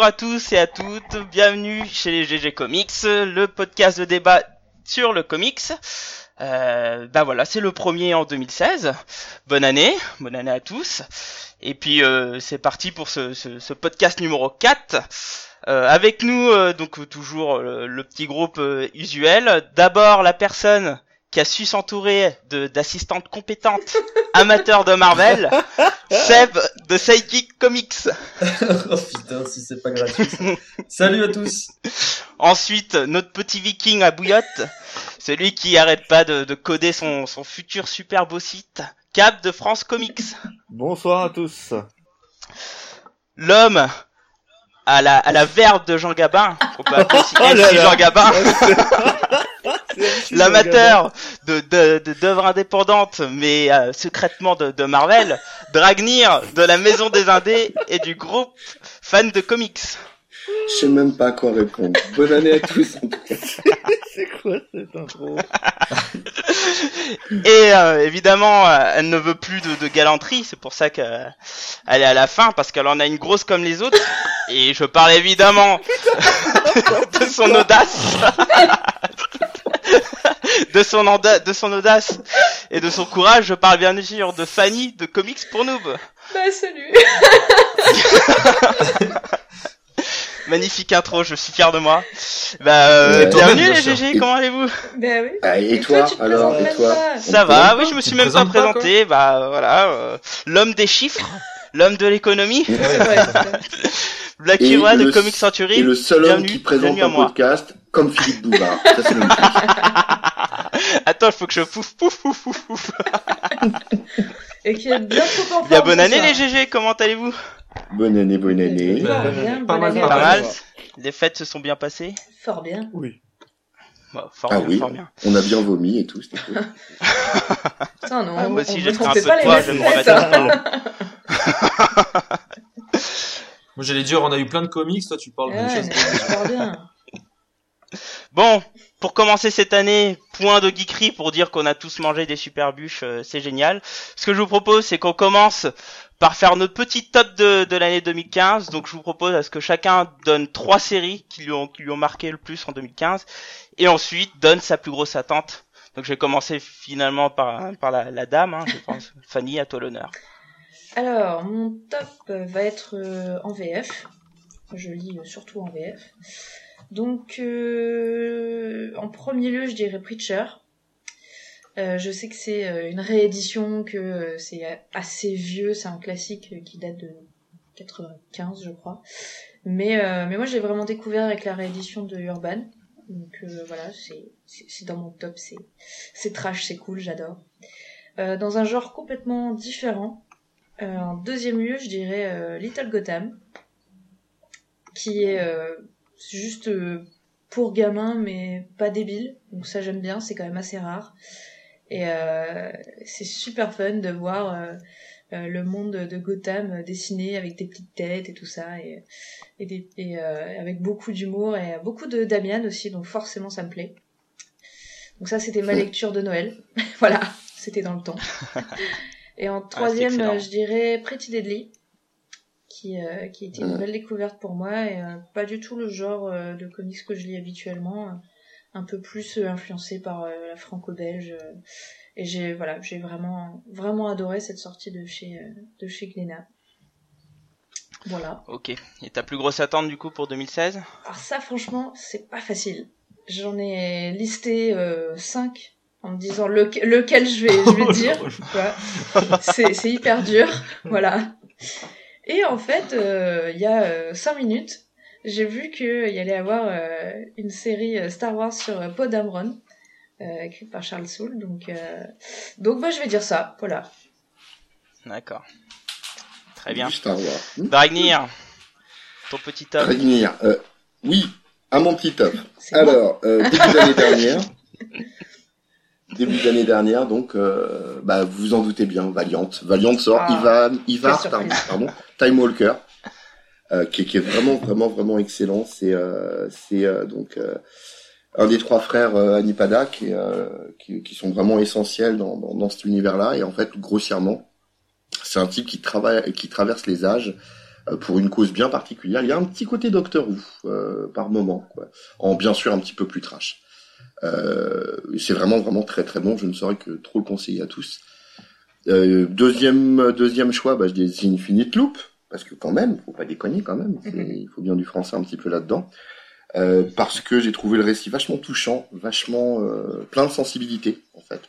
à tous et à toutes, bienvenue chez les GG Comics, le podcast de débat sur le comics. Voilà, c'est le premier en 2016. Bonne année à tous. Et puis c'est parti pour ce podcast numéro 4. Avec nous, donc toujours le petit groupe usuel. D'abord la personne qui a su s'entourer d'assistantes compétentes, amateurs de Marvel, Seb de Psychic Comics. Oh putain, si c'est pas gratuit. Salut à tous. Ensuite, notre petit viking à bouillotte, celui qui arrête pas de coder son futur super beau site, Cap de France Comics. Bonsoir à tous. L'homme à la verve de Jean Gabin, qu'on peut appeler aussi MC Jean Gabin. L'amateur d'œuvres indépendantes, mais secrètement de Marvel, Dragnir de la Maison des Indés et du groupe Fan de Comics. Je sais même pas à quoi répondre. Bonne année à tous. C'est quoi cette intro? Et évidemment, elle ne veut plus de galanterie, c'est pour ça qu'elle est à la fin, parce qu'elle en a une grosse comme les autres. Et je parle évidemment de son audace. De son audace et de son courage, je parle bien sûr de Fanny de Comics pour Noob. Bah salut. Magnifique intro, je suis fier de moi. Bienvenue les GG, comment allez-vous? Bah oui. Et toi, tu te alors, présentes et même toi? pas. Ça va, oui, je me suis Tu même te pas présentes pas, présenté, l'homme des chiffres, l'homme de l'économie, Ouais, c'est ça. Black Et Hero de le- Comic Century. Et le seul homme Bienvenue, qui présente bienvenue à un moi. podcast comme Philippe Bouvard. Ça, c'est le même chose. Attends, il faut que je pouf. Et qui est bien trop en forme. Bien bonne ce année soir. les GG, comment allez-vous? Bonne année, bonne année. Fort bien, Pas bonne mal, année. pas Pas mal. va. Les fêtes se sont bien passées? Fort bien. Oui. Bon, fort Ah bien, oui, fort bien. on a bien vomi et tout, c'était cool. Putain, non. Ah, moi aussi, on j'ai pris un fait peu pas de les poids, mêmes je vais me fêtes, remettre hein. Moi j'allais dire, on a eu plein de comics, toi tu parles de Ouais, choses. mais fort bien. Bon, pour commencer cette année, point de geekerie pour dire qu'on a tous mangé des super bûches, c'est génial. Ce que je vous propose, c'est qu'on commence par faire notre petit top de l'année 2015. Donc je vous propose à ce que chacun donne 3 séries qui lui ont marqué le plus en 2015, et ensuite donne sa plus grosse attente. Donc je vais commencer finalement par la dame, hein, je pense. Fanny, à toi l'honneur. Alors, mon top va être en VF. Je lis surtout en VF. Donc, en premier lieu, je dirais Preacher. Je sais que c'est une réédition, que c'est assez vieux, c'est un classique qui date de 95, je crois. Mais moi, j'ai vraiment découvert avec la réédition de Urban. Donc voilà, c'est dans mon top, c'est trash, c'est cool, j'adore. Dans un genre complètement différent, en deuxième lieu, je dirais Little Gotham, qui est juste pour gamins, mais pas débile. Donc ça, j'aime bien, c'est quand même assez rare. Et c'est super fun de voir le monde de Gotham dessiné avec des petites têtes et tout ça, et avec beaucoup d'humour et beaucoup de Damian aussi, donc forcément ça me plaît. Donc ça, c'était ma lecture de Noël. Voilà, c'était dans le temps. Et en troisième, excellent. je dirais Pretty Deadly, qui était une belle découverte pour moi, et pas du tout le genre de comics que je lis habituellement, un peu plus influencé par la franco-belge, et j'ai vraiment adoré cette sortie de chez Glénat. Voilà. Ok. Et ta plus grosse attente du coup pour 2016? Alors ça, franchement, c'est pas facile. J'en ai listé 5 en me disant lequel je vais dire. Voilà. C'est hyper dur. Voilà. Et en fait, il y a 5 minutes, j'ai vu qu'il y allait avoir une série Star Wars sur Poe Dameron, écrite par Charles Soule. Donc je vais dire ça. Voilà. D'accord. Très bien. Du Star Wars. Dragnir, ton petit top. Dragnir, oui, à mon petit top. C'est bon. Alors, début d'année dernière, donc, vous vous en doutez bien, Valiant sort, Ivar, quelle surprise. Time Walker, qui est vraiment excellent. C'est donc un des 3 frères Anipada qui sont vraiment essentiels dans cet univers-là. Et en fait, grossièrement, c'est un type qui traverse les âges pour une cause bien particulière. Il y a un petit côté Doctor Who par moment, quoi, en bien sûr un petit peu plus trash. C'est vraiment vraiment très très bon. Je ne saurais que trop le conseiller à tous. Deuxième choix, je dis Infinite Loop, parce que quand même, faut pas déconner quand même. Il faut bien du français un petit peu là-dedans. Parce que j'ai trouvé le récit vachement touchant, vachement plein de sensibilité en fait,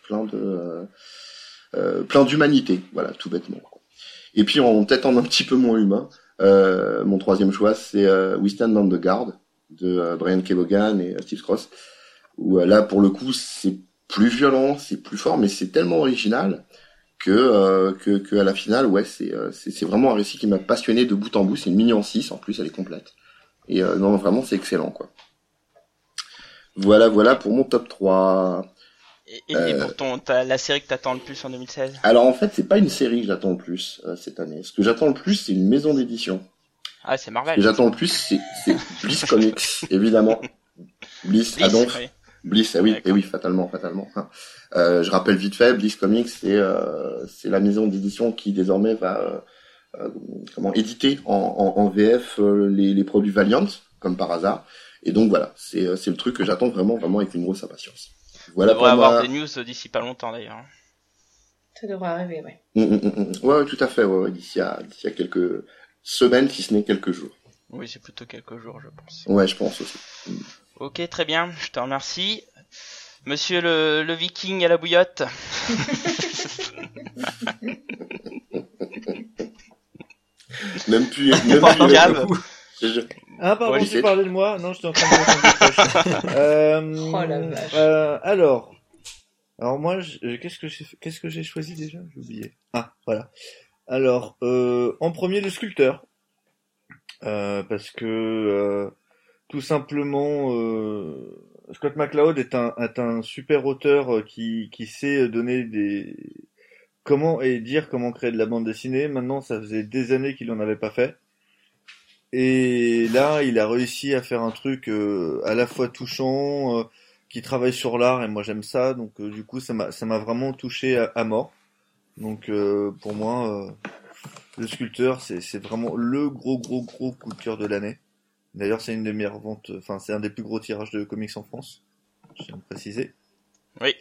plein d'humanité, voilà, tout bêtement. Et puis peut-être en un petit peu moins humain, mon troisième choix c'est We Stand on the Guard de Brian Kevogan et Steve Cross, où là pour le coup c'est plus violent, c'est plus fort, mais c'est tellement original que à la finale, ouais, c'est vraiment un récit qui m'a passionné de bout en bout. C'est une mini en 6 en plus, elle est complète. Et non, vraiment, c'est excellent, quoi. Voilà pour mon top 3. Et pour la série que t'attends le plus en 2016? Alors en fait, c'est pas une série que j'attends le plus cette année. Ce que j'attends le plus, c'est une maison d'édition. Ah, c'est Marvel. Ce que j'attends le plus, c'est Bliss Comics, évidemment. Bliss, Adonf. Oui. Bliss, oui, fatalement. Hein. Je rappelle vite fait, Bliss Comics, c'est la maison d'édition qui désormais va éditer en VF les produits Valiant, comme par hasard. Et donc voilà, c'est le truc que j'attends vraiment avec une grosse impatience. Voilà. On devrait avoir des news d'ici pas longtemps d'ailleurs. Ça devrait arriver, ouais. Ouais, tout à fait, ouais, d'ici à quelques semaines, si ce n'est quelques jours. Oui, c'est plutôt quelques jours, je pense. Ouais, je pense aussi. Ok, très bien, je te remercie. Monsieur le viking à la bouillotte. Même plus. Ah, pardon, Ouais, tu parlais de moi? Non, j'étais en train de Oh la vache. Alors moi, qu'est-ce que j'ai choisi déjà? J'ai oublié. Ah, voilà. Alors, en premier, le sculpteur. Parce que, tout simplement, Scott McCloud est un super auteur qui sait donner comment créer de la bande dessinée. Maintenant, ça faisait des années qu'il en avait pas fait. Et là, il a réussi à faire un truc à la fois touchant, qui travaille sur l'art, et moi j'aime ça. Donc du coup, ça m'a vraiment touché à mort. Donc pour moi, le sculpteur, c'est vraiment le gros coup de cœur de l'année. D'ailleurs, c'est une des meilleures ventes, c'est un des plus gros tirages de comics en France. Je tiens à le préciser. Oui.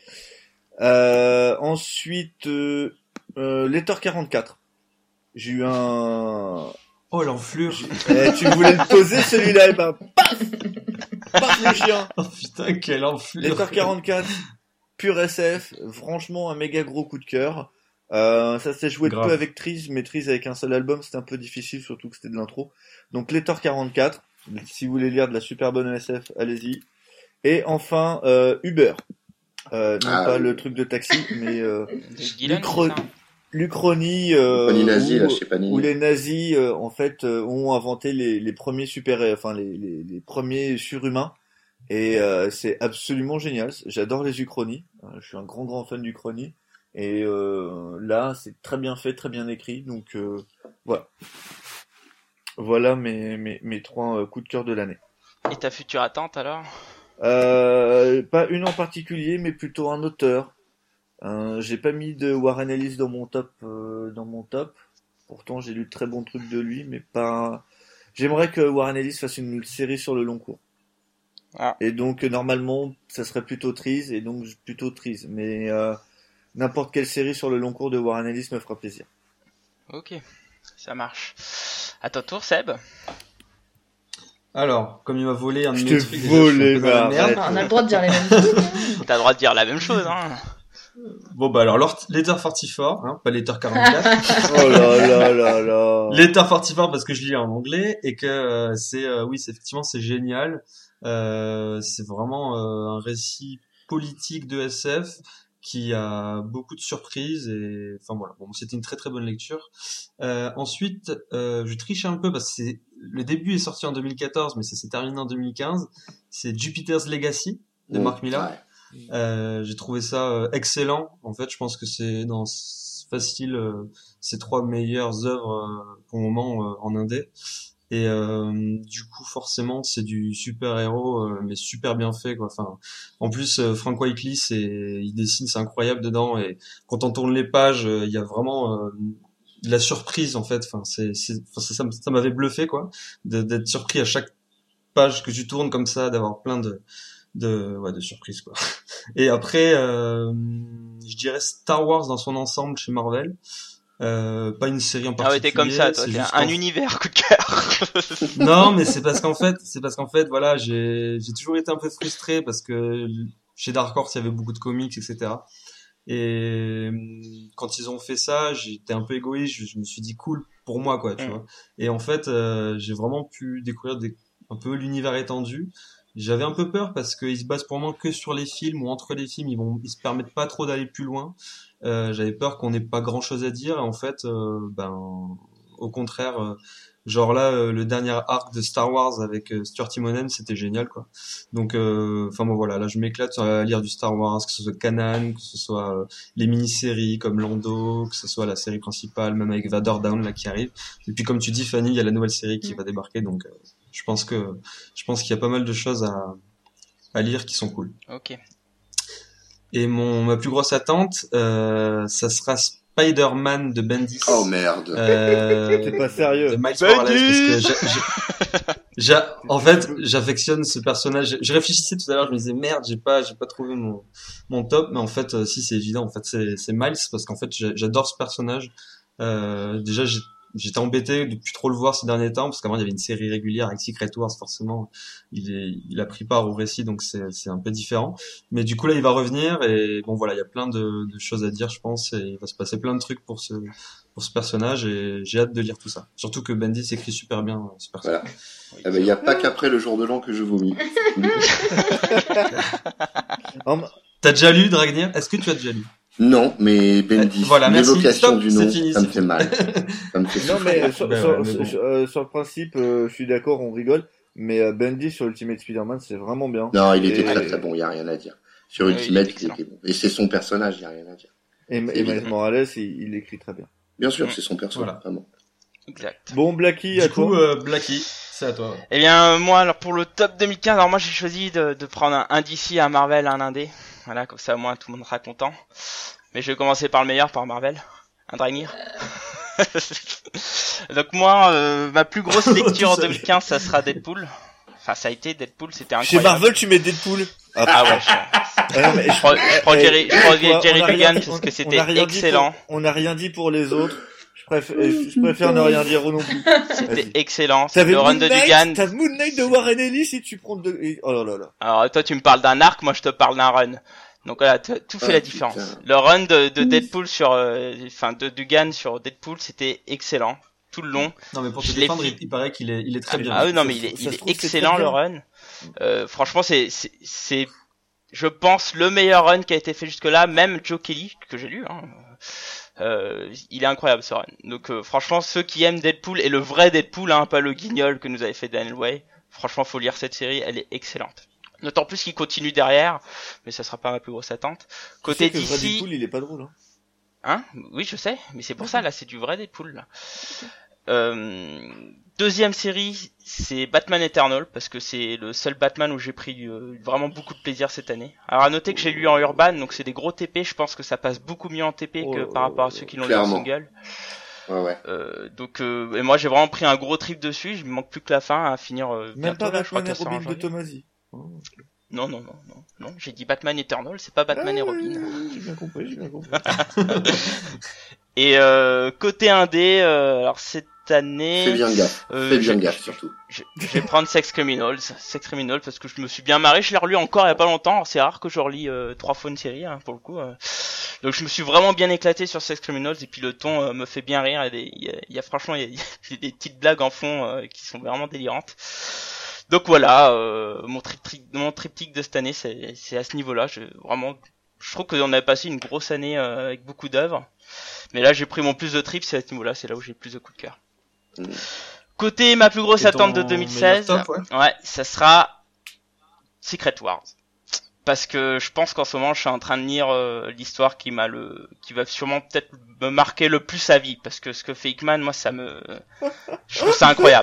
Ensuite, Lecteur 44. J'ai eu un... Oh, l'enflure. Tu voulais le poser celui-là, et ben, paf le chien. Oh putain, quelle enflure. Lecteur 44, pur SF, franchement un méga gros coup de cœur. Ça s'est joué Grave. peu avec Triz, mais Triz avec un seul album, c'était un peu difficile, surtout que c'était de l'intro. Donc Lecteur 44, si vous voulez lire de la super bonne SF, allez-y. Et enfin, Uber. Pas le truc de taxi, mais l'Uchronie, où les nazis en fait ont inventé les premiers les premiers surhumains, et c'est absolument génial. J'adore les Uchronies. Je suis un grand fan d'Uchronie, et là c'est très bien fait, très bien écrit. Donc voilà mes trois coups de cœur de l'année. Et ta future attente alors? Pas une en particulier, mais plutôt un auteur. J'ai pas mis de Warren Ellis dans mon top. Pourtant, j'ai lu de très bons trucs de lui, mais pas. J'aimerais que Warren Ellis fasse une série sur le long cours. Ah. Et donc normalement, ça serait plutôt Triz, et donc plutôt Triz. Mais n'importe quelle série sur le long cours de Warren Ellis me fera plaisir. Ok, ça marche. À ton tour, Seb. Alors, comme il m'a volé un de Je mes t'ai trucs, volé, déjà, je suis un peu dans la bah, merde. On a le droit de dire les mêmes choses. T'as le droit de dire la même chose, hein. Bon, bah alors, Letter 44, hein, pas Letter 44. Oh là. Letter 44 parce que je lis en anglais, et que oui, effectivement, c'est génial. C'est vraiment un récit politique de SF qui a beaucoup de surprises, et enfin voilà. Bon, c'était une très très bonne lecture. Ensuite, je triche un peu parce que le début est sorti en 2014, mais ça s'est terminé en 2015. C'est Jupiter's Legacy de Mark Millar. Ouais. J'ai trouvé ça excellent. En fait, je pense que c'est facile ces trois meilleures œuvres pour le moment en indé. Et du coup, forcément, c'est du super-héros, mais super bien fait, quoi. Enfin, en plus, Frank Whiteley, il dessine, c'est incroyable dedans. Et quand on tourne les pages, il y a vraiment de la surprise en fait. Enfin, ça m'avait bluffé quoi, d'être surpris à chaque page que tu tournes comme ça, d'avoir plein de surprises quoi. Et après, je dirais Star Wars dans son ensemble chez Marvel. Pas une série en particulier. Ah ouais, t'es comme ça, toi, t'es un univers coup de cœur. Non, mais c'est parce qu'en fait, voilà, j'ai toujours été un peu frustré parce que chez Dark Horse, il y avait beaucoup de comics, etc. Et quand ils ont fait ça, j'étais un peu égoïste, je me suis dit cool pour moi, quoi, tu vois. Et en fait, j'ai vraiment pu découvrir un peu l'univers étendu. J'avais un peu peur parce qu'ils se basent pour moi que sur les films ou entre les films, ils se permettent pas trop d'aller plus loin. J'avais peur qu'on n'ait pas grand chose à dire. Et en fait, au contraire, genre là, le dernier arc de Star Wars avec Stuart Timonen, c'était génial, quoi. Donc, enfin bon, voilà, là, je m'éclate à lire du Star Wars, que ce soit Kanan, que ce soit les mini-séries comme Lando, que ce soit la série principale, même avec Vader Down là qui arrive. Et puis, comme tu dis, Fanny, il y a la nouvelle série qui va débarquer, donc je pense qu'il y a pas mal de choses à lire qui sont cool. Ok. Et ma plus grosse attente, ça sera Spider-Man de Bendis. Oh merde. T'es pas sérieux. De Miles Morales, parce que en fait, j'affectionne ce personnage. Je réfléchissais tout à l'heure, je me disais merde, j'ai pas trouvé mon top, mais en fait, si c'est évident, en fait, c'est Miles parce qu'en fait, j'adore ce personnage. Déjà, j'étais embêté de plus trop le voir ces derniers temps parce qu'avant il y avait une série régulière avec Secret Wars, forcément il a pris part au récit, donc c'est un peu différent, mais du coup là il va revenir et bon voilà, il y a plein de choses à dire je pense, et il va se passer plein de trucs pour ce personnage et j'ai hâte de lire tout ça, surtout que Bendis écrit super bien ce personnage. Voilà. Ah ben, il n'y a pas qu'après le jour de l'an que je vomis. T'as déjà lu Dragnir? Est-ce que tu as déjà lu? Non, mais Bendis, voilà, l'évocation du nom, fini, ça me fait mal. Ça me fait Non, mais sur bon. le principe, je suis d'accord, on rigole, mais Bendis sur Ultimate Spider-Man, c'est vraiment bien. Non, il était très très bon, il n'y a rien à dire. Sur Ultimate, il était bon. Et c'est son personnage, il n'y a rien à dire. Et Miles Morales, il écrit très bien. Bien sûr, c'est son personnage, vraiment. Exact. Bon, Blacky, du coup, Blacky, c'est à toi. Eh bien, moi, alors pour le top 2015, alors moi j'ai choisi de prendre un DC, un Marvel, un indé. Voilà, comme ça au moins tout le monde sera content. Mais je vais commencer par le meilleur, par Marvel. Un Dragnir. Donc moi, ma plus grosse lecture en 2015, ça sera Deadpool. Enfin, ça a été Deadpool, c'était incroyable. Chez Marvel, tu mets Deadpool. Ah ouais, je prends Jerry Dugan parce que c'était excellent. On n'a rien dit pour les autres. Je préfère ne rien dire non plus. C'était excellent. Le run de Dugan. T'as Moon Knight de Warren Ellis et tu prends oh là là là. Alors toi tu me parles d'un arc, moi je te parle d'un run. Donc voilà, tout fait la différence. Putain. Le run de Deadpool de Dugan sur Deadpool, c'était excellent tout le long. Non mais pour te défendre, il paraît qu'il est très bien. Ah oui, non mais il est excellent le run. Franchement c'est je pense le meilleur run qui a été fait jusque-là, même Joe Kelly que j'ai lu il est incroyable ce run. Donc franchement ceux qui aiment Deadpool et le vrai Deadpool pas le guignol que nous avait fait Daniel Way, franchement faut lire cette série, elle est excellente. D'autant plus qu'il continue derrière, mais ça sera pas ma plus grosse attente. Côté DC, le vrai Deadpool, il est pas drôle oui, je sais, mais c'est pour ça là, c'est du vrai Deadpool là. Deuxième série, c'est Batman Eternal parce que c'est le seul Batman où j'ai pris vraiment beaucoup de plaisir cette année. Alors à noter que j'ai lu en urban, donc c'est des gros TP, je pense que ça passe beaucoup mieux en TP que par rapport à ceux qui l'ont lu en single. Ouais. Et moi j'ai vraiment pris un gros trip dessus, il me manque plus que la fin à finir. Même pas Batman et Robin de Tomasi. Non, j'ai dit Batman Eternal, c'est pas Batman et Robin. J'ai bien compris. Et côté indé, alors cette année... Fais bien gaffe surtout. Je vais prendre Sex Criminals parce que je me suis bien marré, je l'ai relu encore il y a pas longtemps, alors c'est rare que je relis 3 fois une série pour le coup. Donc je me suis vraiment bien éclaté sur Sex Criminals et puis le ton me fait bien rire, il y a franchement il y a des petites blagues en fond qui sont vraiment délirantes. Donc voilà, mon triptyque de cette année, c'est à ce niveau-là. Je trouve qu'on avait passé une grosse année avec beaucoup d'œuvres, mais là j'ai pris mon plus de trips, c'est à ce niveau-là, c'est là où j'ai le plus de coups de cœur. Côté ma plus grosse attente de 2016, top, ouais, ça sera Secret Wars. Parce que je pense qu'en ce moment je suis en train de lire l'histoire qui va sûrement peut-être me marquer le plus à vie, parce que ce que fait Hickman, moi je trouve ça incroyable.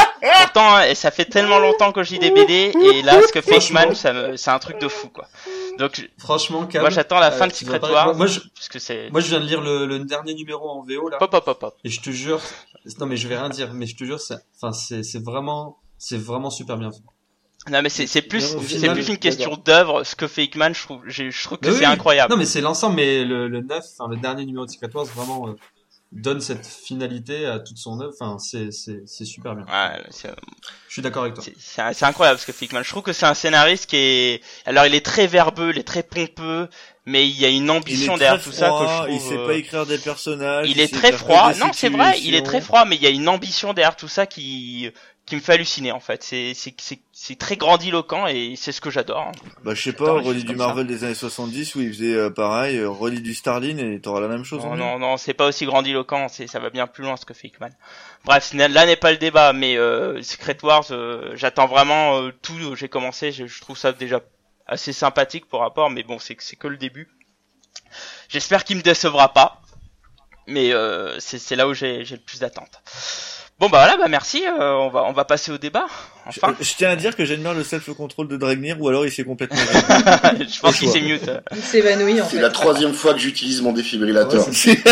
Pourtant et ça fait tellement longtemps que je lis des BD et là ce que fait Hickman c'est un truc de fou quoi. Donc, Franchement, Cam, moi, j'attends la fin de tu dois Secret pas- Wars. moi, je, Parce que c'est... moi, je viens de lire le dernier numéro en VO, là. Pop. Et je te jure, non, mais je vais rien dire, mais je te jure, c'est vraiment super bien fait. Non, mais c'est plus, Non, au c'est final, plus une question d'œuvre. Ce que fait Hickman, je trouve que Mais c'est oui. incroyable. Non, mais c'est l'ensemble, mais le le dernier numéro de Secret Wars, vraiment, donne cette finalité à toute son œuvre. Enfin, c'est super bien. Ouais, c'est, Je suis d'accord avec toi. c'est incroyable ce que fait Hickman. Je trouve que c'est un scénariste qui est, alors il est très verbeux, il est très pompeux, mais il y a une Il est ambition très derrière tout ça que je froid, trouve. il sait pas écrire des personnages. Il est sait très faire que froid. des Non, c'est vrai, il est très situations. froid, mais il y a une ambition derrière tout ça qui me fait halluciner en fait. C'est très grandiloquent et c'est ce que j'adore. Hein. Bah, je sais J'adore pas, les relis choses du comme ça. Marvel des années 70 où il faisait pareil, relis du Starlin et t'auras la même chose en mieux. Non, c'est pas aussi grandiloquent, ça va bien plus loin ce que fait Hickman. Bref, là n'est pas le débat, mais Secret Wars, j'attends vraiment tout. J'ai commencé, je trouve ça déjà assez sympathique pour rapport, mais bon, c'est que le début. J'espère qu'il me décevra pas, mais c'est là où j'ai le plus d'attentes. Bon bah voilà, bah merci, on va passer au débat. Enfin, Je tiens à dire que j'admire le self-control de Dragnir ou alors il s'est complètement je pense qu'il choix. s'est mute. Il s'évanouit en C'est fait. la 3e fois que j'utilise mon défibrillateur.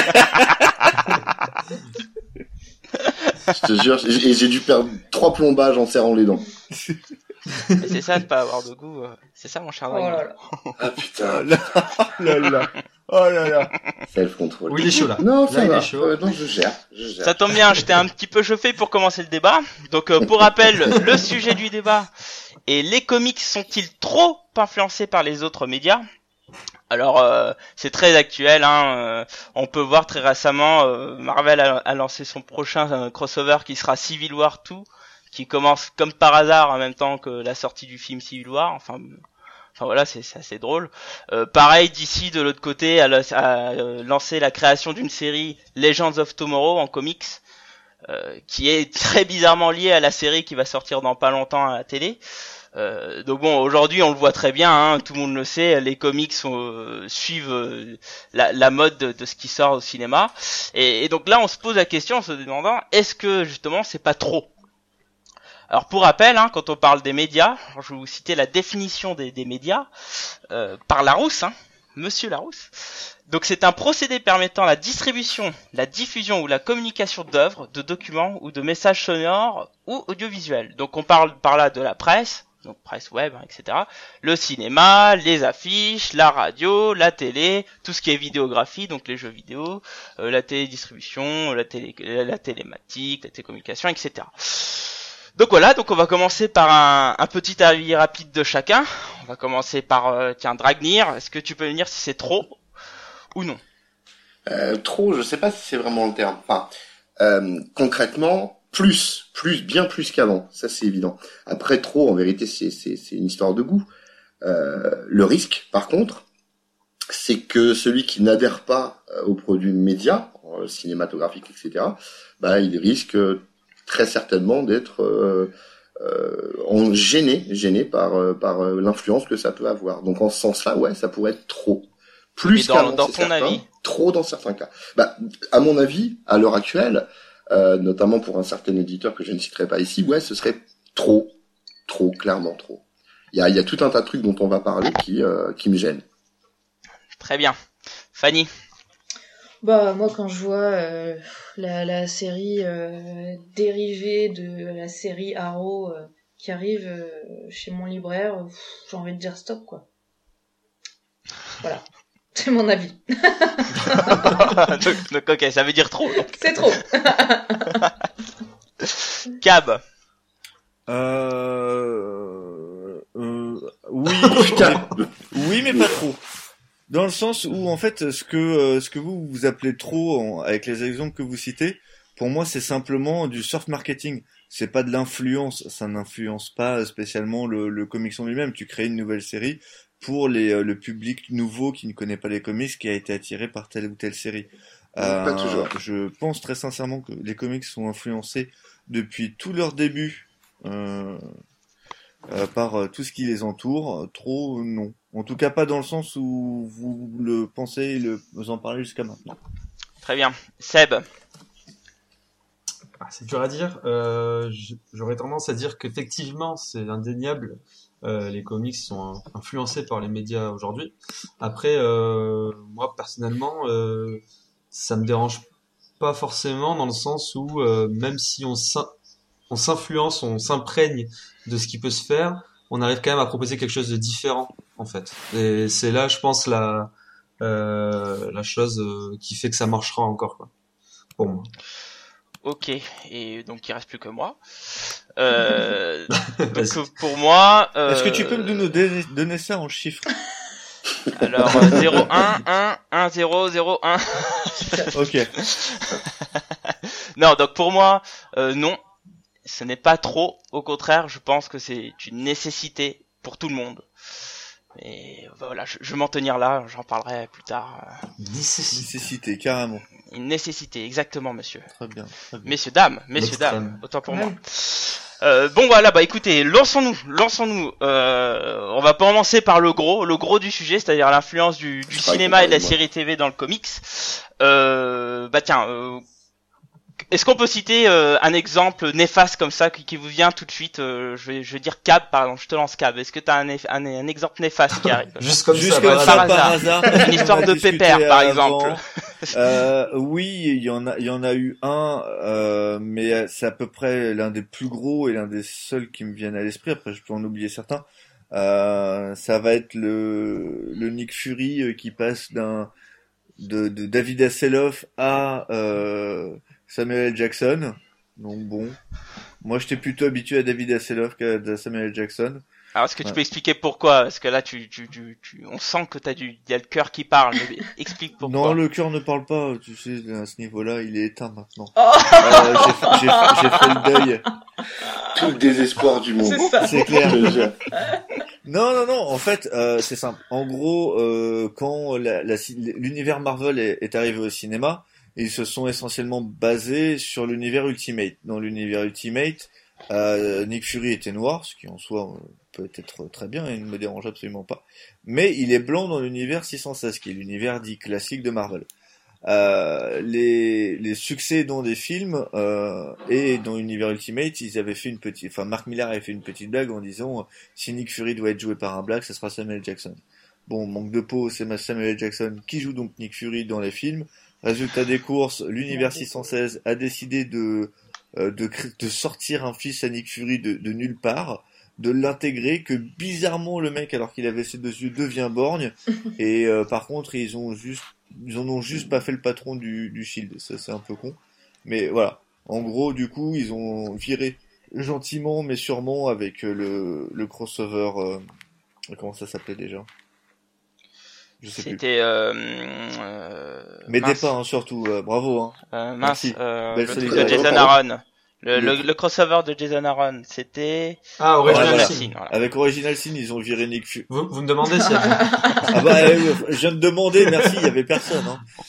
Je te jure, et j'ai dû perdre 3 plombages en serrant les dents. Mais c'est ça de pas avoir de goût, c'est ça mon cher Oh Dragon. là là. Ah putain, Oh là là. Oh là là. self-control. Oui, il est chaud là. Non, Là, ça il va. est chaud. Non, je gère. Ça tombe bien, j'étais un petit peu chauffé pour commencer le débat. Donc pour rappel, le sujet du débat est: les comics sont-ils trop influencés par les autres médias? Alors c'est très actuel, hein. On peut voir très récemment Marvel a lancé son prochain crossover qui sera Civil War 2, qui commence comme par hasard en même temps que la sortie du film Civil War. Enfin voilà, c'est assez drôle. Pareil, DC de l'autre côté a lancé la création d'une série Legends of Tomorrow en comics, qui est très bizarrement liée à la série qui va sortir dans pas longtemps à la télé. Donc bon, aujourd'hui on le voit très bien, hein, tout le monde le sait, les comics suivent la mode de ce qui sort au cinéma. Et donc là on se pose la question en se demandant, est-ce que justement c'est pas trop? Alors pour rappel, hein, quand on parle des médias, je vais vous citer la définition des médias par Larousse, hein, Monsieur Larousse. Donc c'est un procédé permettant la distribution, la diffusion ou la communication d'œuvres, de documents ou de messages sonores ou audiovisuels. Donc on parle par là de la presse, donc presse web, hein, etc. Le cinéma, les affiches, la radio, la télé, tout ce qui est vidéographie, donc les jeux vidéo, la télédistribution, la télématique, la télécommunication, etc. Donc voilà, donc on va commencer par un petit avis rapide de chacun. On va commencer par, Dragnir, est-ce que tu peux me dire si c'est trop ou non? Trop, je sais pas si c'est vraiment le terme. Enfin, concrètement, bien plus qu'avant. Ça, c'est évident. Après, trop, en vérité, c'est une histoire de goût. Le risque, par contre, c'est que celui qui n'adhère pas aux produits médias, cinématographiques, etc., bah, il risque très certainement d'être gêné par l'influence que ça peut avoir. Donc en ce sens-là, ouais, ça pourrait être trop. Plus qu'avant, dans c'est ton certain, avis? trop dans certains cas. Bah, à mon avis, à l'heure actuelle, notamment pour un certain éditeur que je ne citerai pas ici, ouais, ce serait trop, clairement trop. Il y a tout un tas de trucs dont on va parler qui me gênent. Très bien. Fanny? Bah moi quand je vois la série dérivée de la série Arrow qui arrive chez mon libraire, j'ai envie de dire stop quoi. Voilà, c'est mon avis. donc ok, ça veut dire trop. Donc. C'est trop. Cab? Oui, Putain. oui, mais pas trop. Dans le sens où, en fait, ce que vous appelez trop, avec les exemples que vous citez, pour moi, c'est simplement du soft marketing. C'est pas de l'influence. Ça n'influence pas spécialement le comics en lui-même. Tu crées une nouvelle série pour le public nouveau qui ne connaît pas les comics, qui a été attiré par telle ou telle série. Pas toujours. Je pense très sincèrement que les comics sont influencés depuis tout leur début par tout ce qui les entoure. Trop, non. En tout cas, pas dans le sens où vous le pensez et vous en parlez jusqu'à maintenant. Très bien. Seb? C'est dur à dire. J'aurais tendance à dire qu'effectivement, c'est indéniable. les comics sont influencés par les médias aujourd'hui. Après, moi personnellement, ça me dérange pas forcément dans le sens où même si on s'influence, on s'imprègne de ce qui peut se faire, on arrive quand même à proposer quelque chose de différent en fait. Et c'est là, je pense, la chose qui fait que ça marchera encore, quoi, pour moi. Ok, et donc il reste plus que moi. Donc pour moi... Est-ce que tu peux nous donner ça en chiffres? Alors 0, 1, 1, 1, 0, 0, 1. Ok. Non, donc pour moi, non, ce n'est pas trop. Au contraire, je pense que c'est une nécessité pour tout le monde. Et voilà, je vais m'en tenir là, j'en parlerai plus tard. Nécessité, carrément. Une nécessité, exactement, monsieur. Très bien, très bien. Messieurs, dames, autant pour moi. Bon voilà, bah écoutez, lançons-nous. On va commencer par le gros du sujet, c'est-à-dire l'influence du cinéma et de la série TV dans le comics. Est-ce qu'on peut citer un exemple néfaste comme ça qui vous vient tout de suite? Je vais dire Cab, par exemple. Je te lance Cab. Est-ce que t'as un exemple néfaste qui arrive? Juste comme ça, par hasard. Une histoire de Pépère, par exemple. Oui, il y en a eu un, mais c'est à peu près l'un des plus gros et l'un des seuls qui me viennent à l'esprit. Après, je peux en oublier certains. Ça va être le Nick Fury qui passe de David Hasselhoff à Samuel L. Jackson. Donc bon, moi j'étais plutôt habitué à David Hasselhoff qu'à Samuel L. Jackson. Alors est-ce que tu peux expliquer pourquoi? Parce que là on sent que il y a le cœur qui parle. Mais explique pourquoi. Non, le cœur ne parle pas. Tu sais, à ce niveau-là, il est éteint maintenant. Oh j'ai fait le deuil. Tout le désespoir du monde. C'est clair. Non. En fait, c'est simple. En gros, quand l'univers Marvel est arrivé au cinéma, ils se sont essentiellement basés sur l'univers Ultimate. Dans l'univers Ultimate, Nick Fury était noir, ce qui en soi peut être très bien et ne me dérange absolument pas. Mais il est blanc dans l'univers 616, qui est l'univers dit classique de Marvel. Les succès dans des films et dans l'univers Ultimate, ils avaient fait Mark Millar avait fait une petite blague en disant si Nick Fury doit être joué par un black, ce sera Samuel Jackson. Bon, manque de peau, c'est Samuel Jackson qui joue donc Nick Fury dans les films. Résultat des courses, l'univers 616 a décidé de sortir un fils à Nick Fury de nulle part, de l'intégrer, que bizarrement le mec, alors qu'il avait ses deux yeux, devient borgne, et par contre ils en ont juste pas fait le patron du Shield. Ça c'est un peu con, mais voilà. En gros, du coup, ils ont viré gentiment mais sûrement avec le crossover. Comment ça s'appelait déjà? Je sais plus. C'était M'aidez pas, hein, surtout. Bravo. Merci. Belle Le truc de solidarité. Jason Aaron. Le crossover de Jason Aaron, c'était... Original voilà. Sin. Voilà. Avec Original Sin, ils ont viré Nick Fury. Vous me demandez si Je viens de demander, merci, il y avait personne.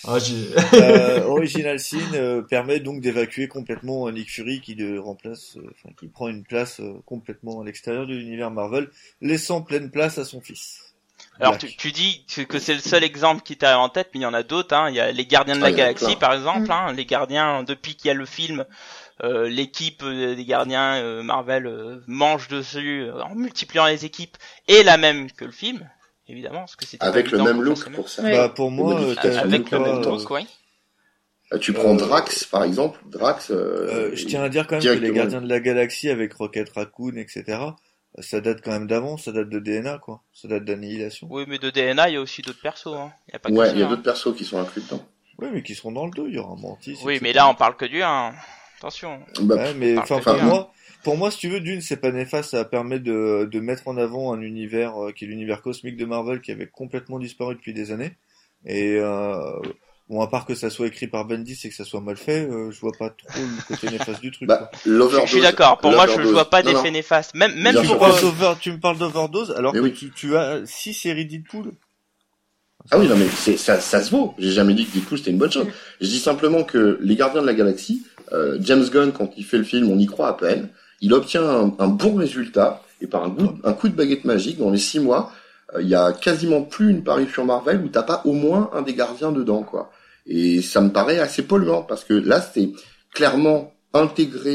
Original Sin permet donc d'évacuer complètement Nick Fury qui prend une place complètement à l'extérieur de l'univers Marvel, laissant pleine place à son fils. Alors tu dis que c'est le seul exemple qui t'a en tête, mais il y en a d'autres. Il y a les Gardiens de la Galaxie, par exemple. Les Gardiens, depuis qu'il y a le film, l'équipe des Gardiens Marvel mange dessus en multipliant les équipes, et la même que le film, évidemment, parce que c'était avec le même look pour ça. Bah pour moi, avec le même look, oui. Tu prends Drax par exemple. Drax. Je tiens à dire quand même que les Gardiens de la Galaxie avec Rocket Raccoon, etc. Ça date quand même d'avant, ça date de DNA, quoi. Ça date d'Annihilation. Oui, mais de DNA, il y a aussi d'autres persos, hein. Il y a pas que il y a d'autres persos qui sont inclus dedans. Oui, mais qui seront dans le 2, il y aura Mantis. Oui, mais là, on parle que du 1. Attention. Ouais, mais pour moi, si tu veux, d'une, c'est pas néfaste, ça permet de mettre en avant un univers qui est l'univers cosmique de Marvel qui avait complètement disparu depuis des années. Et bon, à part que ça soit écrit par Bendis et que ça soit mal fait, je vois pas trop le côté néfaste du truc. Je suis d'accord. Pour moi, je vois pas d'effet néfaste. Même pour tu me parles d'Overdose alors que tu as 6 séries Deadpool. Ah oui, non mais ça se vaut. J'ai jamais dit que Deadpool c'était une bonne chose. Je dis simplement que les Gardiens de la Galaxie, James Gunn quand il fait le film, on y croit à peine. Il obtient un bon résultat et par un coup de baguette magique dans les 6 mois, il y a quasiment plus une parution Marvel où t'as pas au moins un des Gardiens dedans, quoi. Et ça me paraît assez polluant parce que là, c'est clairement intégré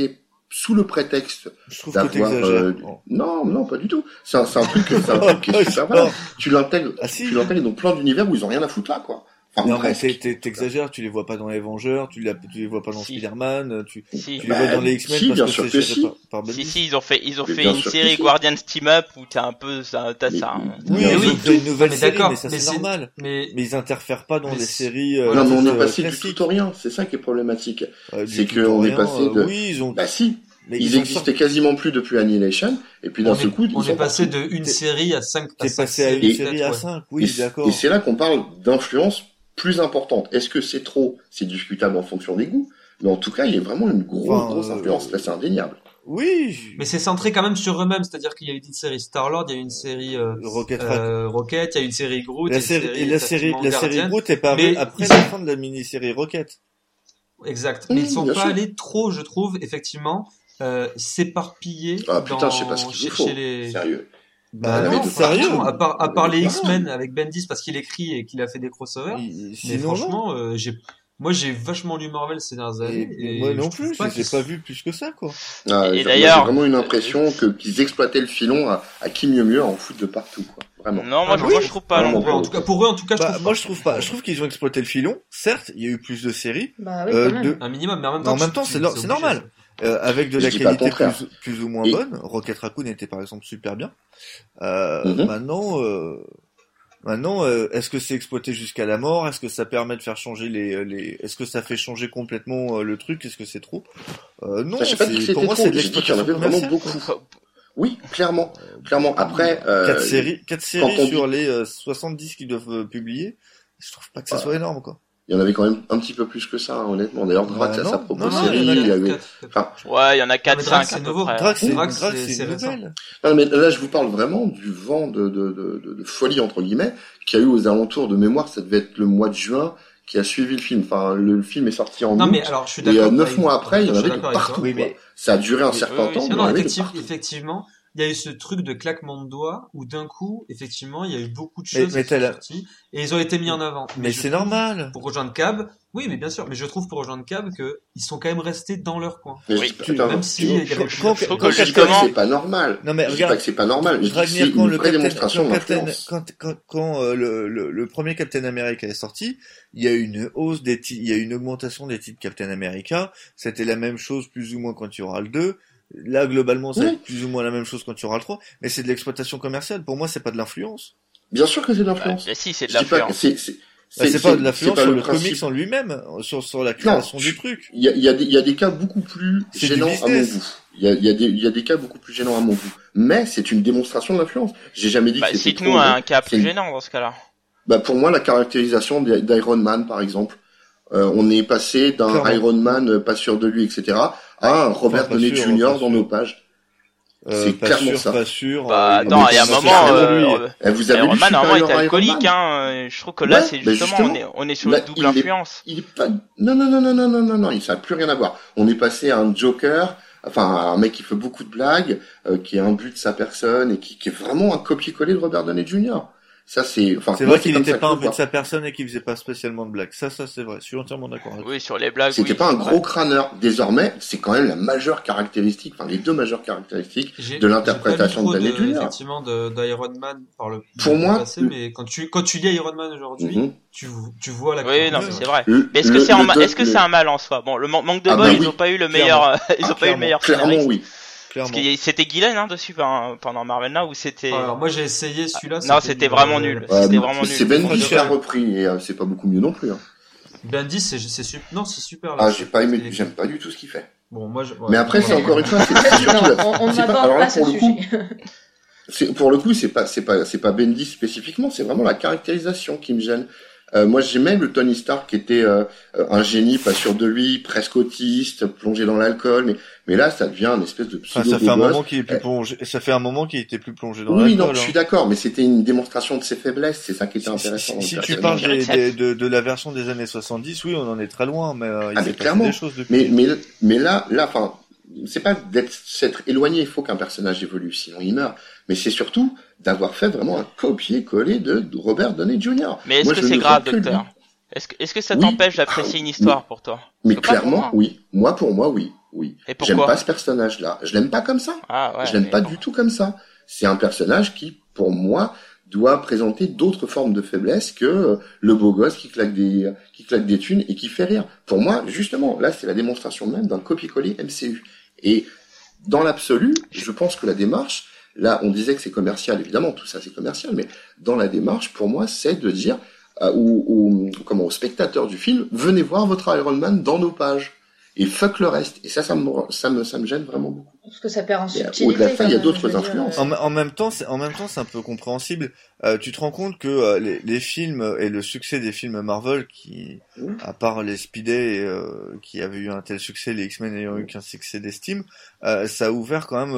sous le prétexte Je trouve que d'avoir t'exagères. non, pas du tout. C'est un truc qui est super voilà. Tu l'intègres Ah si. dans plein d'univers où ils ont rien à foutre là, quoi. Enfin, Non, mais presque. t'exagères, tu les vois pas dans les Vengeurs, tu les vois pas dans Si. Spider-Man, tu Si. les vois dans les X-Men si, bien parce sûr que que c'est si. géré par Si, Bendis. si, ils ont fait Mais bien une sûr que série si. Guardians Team Up où t'as t'as Mais- ça. Oui, Mais ils oui, ont fait une nouvelle mais série, d'accord, mais ça mais c'est c'est- normal. Mais Mais ils interfèrent pas dans Mais les c'est- séries Voilà, Non, mais on est toutes, passé du classiques. tout au rien. C'est ça qui est problématique. Du c'est tout que au on est rien, passé de- oui, ils ont Bah si, mais ils ont existaient quasiment plus depuis Annihilation, et puis d'un on seul coup, on ils est sont passé partout. de une T'es- série à 5 T'es passé à une Et- série à 5, Et oui, c- d'accord. Et c'est là qu'on parle d'influence plus importante. Est-ce que c'est trop? C'est discutable en fonction des goûts. Mais en tout cas, il y a vraiment une grosse influence. Là, c'est indéniable. Oui, Mais c'est centré quand même sur eux-mêmes, c'est-à-dire qu'il y a eu une série Star-Lord, il y a eu une série Rocket Rocket, il y a eu une série Groot, la il y a une série, la série effectivement, Guardian. Groot est parue Mais après ils la sont- fin de la mini-série Rocket. Exact. Mais ils sont bien pas sûr. allés trop, je trouve, effectivement, s'éparpiller Ah putain, dans, je sais pas ce qu'il chez, vous faut. chez les... Sérieux. Bah non, non, mais sérieux. franchement, à part les Non. X-Men avec Bendis parce qu'il écrit et qu'il a fait des crossovers, mais Sinon, non. franchement, moi j'ai vachement lu Marvel ces dernières années. Et moi non je trouve plus, je pas les ai qu'ils- pas vus plus que ça, quoi. Ah, Et moi, d'ailleurs- j'ai vraiment une impression qu'ils exploitaient le filon à qui mieux à en foutre de partout, quoi. Vraiment. Non, moi, Ah, moi je trouve pas non, non non, plus. En tout cas, pour eux, en tout cas, Bah, moi je trouve pas. Je trouve qu'ils ont exploité le filon. Certes, il y a eu plus de séries. Bah oui, Euh, quand même. de- un minimum, mais en même Mais temps, en même temps, c'est obligé, normal. Avec de Je la dis pas le qualité contraire. plus ou moins Et- bonne. Rocket Raccoon était par exemple super bien. Mhm. Maintenant, est-ce que c'est exploité jusqu'à la mort? Est-ce que ça permet de faire changer est-ce que ça fait changer complètement le truc? Est-ce que c'est trop? Non, Enfin, je sais pas dit que pour c'était moi trop. c'est de J'ai dit qu'il y en l'exploitation avait vraiment commerciale. beaucoup. Oui, clairement. Après, 4 séries quand on sur les 70 qu'ils doivent publier. Je trouve pas que ça soit énorme, quoi. il y en avait quand même un petit peu plus que ça, hein, honnêtement. D'ailleurs, Drax Bah, a sa non, propre non, série. il y en a Il y avait... Ouais, il y en a mais 4-5 Drax, à c'est peu nouveau. près. Drax, c'est Drax, c'est c'est une récent. nouvelle. Non, mais là, je vous parle vraiment du vent de folie, entre guillemets, qu'il y a eu aux alentours de mémoire. Ça devait être le mois de juin qui a suivi le film. Enfin, le film est sorti en Non, août. mais alors, je suis Et d'accord. 9 avec- mois après, il y en je suis avait de d'accord avec partout. toi. Oui, quoi. mais- Ça a duré un Oui, certain oui, temps, c'est mais il y Non, en non, avait de partout. effectivement, il y a eu ce truc de claquement de doigts où d'un coup, effectivement, il y a eu beaucoup de Mais- choses mais qui sont t'as la- sorties et ils ont été mis en avant. Mais je c'est trouve, normal. Pour rejoindre Cab, oui, mais bien sûr, mais je trouve pour rejoindre Cab que ils sont quand même restés dans leur coin. Mais Oui, putain, même si il y avait quand- plus quand- Je trouve quand que je dis pas justement, que c'est pas normal. Non mais Je dis pas regarde, que c'est pas normal. Je dis que c'est Dragnir, quand une le vraie Captain, démonstration quand Captain- d'influence. quand, le premier Captain America est sorti, il y a eu une hausse des titres, il y a eu une augmentation des titres Captain America. C'était la même chose plus ou moins quand il y aura le 2. Là, globalement, ça va Oui. être plus ou moins la même chose quand il y aura le 3. Mais c'est de l'exploitation commerciale. Pour moi, c'est pas de l'influence. Bien sûr que c'est de l'influence. bah, si, c'est de Je dis pas que l'influence. C'est pas de l'influence pas sur le le principe. comics en lui-même, sur la création Non, du truc. Il y a des cas beaucoup plus C'est du gênants à mon business. goût. Il y a des cas beaucoup plus gênants à mon goût. Mais c'est une démonstration de l'influence. J'ai jamais dit Bah, que c'était cite-nous trop, un cas c'est plus une- gênant dans ce cas-là. Bah, pour moi, la caractérisation d'Iron Man, par exemple. On est passé d'un Clairement. Iron Man pas sûr de lui, etc., à un Robert Enfin, pas Downey sûr, Jr. pas dans sûr. nos pages. C'est Pas clairement sûr, ça. pas sûr. Bah, il- non, il y a un ça, moment, c'est clairement lui. Vous avez Iron lu Man, normalement, il Superior était Iron alcoolique, Man hein. Je trouve que là, Ouais, c'est bah, justement, justement. on est sur Là, une double il est- influence. Il est pas, non, ça n'a plus rien à voir. On est passé à un Joker, enfin, à un mec qui fait beaucoup de blagues, qui est imbu de sa personne et qui est vraiment un copier-coller de Robert Downey Jr. Ça, c'est C'est moi, vrai qu'il comme n'était ça que pas je un le but de vois. sa personne et qu'il faisait pas spécialement de blagues. Ça, c'est vrai. Je suis entièrement d'accord avec toi. Oui, sur les blagues. C'était oui, pas un c'est gros vrai. crâneur. Désormais, c'est quand même la majeure caractéristique, enfin, les deux majeures caractéristiques J'ai- de l'interprétation j'ai pas de vu Downey trop Jr. effectivement d'Iron Man par le Pour moi, passé, mais quand tu lis Iron Man aujourd'hui, Mhm. tu vois la Oui, non, différence. mais c'est vrai. Le- Mais est-ce que le- c'est le deux- est-ce que le- c'est un mal en soi? Bon, le manque de Ah, bol, bah ils oui. ont pas eu le Clairement. meilleur, ils ont pas eu clairement. le meilleur Clairement, scénariste. oui. Parce Clairement. que c'était Gillen, hein, dessus, pendant Marvel Now, où c'était, Alors moi j'ai essayé celui-là. non, c'était vraiment nul. Ouais, C'était mais vraiment c'est nul. Bendis qui a repris et c'est pas beaucoup mieux non plus. Hein. Bendis c'est super. Non c'est super là. Ah, j'ai pas aimé, C'est- j'aime pas du tout ce qu'il fait. Bon moi je. Mais après, c'est voilà. encore une fois, c'est surtout Non, la- on c'est pas- n'aborde alors là, pas ce pour le coup, sujet. pour le coup, c'est pas Bendis spécifiquement, c'est vraiment la caractérisation qui me gêne. Moi, j'aimais le Tony Stark qui était un génie, pas sûr de lui, presque autiste, plongé dans l'alcool, mais là, ça devient une espèce de Enfin, pseudo ça fait un gosse. moment qu'il est plus plongé. Ça fait un moment qu'il était plus plongé dans Oui, non, l'alcool. je suis d'accord, mais c'était une démonstration de ses faiblesses, c'est ça qui était intéressant. dans Si le tu personnage. parles de la version des années 70, oui, on en est très loin, mais il Ah, s'est mais passé clairement. des choses depuis. Mais là, enfin, c'est pas s'être éloigné, il faut qu'un personnage évolue, sinon il meurt. Mais c'est surtout d'avoir fait vraiment un copier-coller de Robert Downey Jr. Mais est-ce Moi, que je c'est ne grave, vois que docteur? lui. Est-ce que ça Oui. t'empêche d'apprécier une histoire pour toi? Mais Parce que pas pour clairement, moi. oui. Moi, pour moi, oui. Oui. Et J'aime pourquoi? pas ce personnage-là. Je l'aime pas comme ça. Ah ouais. Je l'aime mais pas bon. du tout comme ça. C'est un personnage qui, pour moi, doit présenter d'autres formes de faiblesse que le beau gosse qui claque des thunes et qui fait rire. Pour moi, justement, là, c'est la démonstration même d'un copier-coller MCU. Et dans l'absolu, je pense que la démarche, là, on disait que c'est commercial, évidemment, tout ça c'est commercial, mais dans la démarche, pour moi, c'est de dire aux spectateurs du film, venez voir votre Iron Man dans nos pages. Et fuck le reste. Et ça me gêne vraiment beaucoup. Parce que ça perd en Et subtilité. au-delà de ça, il y a quand même, d'autres je veux dire, influences. En même temps, c'est un peu compréhensible. Tu te rends compte que les films et le succès des films Marvel, qui, à part les Spidey, qui avaient eu un tel succès, les X-Men ayant eu qu'un succès d'estime, ça a ouvert quand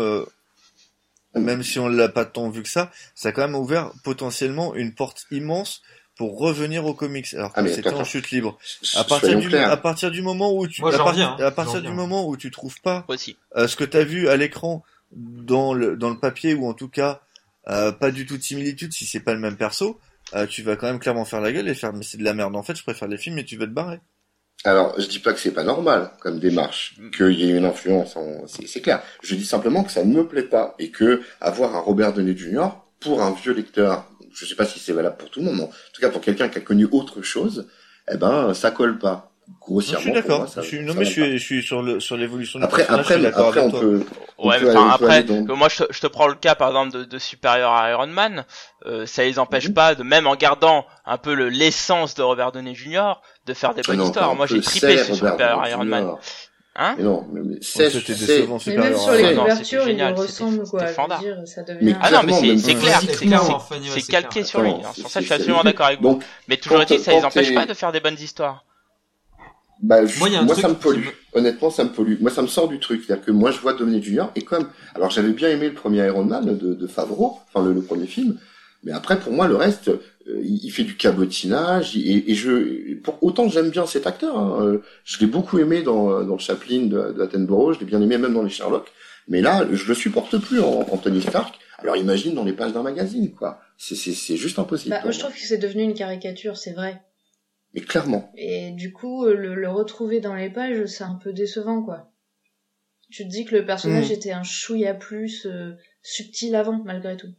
même si on l'a pas tant vu que ça a quand même ouvert potentiellement une porte immense pour revenir aux comics, alors que c'était en chute libre. À partir du moment où tu, Moi, à partir du moment où tu trouves pas Aussi. ce que t'as vu à l'écran dans le papier, ou en tout cas pas du tout de similitude, si c'est pas le même perso, tu vas quand même clairement faire la gueule et faire mais c'est de la merde, en fait je préfère les films et tu vas te barrer. Alors, je dis pas que c'est pas normal comme démarche, qu'il y ait une influence, c'est clair. Je dis simplement que ça ne me plaît pas et que avoir un Robert Downey Jr. pour un vieux lecteur, je sais pas si c'est valable pour tout le monde, mais en tout cas pour quelqu'un qui a connu autre chose, ça colle pas. Grossièrement. Je suis d'accord. Moi, je suis sur l'évolution du après, personnage. Je suis d'accord après, avec on toi. peut. Ouais, mais enfin, après, que moi, je te prends le cas, par exemple, de Superior à Iron Man, ça les empêche pas de, même en gardant un peu l'essence de Robert Downey Jr., de faire des bonnes histoires. Moi, j'ai tripé sur Superior à Iron Man. Hein? Mais non, mais c'était décevant, Mais même sur les couvertures, il génial, lui ressemble, quoi. c'était Je veux dire, ça devient... Mais Ah non, mais clairement, c'est même clair, physiquement, c'est c'est calqué clair. sur lui. Attends, Sur ça, je suis c'est absolument ridicule. d'accord avec vous. Donc, Mais toujours est-il, ça les empêche t'es- pas de faire des bonnes histoires. Bah, Moi, il y a un truc ça me pollue. qui me- Honnêtement, ça me pollue. Moi, ça me sort du truc. C'est-à-dire que moi, je vois Downey Jr. et alors j'avais bien aimé le premier Iron Man de Favreau, enfin le premier film, mais après, pour moi, le reste, il fait du cabotinage autant j'aime bien cet acteur, hein, je l'ai beaucoup aimé dans le Chaplin de Attenborough, je l'ai bien aimé même dans les Sherlock, mais là, je le supporte plus en Tony Stark. Alors imagine dans les pages d'un magazine, quoi. C'est juste impossible. Bah, moi, je trouve que c'est devenu une caricature, c'est vrai. Mais clairement. Et du coup, le retrouver dans les pages, c'est un peu décevant, quoi. Tu te dis que le personnage était un chouïa plus subtil avant, malgré tout.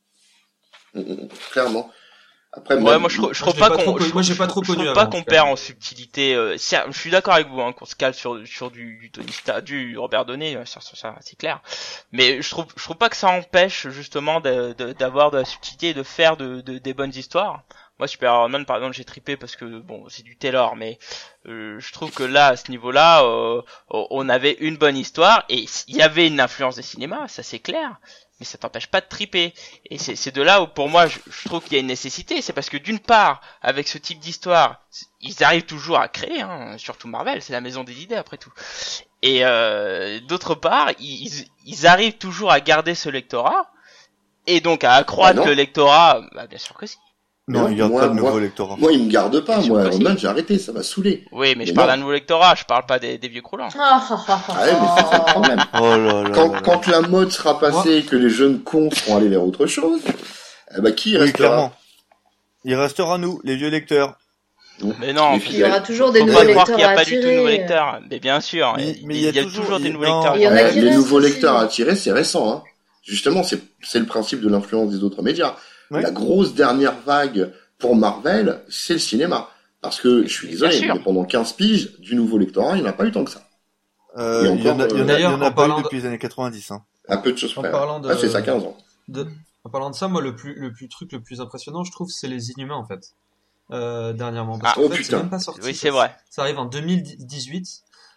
Clairement. Après, Ouais, moi je trouve pas qu'on, moi, j'ai pas trop je connu trouve pas avant, en qu'on tout cas. perd en subtilité. Je suis d'accord avec vous, hein, qu'on se cale sur du Tony Stark, du Robert Downey, sur ça, c'est clair. Mais je trouve pas que ça empêche justement d'avoir de la subtilité et de faire des bonnes histoires. Moi, Super Iron Man, par exemple, j'ai tripé parce que bon, c'est du Taylor, mais je trouve que là, à ce niveau-là, on avait une bonne histoire et il y avait une influence des cinémas, ça c'est clair. Mais ça t'empêche pas de triper. Et c'est de là où, pour moi, je trouve qu'il y a une nécessité. C'est parce que d'une part, avec ce type d'histoire, ils arrivent toujours à créer, hein, surtout Marvel, c'est la maison des idées après tout. Et d'autre part, ils arrivent toujours à garder ce lectorat, et donc à accroître le lectorat. Bah, bien sûr que si. Non, il y a pas de nouveau lectorat. Moi, il me garde pas. Bien sûr Moi, que Iron si. Man, j'ai arrêté, ça m'a saoulé. Oui, mais je Mais parle non. d'un nouveau lectorat, je parle pas des vieux croulants. Ah ouais, mais c'est ça le problème. Oh là là. Quand la mode sera passée et que les jeunes cons seront allés vers autre chose, qui Oui, restera? clairement. Il restera nous, les vieux lecteurs. Mais non, Les faut Il y aura toujours des pas nouveaux croire lecteurs qu'il y a à pas du tout de nouveaux attirer. lecteurs. Mais bien sûr, Mais il y a toujours des nouveaux non. lecteurs. Il y en a qui Les restent nouveaux aussi. lecteurs à attirer, c'est récent, hein. Justement, c'est le principe de l'influence des autres médias. Ouais. La grosse dernière vague pour Marvel, c'est le cinéma. Parce que, je suis désolé, sûr. mais pendant 15 piges, du nouveau lectorat, il n'y en a pas eu tant que ça. Il y en a D'ailleurs, en pas parlant eu de- depuis les années 90, hein. À peu de choses En près. parlant de- Ah, c'est ça, 15 ans. En parlant de ça, moi, le plus impressionnant, je trouve, c'est les Inhumains, en fait. Dernièrement. Ah, Parce qu'en oh, fait, putain. c'est même pas sorti. Oui, c'est vrai. Ça arrive en 2018.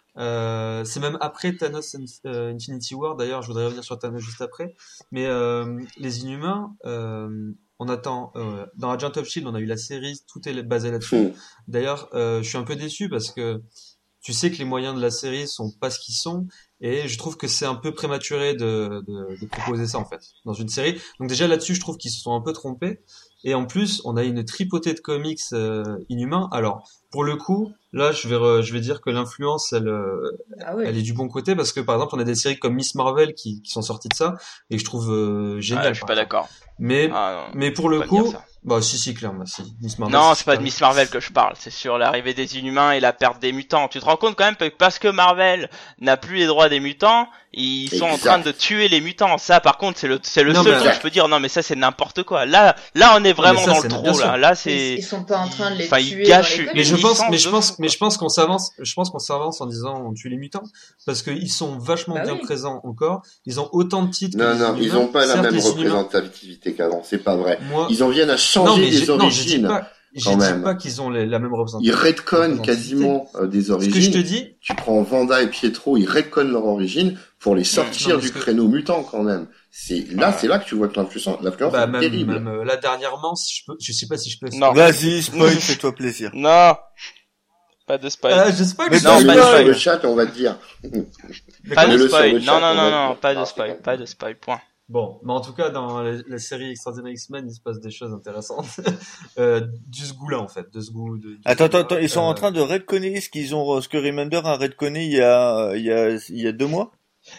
C'est même après Thanos Infinity War. D'ailleurs, je voudrais revenir sur Thanos juste après. Mais les Inhumains, on attend. Dans Agent of Shield, on a eu la série, tout est basé là-dessus. Hmm. D'ailleurs, je suis un peu déçu parce que tu sais que les moyens de la série sont pas ce qu'ils sont, et je trouve que c'est un peu prématuré de proposer ça en fait dans une série. Donc déjà là-dessus, je trouve qu'ils se sont un peu trompés. Et en plus, on a une tripotée de comics Inhumains. Alors, pour le coup, là, je vais dire que l'influence, Ah ouais. elle est du bon côté parce que par exemple, on a des séries comme Miss Marvel qui sont sorties de ça et que je trouve génial. Je suis pas d'accord. Mais Ah, non, mais pour faut le pas dire coup, ça. Bah si clairement, si. Miss Marvel, Non, c'est pas de super. Miss Marvel que je parle, c'est sur l'arrivée des Inhumains et la perte des mutants. Tu te rends compte quand même que parce que Marvel n'a plus les droits des mutants, ils sont en Exact. train de tuer les mutants. Ça, par contre, c'est le Non, seul mais- truc que je peux dire. Non, mais ça, c'est n'importe quoi. Là, on est vraiment mais ça, dans c'est le bien trou, sûr. là. Là, c'est... Ils sont pas en train de les Enfin, ils tuer gâchent dans les une Mais je comics. pense, licence mais de je pense, fou, mais quoi. je pense qu'on s'avance. Je pense qu'on s'avance en disant on tue les mutants parce qu'ils sont vachement Bah bien oui. présents encore. Ils ont autant de titres que Non, les non, ils Inhumains. ont pas la Certes, même les Inhumains- représentativité qu'avant, c'est pas vrai. Moi, Ils en viennent à non, changer mais les non, je dis origines, pas, je quand dis même. pas qu'ils ont la même Ils représentation. retconnent quasiment des Ce que je te origines. dis, Tu prends Vanda et Pietro, ils retconnent leur origine pour les sortir non, mais du ce que- créneau mutant quand même. C'est là que tu vois que l'influence bah, est terrible. même là dernièrement, si je peux, je sais pas si je peux. Non. Vas-y, spoil, fais-toi plaisir. Non, pas de spoil. Je spoil. Mais non, Mais pas mets-le de sur spoil. le chat et on va te dire. Pas de Mets-le sur spoil. le chat, Non, on va te non, dire. pas de Non, spoil. c'est Pas de spoil, point. Bon, mais en tout cas, dans la série Extraordinary X-Men, il se passe des choses intéressantes. Du ce goût-là, en fait. De ce goût. Attends, ils sont en train de retconner ce que Remender a retconné il y a 2 mois?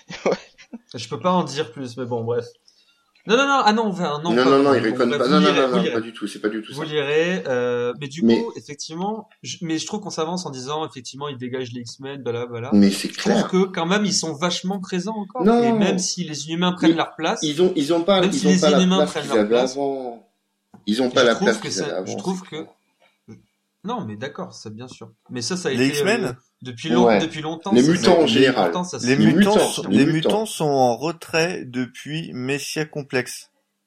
Je peux pas en dire plus, mais bon, bref. Non, Non, pas- non, bon, ils reconnaissent bref, pas. vous Non, non, lirez, non, vous non, lirez. pas du tout. C'est pas du tout Vous ça. lirez, mais du Mais- coup, effectivement, mais je trouve qu'on s'avance en disant, effectivement, ils dégagent les X-Men, blablabla. Mais c'est Je trouve clair. que, quand même, ils sont vachement présents encore. Non. Et même si les Inhumains prennent Mais leur place, Ils ont pas, Même ils si ont les pas la Inhumains place prennent qu'ils leur avaient place. avant. Ils ont pas je la trouve place que qu'ils ça, avaient avant. je trouve c'est que, clair. non, mais d'accord, c'est bien sûr. Mais ça a Les été, X-Men depuis Ouais. longtemps. Les ça, mutants en c'est- général. pourtant, ça, Les c'est- Les mutants, mutants, les les mutants mutants. sont en retrait depuis Messia Complex.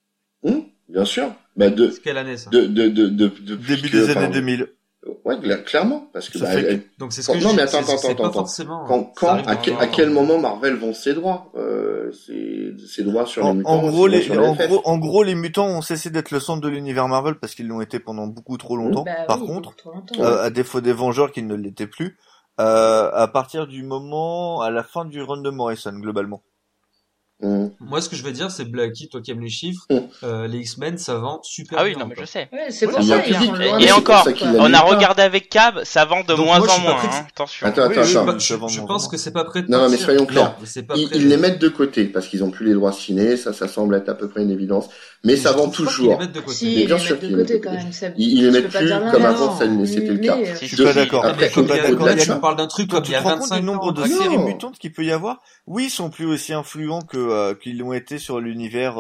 Bien sûr. Bah, de, c'est quelle année, ça? depuis Début que, des enfin, années 2000. Ouais, clairement. Parce que, Ça bah, fait Donc, c'est ce que non, je mais dis, attends, c'est pas attends. forcément, Quand, ça arrive à quel moment Marvel vend ses droits? Ses droits sur les mutants. En gros, ses droits sur FF. en gros, les mutants ont cessé d'être le centre de l'univers Marvel parce qu'ils l'ont été pendant beaucoup trop longtemps. Bah Par oui, contre, beaucoup trop longtemps. à défaut des Vengeurs qui ne l'étaient plus, à partir du moment, à la fin du run de Morrison, globalement. Moi, ce que je veux dire, c'est Blacky, toi qui aimes les chiffres, les X-Men, ça vend super Ah oui, bien. non, mais encore. je sais. Ouais, c'est Oui, pour il y a ça, un ils public. sont Et loin et de- c'est pour encore, ça qu'il on l'annule a pas. regardé avec Cab, ça vend de Donc, moins moi, je en suis pas moins, prêt de- hein. Attention. Attends, Oui, attends, oui, attends. oui. Je pense que c'est pas prêt de Non, mais partir. soyons clairs. Non, c'est pas prêt Ils de- les mettent de côté parce qu'ils ont plus les droits ciné, ça semble être à peu près une évidence. Mais ça je vend trouve pas qu'ils toujours. les mettent de côté. Si, Mais ils bien les sûr mettent qu'ils de les mettent côté de quand côté. même. Ça... Ils les je mettent peux pas plus dire comme l'inverse. avant, c'était le cas. Mais, Si, Je si, suis pas si. d'accord. Après, Je suis pas au-delà d'accord. de Il y a- ça, Tu parles d'un truc Quand comme tu il y a te rends compte 25 du nombre ans. de Non. séries mutantes qu'il peut y avoir, oui, ils sont plus aussi influents qu'ils l'ont été sur l'univers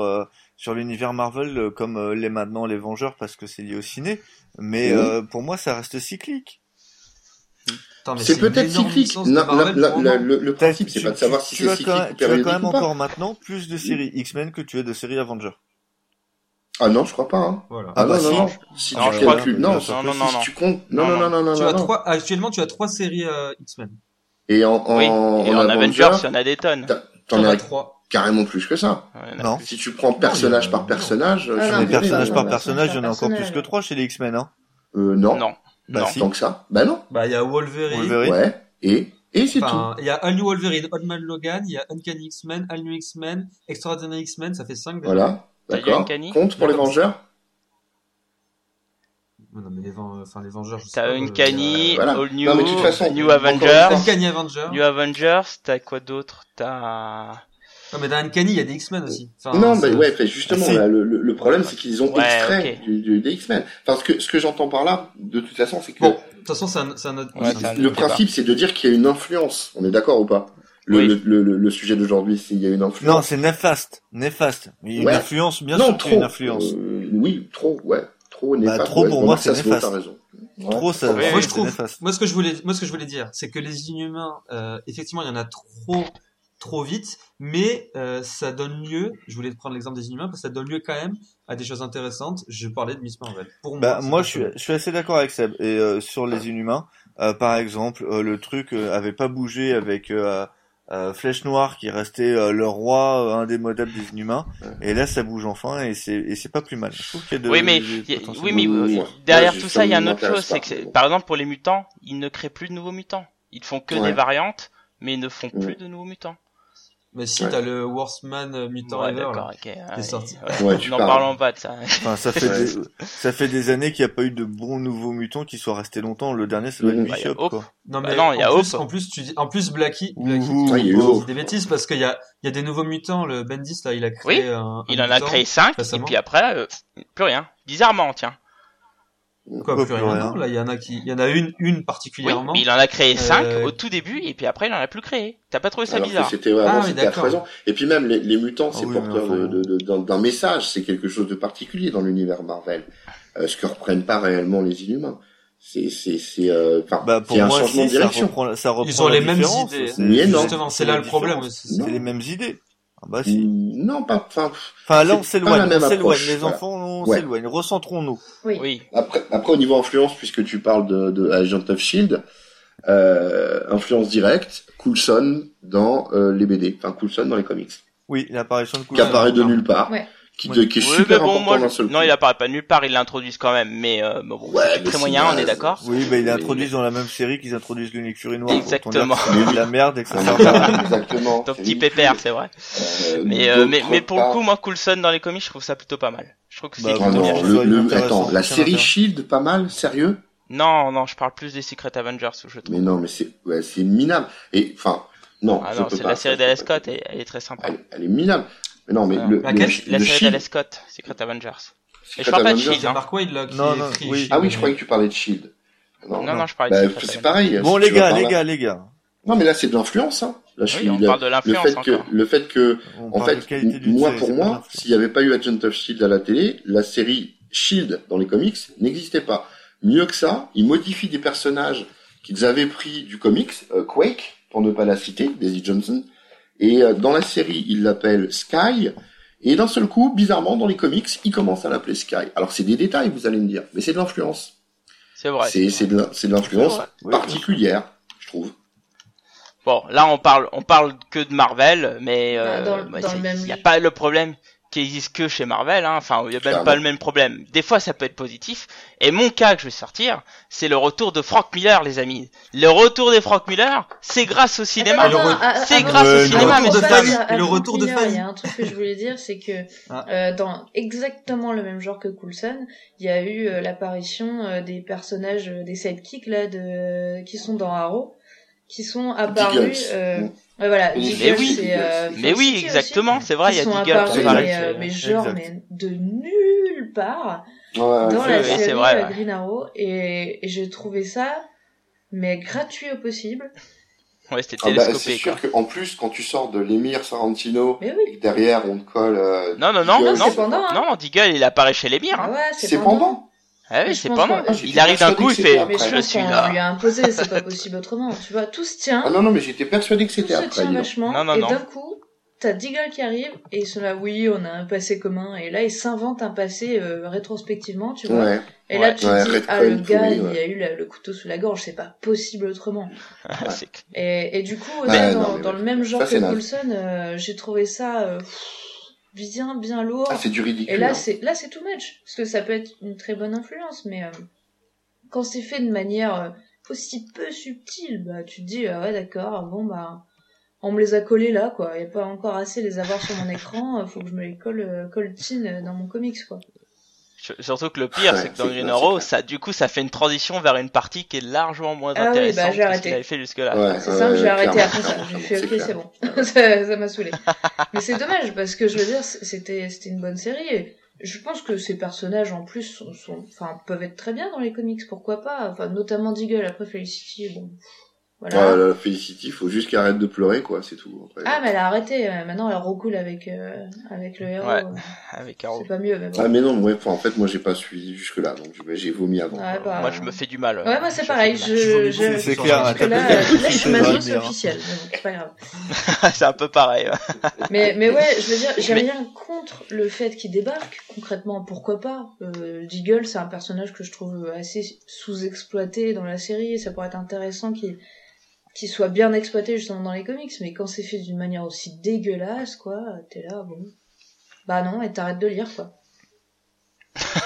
Marvel comme les maintenant les Vengeurs parce que c'est lié au ciné. Mais Oui. pour moi, ça reste cyclique. Attends, mais C'est une peut-être énorme cyclique. licence de Non, Marvel pour un moment. le principe, c'est pas de savoir si tu c'est as cyclique quand ou même, tu as périodique quand même ou pas. encore maintenant plus de séries X-Men que tu as de séries Avengers. Ah non, je crois pas, hein. Voilà. Ah bah non, si. non. Si Non, tu je crois calcules, que- non, non, si tu comptes, non, Tu as non. actuellement, tu as 3 séries X-Men. Et Oui, et en Avengers, il y en a des tonnes. t'en Tu en as as 3. carrément plus que ça. Ouais, il y en a Non. plus. Si tu prends personnage il y a- par personnage, Ah, je non, Mais vais personnage dire, par non, personnage, il y en a encore plus personnage. que 3 chez les X-Men, hein. non. Non. Bah Non. si. Tant que ça. Bah non. Bah, il y a Wolverine. Wolverine. Ouais. Et c'est tout. Enfin, il y a All New Wolverine, Old Man Logan, il y a Uncanny X-Men, All New X-Men, Extraordinary X-Men, ça fait 5 déjà. Voilà. T'as dit D'accord. Uncanny Compte pour les Vengeurs. Non, mais les Vengeurs, je sais T'as pas, Uncanny, voilà. All New, Non, mais de toute façon, New encore une Avengers, fois, Uncanny Avenger. New Avengers, t'as quoi d'autre? T'as... Non, mais dans Uncanny, il y a des X-Men aussi. Enfin, Non, c'est- bah ouais, fait, justement, Ah, si. là, le problème, c'est qu'ils ont Ouais, extrait ok. des X-Men. Enfin, ce que j'entends par là, de toute façon, c'est que Bon, de toute façon, c'est un autre. Ouais, c'est c'est un le autre débat. principe, c'est de dire qu'il y a une influence. On est d'accord ou pas? Oui. Le sujet d'aujourd'hui, c'est il y a une influence. Non, c'est néfaste. Néfaste. Mais une Ouais. influence, bien Non, sûr qu'il y a trop. une influence. Oui, trop, ouais. Trop néfaste. trop, ouais, pour je moi, remarque que c'est ça se vaut, néfaste. t'as raison. Ouais. Trop, ça, Oui, Moi, oui, je trouve, néfaste. moi, ce que je voulais dire, c'est que les Inhumains, effectivement, il y en a trop vite, mais ça donne lieu, je voulais prendre l'exemple des Inhumains, parce que ça donne lieu quand même à des choses intéressantes. Je parlais de Miss Marvel. Pour Bah, moi, moi, c'est je suis assez d'accord avec Seb. Et sur les Inhumains, par exemple, le truc avait pas bougé avec Flèche Noire qui restait le roi indémodable des Inhumains. Et là, ça bouge enfin et c'est pas plus mal. Je trouve qu'il y a de, Oui, mais, des potentiels. oui, mais Ouais. derrière Ouais, tout ça, il y a une ça autre chose, m'intéresse c'est pas, que, mais bon. par exemple, pour les mutants, ils ne créent plus de nouveaux mutants. Ils font que Ouais. des variantes, mais ils ne font plus Ouais. de nouveaux mutants. Mais si, Ouais. t'as le Worstman Mutant Ouais, Ever, là, d'accord, ok. qui est sorti. Ouais, tu N'en parles. parlons pas de ça. Enfin, ça fait des années qu'il n'y a pas eu de bons nouveaux mutants qui soient restés longtemps. Le dernier, ça doit être Mhm. Bah, y a Bishop, Hope. quoi. Non, Bah mais non, il y a Hope. en plus, Blackie, Ouh. Ah, il y a eu tu Hope. dis des bêtises parce qu'il y a des nouveaux mutants. Le Bendis, là, il a créé un Il en a mutant créé 5, et récemment. puis après, plus rien. Bizarrement, tiens. Quoi, Quoi, plus plus rien. rien. Non, là, il y en a une Oui, particulièrement. mais il en a créé 5 Euh, au tout début, et puis après, il en a plus créé. T'as pas trouvé ça Alors que bizarre? c'était, ouais, avant, Ah, oui, c'était à d'accord. foison. Et puis même, les mutants, Ah c'est oui, mais porteur enfin, d'un message, c'est quelque chose de particulier dans l'univers Marvel. Ce que reprennent pas réellement les Inhumains. Enfin, Bah, pour c'est un moi, changement si, de direction. ça reprend Ils ont la les mêmes différence, idées. Mais non. Justement, c'est là le problème aussi. C'est Non. les mêmes idées. Ah bah si. Non, pas, enfin, Enfin, là, on c'est pas s'éloigne, la même les approche, voilà. enfants, on Ouais. s'éloigne, recentrons-nous. Oui. Oui. Après, au niveau influence, puisque tu parles de Agent of Shield, influence directe, Coulson dans les BD, enfin Coulson dans les comics, Oui, l'apparition de qui Coulson. apparaît de nulle part, Ouais. qui Oui. est Oui, super mais bon, important moi, d'un seul coup. non, il apparaît pas nulle part, ils l'introduisent quand même, mais bon, Ouais, c'est mais très c'est moyen, on naze. est d'accord. Oui, bah, ils Mais- introduisent dans la même série qu'ils introduisent l'unique Furie Noire. Exactement. Autant dire que c'est de la merde et que ça Ah, sert à rien. Exactement. Ton c'est petit ridicule. pépère, c'est vrai. Mais D'autre pour le part- coup, moi, Coulson dans les comics, je trouve ça plutôt pas mal. Je trouve que c'est Bah, Oh plutôt bien moi, fait. je- soit inintéressant, attends, la aucun série intérêt. Shield, pas mal, sérieux? Non, je parle plus des Secret Avengers, je trouve. Mais non, mais c'est minable. Et, enfin, non, Ah je non, peux c'est pas. la série ça, je d'Alex peux pas. Scott, elle est très sympa. Elle est minable. Mais non, mais Alors, laquelle La le série Shield, d'Alex Scott, Secret Avengers. Secret Et je parle pas de Avengers, Shield, C'est hein. Mark Wade, là, qui Non, a non, écrit oui. Shield. Ah oui, je croyais que tu parlais de Shield. Non, je parlais Bah, de Secret c'est Avengers. pareil. Bon, si les tu vas gars, par les là. gars, les gars. Non, mais là, c'est de l'influence, hein. Là, Oui, on parle de l'influence encore. le fait que, On en parle de fait, qualité d'une moi, série, pour c'est pas de moi, l'influence. s'il n'y avait pas eu Agent of Shield à la télé, la série Shield dans les comics n'existait pas. Mieux que ça, ils modifient des personnages qu'ils avaient pris du comics, Quake, pour ne pas la citer, Daisy Johnson, et dans la série, ils l'appellent Sky, et d'un seul coup, bizarrement, dans les comics, ils commencent à l'appeler Sky. Alors c'est des détails, vous allez me dire, mais c'est de l'influence. C'est vrai. C'est de l'influence C'est vrai. Oui, particulière, je trouve. Bon, là, on parle que de Marvel, mais Dans le même il y a lit. pas le problème qui existe que chez Marvel, hein. Enfin, il y a même Clairement. pas le même problème. Des fois, ça peut être positif. Et mon cas que je vais sortir, c'est le retour de Frank Miller, les amis. Le retour de Frank Miller, c'est grâce au cinéma. Attends, attends, C'est avant- grâce au Ouais, cinéma, le mais retour de c'est Fanny. pas- Et le retour de Miller, Fanny. Il y a un truc que je voulais dire, c'est que Ah. dans exactement le même genre que Coulson, il y a eu l'apparition des personnages, des sidekicks là, qui sont dans Arrow, qui sont apparus. Deagles. Ouais, voilà. Mais Deagles, oui, c'est, Deagles. Mais oui, Felicity exactement, c'est aussi, vrai, il y qui a sont Deagles apparus, qui Exact. apparaît. mais genre, Exact. mais de nulle part Ouais, dans oui, la oui, série c'est vrai, ouais. Green Arrow, et j'ai trouvé ça mais gratuit au possible. Ouais, c'était Ah bah, télescopé, c'est sûr quoi. qu'en plus, quand tu sors de l'émir Sorrentino, Mais oui. et que derrière on te colle... Non, Non, c'est pendant, hein. non, Deagle, il apparaît chez les Mires, Ah hein. ouais, C'est pendant. Ah Mais oui, je c'est pense pendant. que- Il arrive d'un coup, il fait, Après. Mais je je pense suis qu'on là. lui a imposé, c'est pas possible autrement. Tu vois, tout se tient, Ah non, non, mais j'étais persuadé que tout c'était se après. tient dis donc. vachement, Non, non, et non. d'un coup, t'as Deagle qui arrive, et ils sont là, oui, on a un passé commun, et là, ils s'inventent un passé rétrospectivement, tu vois. Ouais. Et là, Ouais. tu Ouais, te dis, Red ah, le Coin gars, pourri, il ouais. a eu le couteau sous la gorge, c'est pas possible autrement. C'est- Et du coup, aussi, Ouais, dans, non, mais dans ouais. le même genre Ça, que c'est naze. Coulson, j'ai trouvé ça bien lourd. Ah, c'est du ridicule. Et là, hein. c'est too much. Parce que ça peut être une très bonne influence, mais quand c'est fait de manière aussi peu subtile, bah, tu te dis, ah ouais, d'accord, bon, bah, on me les a collés là, quoi. Il n'y a pas encore assez les avoir sur mon écran, faut que je me les colle tin dans mon comics, quoi. Surtout que le pire, Ouais, c'est que dans c'est Green clair, Arrow, c'est ça, du coup, ça fait une transition vers une partie qui est largement moins Ah oui, intéressante bah, j'ai que ce arrêté. qu'il avait fait jusque-là. Ouais, C'est simple, j'ai arrêté après ça. clairement, J'ai fait, ok, clair. c'est bon. ça m'a saoulé. Mais c'est dommage, parce que je veux dire, c'était une bonne série, et je pense que ces personnages, en plus, peuvent être très bien dans les comics, pourquoi pas. Enfin, notamment Deagle, après Felicity, bon. Voilà. Ouais, la Felicity, faut juste qu'elle arrête de pleurer, quoi, c'est tout. Après. Ah, mais elle a arrêté. Maintenant, elle recoule avec le héros. Ouais. Avec Arrow. C'est pas mieux, mais bon. Ah, mais non, ouais, en fait, moi, j'ai pas suivi jusque-là, donc j'ai vomi avant. Ouais, bah, Moi, je me fais du mal. Ouais, moi, c'est Je pareil. fais du mal. C'est clair, Parce que t'as là, pas- là, je suis c'est maintenant, vrai, c'est dire, hein. officiel. Mais bon, c'est pas grave. C'est un peu pareil. Mais ouais, je veux dire, j'ai Mais- rien contre le fait qu'il débarque, concrètement, pourquoi pas. Deagle, c'est un personnage que je trouve assez sous-exploité dans la série, et ça pourrait être intéressant qu'il soit bien exploité justement dans les comics, mais quand c'est fait d'une manière aussi dégueulasse, quoi, t'es là, bon. Bah non, et t'arrêtes de lire, quoi.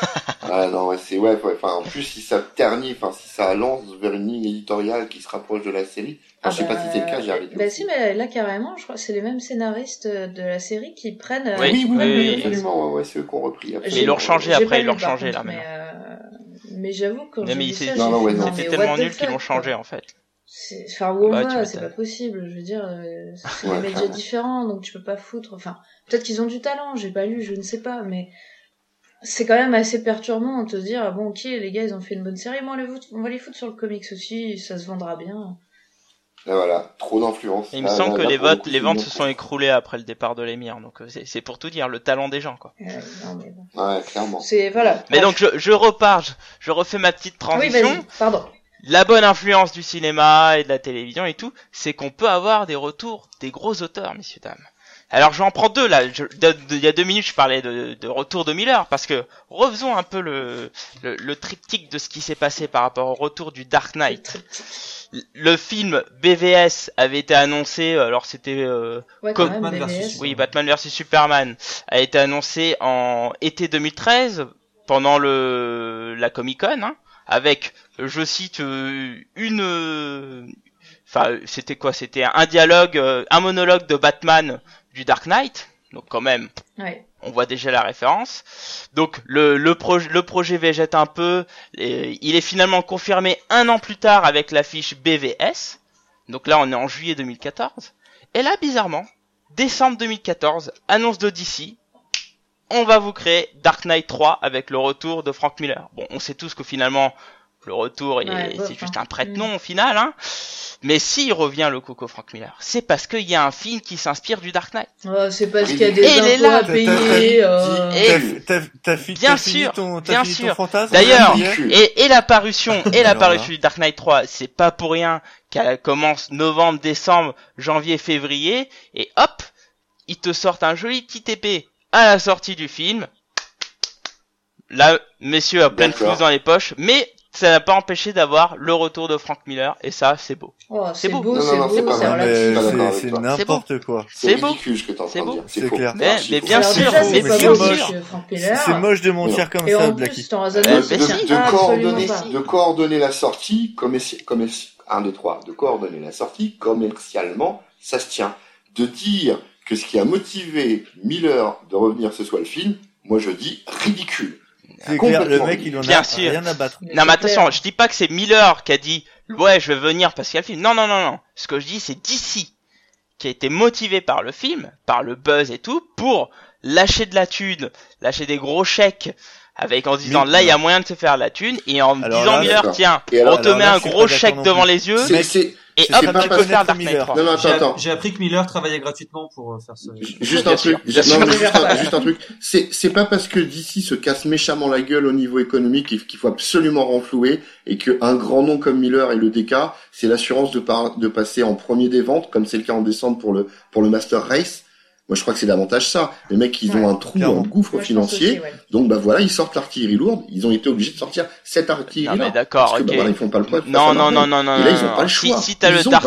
Ah non, ouais, c'est ouais, enfin en plus si ça ternit, enfin si ça lance vers une ligne éditoriale qui se rapproche de la série. Enfin, je sais pas si c'est le cas, j'ai arrêté. Bah si, mais là carrément, je crois que c'est les mêmes scénaristes de la série qui prennent. Oui, absolument, ouais, c'est eux qui ont repris. Mais ils l'ont changé après, ils l'ont changé là maintenant. Mais j'avoue que quand j'ai vu ça, c'était tellement nul qu'ils l'ont changé en fait. Enfin, Woma, c'est pas possible. Je veux dire, c'est des médias différents, donc tu peux pas foutre. Enfin, peut-être qu'ils ont du talent, j'ai pas lu, je ne sais pas, mais c'est quand même assez perturbant de te dire, ah bon, ok, les gars, ils ont fait une bonne série, moi, on va les foutre sur le comics aussi, ça se vendra bien. Là, voilà, trop d'influence. Il me semble que les ventes se sont écroulées après le départ de l'émir, donc c'est pour tout dire, le talent des gens, quoi. Non, mais bon. Ouais, clairement. Voilà. Mais donc, je repars, je refais ma petite transition. Oui, vas-y, pardon. La bonne influence du cinéma et de la télévision et tout, c'est qu'on peut avoir des retours des gros auteurs, messieurs, dames. Alors j'en prends deux là, il y a 2 minutes je parlais de retour de Miller, parce que refaisons un peu le triptyque de ce qui s'est passé par rapport au retour du Dark Knight. Le film BVS avait été annoncé, alors c'était Batman versus Batman vs Superman a été annoncé en été 2013 pendant la Comic-Con, hein, avec, je cite, c'était quoi? C'était un dialogue, un monologue de Batman du Dark Knight. Donc quand même, on voit déjà la référence. Donc le projet végète un peu. Il est finalement confirmé 1 an plus tard avec l'affiche BVS. Donc là, on est en juillet 2014. Et là, bizarrement, décembre 2014, annonce de DC. On va vous créer Dark Knight 3 avec le retour de Frank Miller. Bon, on sait tous que finalement, le retour, c'est juste un prête-nom au final, hein. Mais s'il revient le coco Frank Miller, c'est parce qu'il y a un film qui s'inspire du Dark Knight. C'est parce qu'il y a des impôts à payer. Bien sûr. D'ailleurs, et la parution du Dark Knight 3, c'est pas pour rien qu'elle commence novembre, décembre, janvier, février, et hop, ils te sortent un joli petit épée à la sortie du film. Là, messieurs, à pleine flouze dans les poches, mais ça n'a pas empêché d'avoir le retour de Frank Miller, et ça, c'est beau. C'est beau, c'est relatif. C'est n'importe quoi. C'est ridicule ce que t'es en train de dire. C'est clair. Mais bien sûr, c'est moche de mentir comme ça, Blacky. De coordonner la sortie, de coordonner la sortie commercialement, ça se tient. De dire que ce qui a motivé Miller de revenir, ce soit le film, moi je dis ridicule. C'est clair, le mec il en a rien à battre. Non mais attention, je dis pas que c'est Miller qui a dit ouais je vais venir parce qu'il y a le film. Non. Ce que je dis c'est DC qui a été motivé par le film, par le buzz et tout, pour lâcher de la thune, lâcher des gros chèques en disant là il y a moyen de se faire la thune, et en disant Miller tiens, on te met un gros chèque devant les yeux. Et hop, tu peux faire Dark Knight 3. Non, attends. J'ai appris que Miller travaillait gratuitement pour faire ça. Juste un truc. C'est pas parce que DC se casse méchamment la gueule au niveau économique qu'il faut absolument renflouer, et que un grand nom comme Miller et le DK, c'est l'assurance de passer en premier des ventes, comme c'est le cas en décembre pour le Master Race. Moi, je crois que c'est davantage ça. Les mecs, ils ont un trou, un gouffre financier. Aussi, donc, voilà, ils sortent l'artillerie lourde. Ils ont été obligés de sortir cette artillerie-là. Non, mais d'accord, parce que, voilà, ils font pas le poids. Non. Et là, ils ont pas le choix. Si t'as le Dark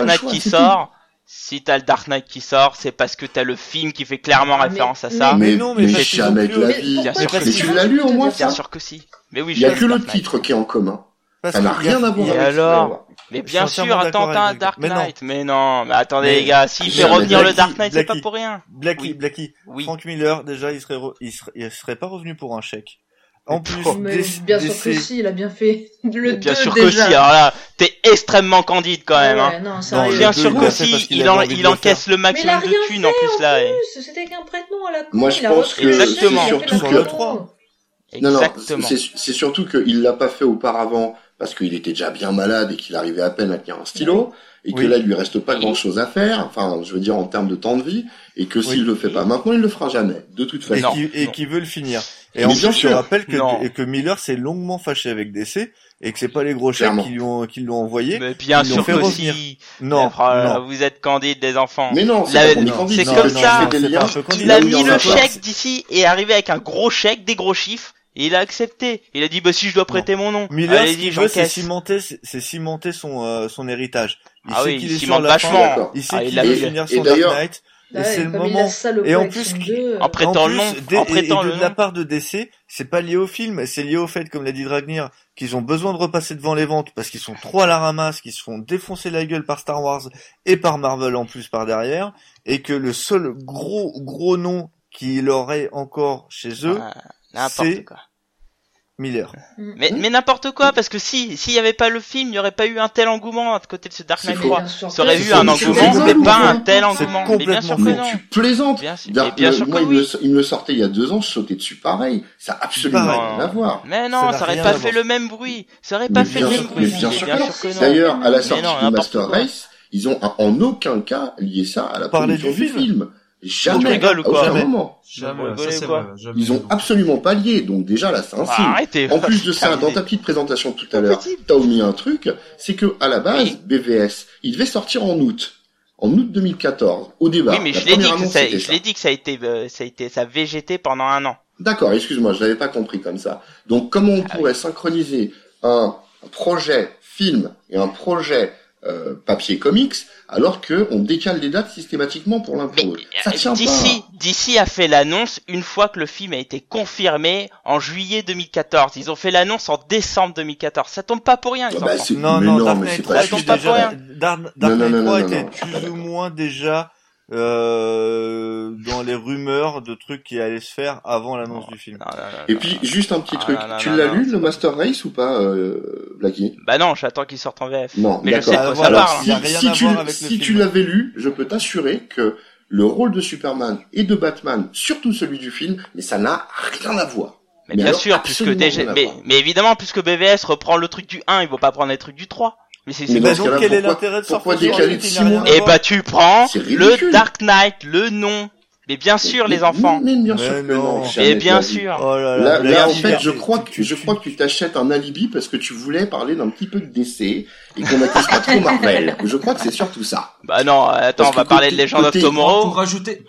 Knight qui sort, c'est parce que t'as le film qui fait clairement référence à ça. Mais jamais de la vie. Mais tu l'as lu au moins, ça? Bien sûr que si. Mais oui, il y a que le titre qui est en commun. Ça n'a rien à voir avec ça. Alors, mais bien sûr, attends, t'as un Dark Knight. Mais non, mais attendez les gars, s'il fait revenir le Dark Knight, c'est pas pour rien. Blacky. Frank Miller, déjà, il serait pas revenu pour un chèque. En plus, bien sûr que si, il a bien fait le 2 bien sûr que si, alors là, t'es extrêmement candide quand même, hein. Non, bien sûr que si, il encaisse le maximum de thunes en plus là. C'était qu'un prête-nom à la con. Moi, je pense que exactement. Surtout que le 3. Non, c'est surtout qu'il l'a pas fait auparavant parce qu'il était déjà bien malade et qu'il arrivait à peine à tenir un stylo, et que là, il lui reste pas grand chose à faire, enfin, je veux dire, en termes de temps de vie, et que s'il le fait pas maintenant, il le fera jamais, de toute façon. Et qui veut le finir. Et en plus, je rappelle que Miller s'est longuement fâché avec DC, et que c'est pas les gros chèques qui l'ont envoyé. Mais bien sûr que si. Non. Vous êtes candide, des enfants. Mais non, c'est comme ça. Il a mis le chèque d'ici et est arrivé avec un gros chèque, des gros chiffres. Et il a accepté. Il a dit, bah, si je dois prêter mon nom. Miller, ce qu'il veut, c'est cimenter son héritage. Il sait qu'il est sur la fin. Il sait qu'il veut finir son Dark Knight. Bah c'est ouais, le comme il moment. a ça le Et en collection plus, 2, en prêtant le nom, en prêtant le de la nom. part de DC, c'est pas lié au film, c'est lié au fait, comme l'a dit Dragnir, qu'ils ont besoin de repasser devant les ventes parce qu'ils sont trop à la ramasse, qu'ils se font défoncer la gueule par Star Wars et par Marvel en plus par derrière, et que le seul gros nom qu'il aurait encore chez eux, N'importe c'est quoi. Miller. Mais n'importe quoi, parce que s'il y avait pas le film, il n'y aurait pas eu un tel engouement à côté de ce Dark Knight C'est faux. 3. Bien sûr Ça aurait que eu si. un C'est engouement, complètement mais faux. pas un tel C'est engouement. Mais bien sûr que complètement non. Tu plaisantes. Bien sûr, mais bien sûr Moi, que oui. il me le sortait il y a 2 ans, je sautais dessus pareil. Ça a absolument Pareil. rien à voir. Mais Ça non, n'a ça aurait rien pas à fait voir. le même bruit. Ça aurait pas Mais fait bien le sûr- même mais bruit. bien Mais sûr bien que sûr que non. D'ailleurs, à la Mais sortie non, du n'importe Master quoi. Race, ils ont en aucun cas lié ça à la Parler promotion du du film. Tu Jamais. rigoles ou À aucun quoi? moment. Jamais, Vous ça rigolez c'est ou quoi? vrai. Jamais. Ils ont absolument pas lié. Donc déjà là, c'est un Bah, signe. arrêtez. En plus de Putain, ça, dans l'idée. ta petite présentation tout à l'heure, t'as omis un truc, c'est que à la base, Oui. BVS, il devait sortir en août 2014, au départ. Oui, mais La je l'ai dit première que annonce, ça, c'était je l'ai dit que ça a été, ça a végété pendant un an. D'accord, excuse-moi, je l'avais pas compris comme ça. Donc, comment on pourrait synchroniser un projet film et un projet papier comics alors que on décale les dates systématiquement pour l'un pour l'autre? Ça tient DC a fait l'annonce une fois que le film a été confirmé en juillet 2014. Ils ont fait l'annonce en décembre 2014. Ça tombe pas pour rien, les Ah bah, enfants. c'est- Non, mais non, non, Dark mais Knight c'est 3 pas était juste. Pas pour déjà, rien. Dark Non, Knight non, 3 non, était non, plus ou moins déjà, dans les rumeurs de trucs qui allaient se faire avant l'annonce du film. Non, non, non, Et non. puis, juste un petit Ah, truc. non, Tu non, l'as non, lu, c'est le pas Master Race, ou pas, Blacky? Bah non, j'attends qu'il sorte en VF. Non, Mais je sais d'accord. de quoi ça Voilà, parle. il y a rien Si à tu, voir avec le si film. tu l'avais lu, je peux t'assurer que le rôle de Superman et de Batman, surtout celui du film, mais ça n'a rien à voir. Mais Mais bien alors, sûr, puisque absolument déjà, rien à mais, voir. mais évidemment, puisque BVS reprend le truc du 1, il va pas prendre les trucs du 3. Mais c'est Mais Bah dans ce donc, cas-là, quel est pourquoi- l'intérêt de pourquoi sortir décaler un de truc qui 6 n'a mois? rien à Et voir bah tu prends C'est le ridicule. Dark Knight, le nom. Mais bien sûr, les enfants. Mais bien sûr Mais que non. non. jamais Et bien de la vie. sûr. Oh là Là, là, là, en Blacky, fait, je tu- crois que tu t'achètes un alibi parce que tu voulais parler d'un petit peu de DC et qu'on n'accuse pas trop Marvel. Je crois que c'est surtout ça. Bah non, attends, Parce on va que parler de côté- Legend of côté- Tomorrow. Pour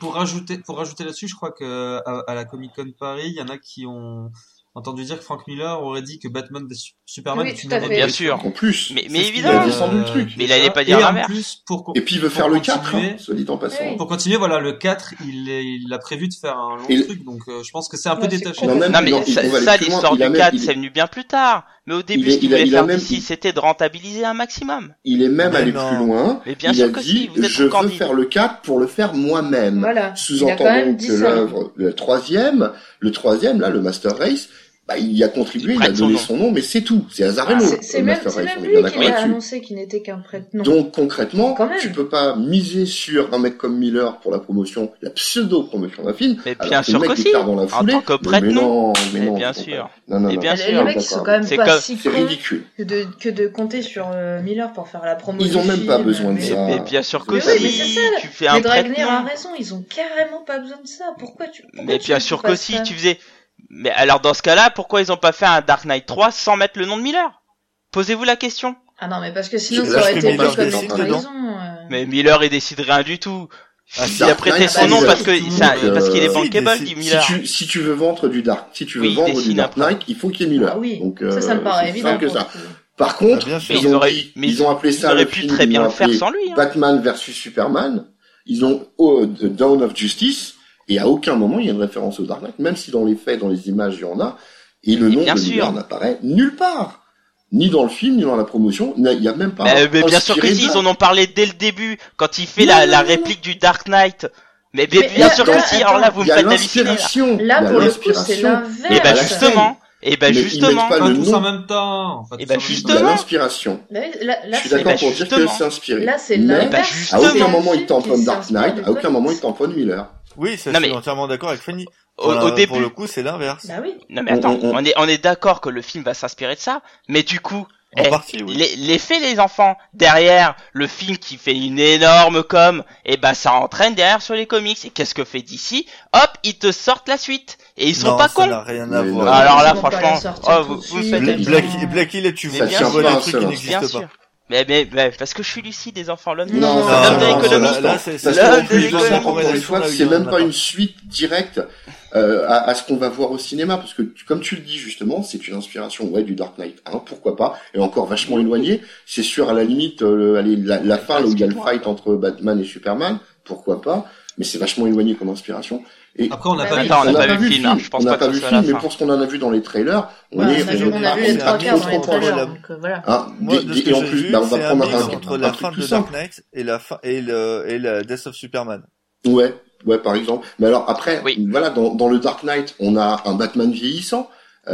rajouter là-dessus, je crois que à la Comic Con Paris, il y en a qui ont entendu dire que Frank Miller aurait dit que Batman vs Superman Oui, est tout une à œuvre fait. de Bien Brick. sûr. En plus. Mais C'est ce qu'il évidemment. a descendu le truc. Mais il allait pas dire Et en l'inverse. plus, Et puis il veut pour faire le 4, continuer- hein, soit dit en passant. Oui. Pour continuer, voilà, le 4, il a prévu de faire un long Et- truc, donc je pense que c'est un peu Ouais, c'est détaché. Non, même- Non mais non, ça, on va aller ça, plus loin. l'histoire Il a du même- 4, il- c'est venu bien plus tard. Mais au début, est- ce qu'il il a- voulait il a faire même- d'ici, c'était de rentabiliser un maximum. Il est même Mais allé non. plus loin. Mais bien Il sûr a que dit, si, vous êtes je trop veux candide. faire le 4 pour le faire moi-même. Voilà. Il a quand Sous-entendant même dit que ça. l'œuvre, le troisième, là, le Master Race, bah, il y a contribué, Il il a prête donné son son nom, mais c'est tout. C'est Azarello, C'est le même, Master c'est Race. même On est lui bien qui d'accord l'a là-dessus. annoncé qu'il n'était qu'un prête-nom. Donc, concrètement, Quand même. tu peux pas miser sur un mec comme Miller pour la promotion, la pseudo-promotion d'un film. Mais alors bien que sûr le mec que si. déclare dans la En foulée. tant que Mais prête-nom. non, mais Mais non. bien tu comprends sûr. pas. Non, non, Mais non. bien Les sûr. mecs, ils sont quand même C'est pas comme- si C'est cons ridicule. que de compter sur Miller pour faire la promo Ils du ont même film. pas besoin de Mais- ça. Mais bien sûr que Mais si. oui, mais c'est ça. Tu fais un Mais Dragnir a prête-nom. raison, ils ont carrément pas besoin de ça. Pourquoi Mais bien tu sûr fais que pas si, ça tu faisais. Mais alors dans ce cas-là, pourquoi ils ont pas fait un Dark Knight 3 sans mettre le nom de Miller? Posez-vous la question. Ah non, mais parce que sinon Là, ça aurait je été peux pris pas comme dire une dedans. trahison. Mais Miller il décide rien du tout. Ah, Il a prêté Knight, son c'est nom bizarre. parce que parce qu'il est Si, bankable, si dit Miller. Si tu veux vendre du Dark, si tu veux Oui, il vendre du dessine Dark après. Knight, il faut qu'il y ait Miller. Ah oui, Donc, ça me paraît c'est évident. simple que pour ça. le coup. Par contre, Ah, bien sûr. Mais ils ont appelé ils ça auraient le pu film, très ils bien l'ont le faire appelé sans lui. Hein. Batman versus Superman. Ils ont The Dawn of Justice et à aucun moment il y a une référence au Dark Knight, même si dans les faits, dans les images, il y en a. Et le Et nom bien de sûr. Miller n'apparaît nulle part. Ni dans le film, ni dans la promotion. Il y a même pas. Mais bien sûr que inspiré si, de- ils en ont parlé dès le début quand il fait Non, la non, réplique du Dark Knight. Mais Mais bien là, sûr là, que si. Alors là, vous Il me y a faites halluciner. Là. l'inspiration. Là, Il y a pour le coup, c'est l'inspiration. l'inverse. Et bah à la justement. Et bah Mais ils justement. mettent pas Pas le tous nom. en même temps. Pas Et tous bah en même Il y justement. a l'inspiration. Là, Je suis c'est- d'accord bah, pour dire que justement. c'est inspiré. Là, c'est Mais l'inverse. bah, à justement. aucun moment C'est il un t'entonne film qui Dark s'inspire Knight, des à aucun moment il comics. t'entonne Miller. Oui, ça, Non, je suis mais- entièrement d'accord avec Fanny. Au Pour début. le coup, c'est l'inverse. Bah oui. Non mais attends, On- on est d'accord que le film va s'inspirer de ça, mais du coup, En partie, oui. les faits les enfants, derrière le film qui fait une énorme com, et bah ça entraîne derrière sur les comics. Et qu'est-ce que fait DC? Hop, ils te sortent la suite. Et ils sont Non, pas ça cons. n'a rien à Mais voir. non. Alors là, Ils vont pas franchement, la sortir oh, tout vous de me suite. faites Blacky- Blacky, là, tu Mais veux bien tu sûr. vois des Pas trucs un qui seul n'existent Bien pas. sûr. Mais parce que je suis lucide, les enfants, l'homme de Non, l'homme non, de non, l'économie. là, c'est Parce Là, qu'en plus, de de toute façon, encore une l'économie. fois, Là, c'est il y en même a pas pas. une suite directe à ce qu'on va voir au cinéma, parce que comme tu le dis justement, c'est une inspiration du Dark Knight 1, pourquoi pas, et encore vachement éloigné. C'est sûr, à la limite, la fin là où il y a le fight entre Batman et Superman, pourquoi pas. mais c'est vachement éloigné comme inspiration. Et Après, on n'a Bah pas oui. vu. Attends, on n'a n'a pas vu le film, hein. Je pense on n'a pas pas que vu ce le soit la film, mais fin. pour ce qu'on en a vu dans les trailers, on Ouais, est, on a vu les on trois a quarts trop dans les trop trailers, la- donc voilà. hein, Moi, de ce que et en j'ai plus, vu, bah, on va c'est un prendre mix entre un la truc fin plus de simple. Dark Knight et la Death of Superman. Ouais, par exemple. Mais alors après, Oui. voilà, dans le Dark Knight, on a un Batman vieillissant,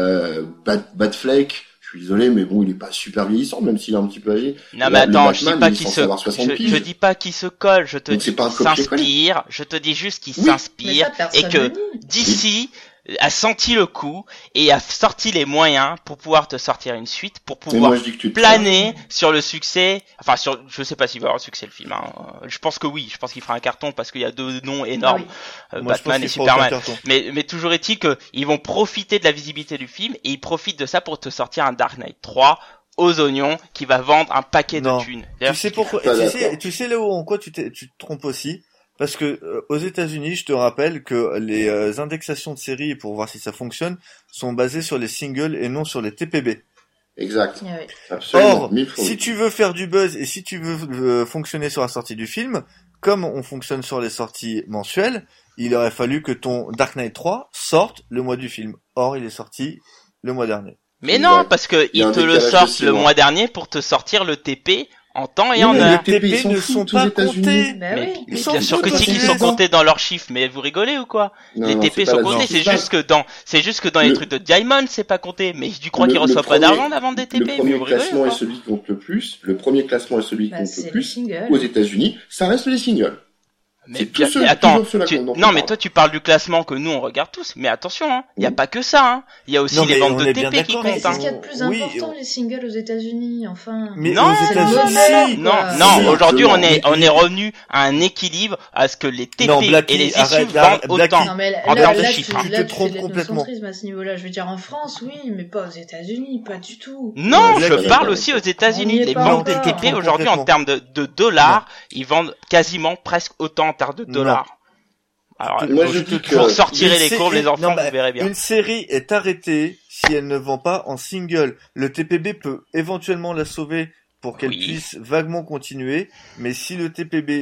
Batfleck. Je suis désolé, mais bon, il est pas super vieillissant, même s'il est un petit peu âgé. Non mais Le attends, je dis Batman, pas il est qu'il censé se, avoir 60 je piges. dis pas qu'il se colle, je te Donc dis c'est pas un qu'il copier-coller. s'inspire, je te dis juste qu'il Oui. Mais s'inspire ça, et personne que ne nie. DC a senti le coup et a sorti les moyens pour pouvoir te sortir une suite, pour Mais pouvoir moi, je dis que tu te planer sur le succès, enfin sur, je sais pas s'il va avoir succès le film, hein. Je pense que oui, je pense qu'il fera un carton parce qu'il y a deux noms énormes, Ah oui. Moi, je pense Batman et qu'il fera aucun Superman. carton. Mais toujours est-il que ils vont profiter de la visibilité du film et ils profitent de ça pour te sortir un Dark Knight 3 aux oignons qui va vendre un paquet Non. de thunes. Tu D'ailleurs, sais pourquoi Pas tu d'accord. sais là où en quoi tu te trompes aussi, parce que aux États-Unis, je te rappelle que les indexations de séries pour voir si ça fonctionne sont basées sur les singles et non sur les TPB. Exact. Ah oui. Absolument. Or, Mille fois. si tu veux faire du buzz et si tu veux fonctionner sur la sortie du film, comme on fonctionne sur les sorties mensuelles, il aurait fallu que ton Dark Knight 3 sorte le mois du film. Or, il est sorti le mois dernier. mais Exact. non, parce que Il y a ils un te le décalage de sortent 6 le mois. mois dernier pour te sortir le TP en temps et Oui, en mais heure. Les TP, ils TP s'en ne sont foutent pas aux États-Unis. comptés. Bah Mais, oui. mais Ils s'en bien sûr foutent que aux si, qu'ils sont États-Unis. comptés dans leurs chiffres, mais vous rigolez ou quoi? Non, Les non, TP c'est pas sont là-dedans. comptés, c'est juste que dans les Le- trucs de Diamond, c'est pas compté. Mais tu crois Le- qu'ils le reçoivent pas premier- d'argent d'avant des Le TP? Mais premier vous rigolez classement ou est quoi? celui qui compte le plus. Le premier classement est celui qui Bah, compte c'est le les plus. singles. Aux États-Unis, ça reste les singles. Mais C'est bien, tout seul- mais attends, toujours ceux-là dont on non mais parle. toi tu parles du classement que nous on regarde tous, mais attention, hein, y a Oui. pas que ça, hein. Y a aussi Non, les mais ventes on de est bien TP qui d'accord, Mais comptent, c'est hein. ce qu'il y a de plus Oui, important, les singles aux États-Unis, enfin. Mais Non, aux c'est le États-Unis, modèle, Non, quoi. non, Si, aujourd'hui absolument. on est revenu à un équilibre à ce que les TP Non, Blacky, et les issues arrête, vendent Blacky. autant. Non, mais En termes de là, chiffres, hein. Tu te là, tu trompes fais de complètement. l'ethnocentrisme à ce niveau-là. Je veux dire, en France, oui, mais pas aux États-Unis, pas du tout. Non, Ouais, je Blacky. parle aussi aux On États-Unis. y est Les pas ventes des encore. TP Non, aujourd'hui en complètement. termes de dollars, ils vendent quasiment presque autant en termes de Non. dollars. Alors, Moi, je je dis que- vous ressortirez Une les sé- courbes, les une- enfants, non, bah, vous verrez bien. Une série est arrêtée si elle ne vend pas en single. Le TPB peut éventuellement la sauver pour qu'elle Oui. puisse vaguement continuer, mais si le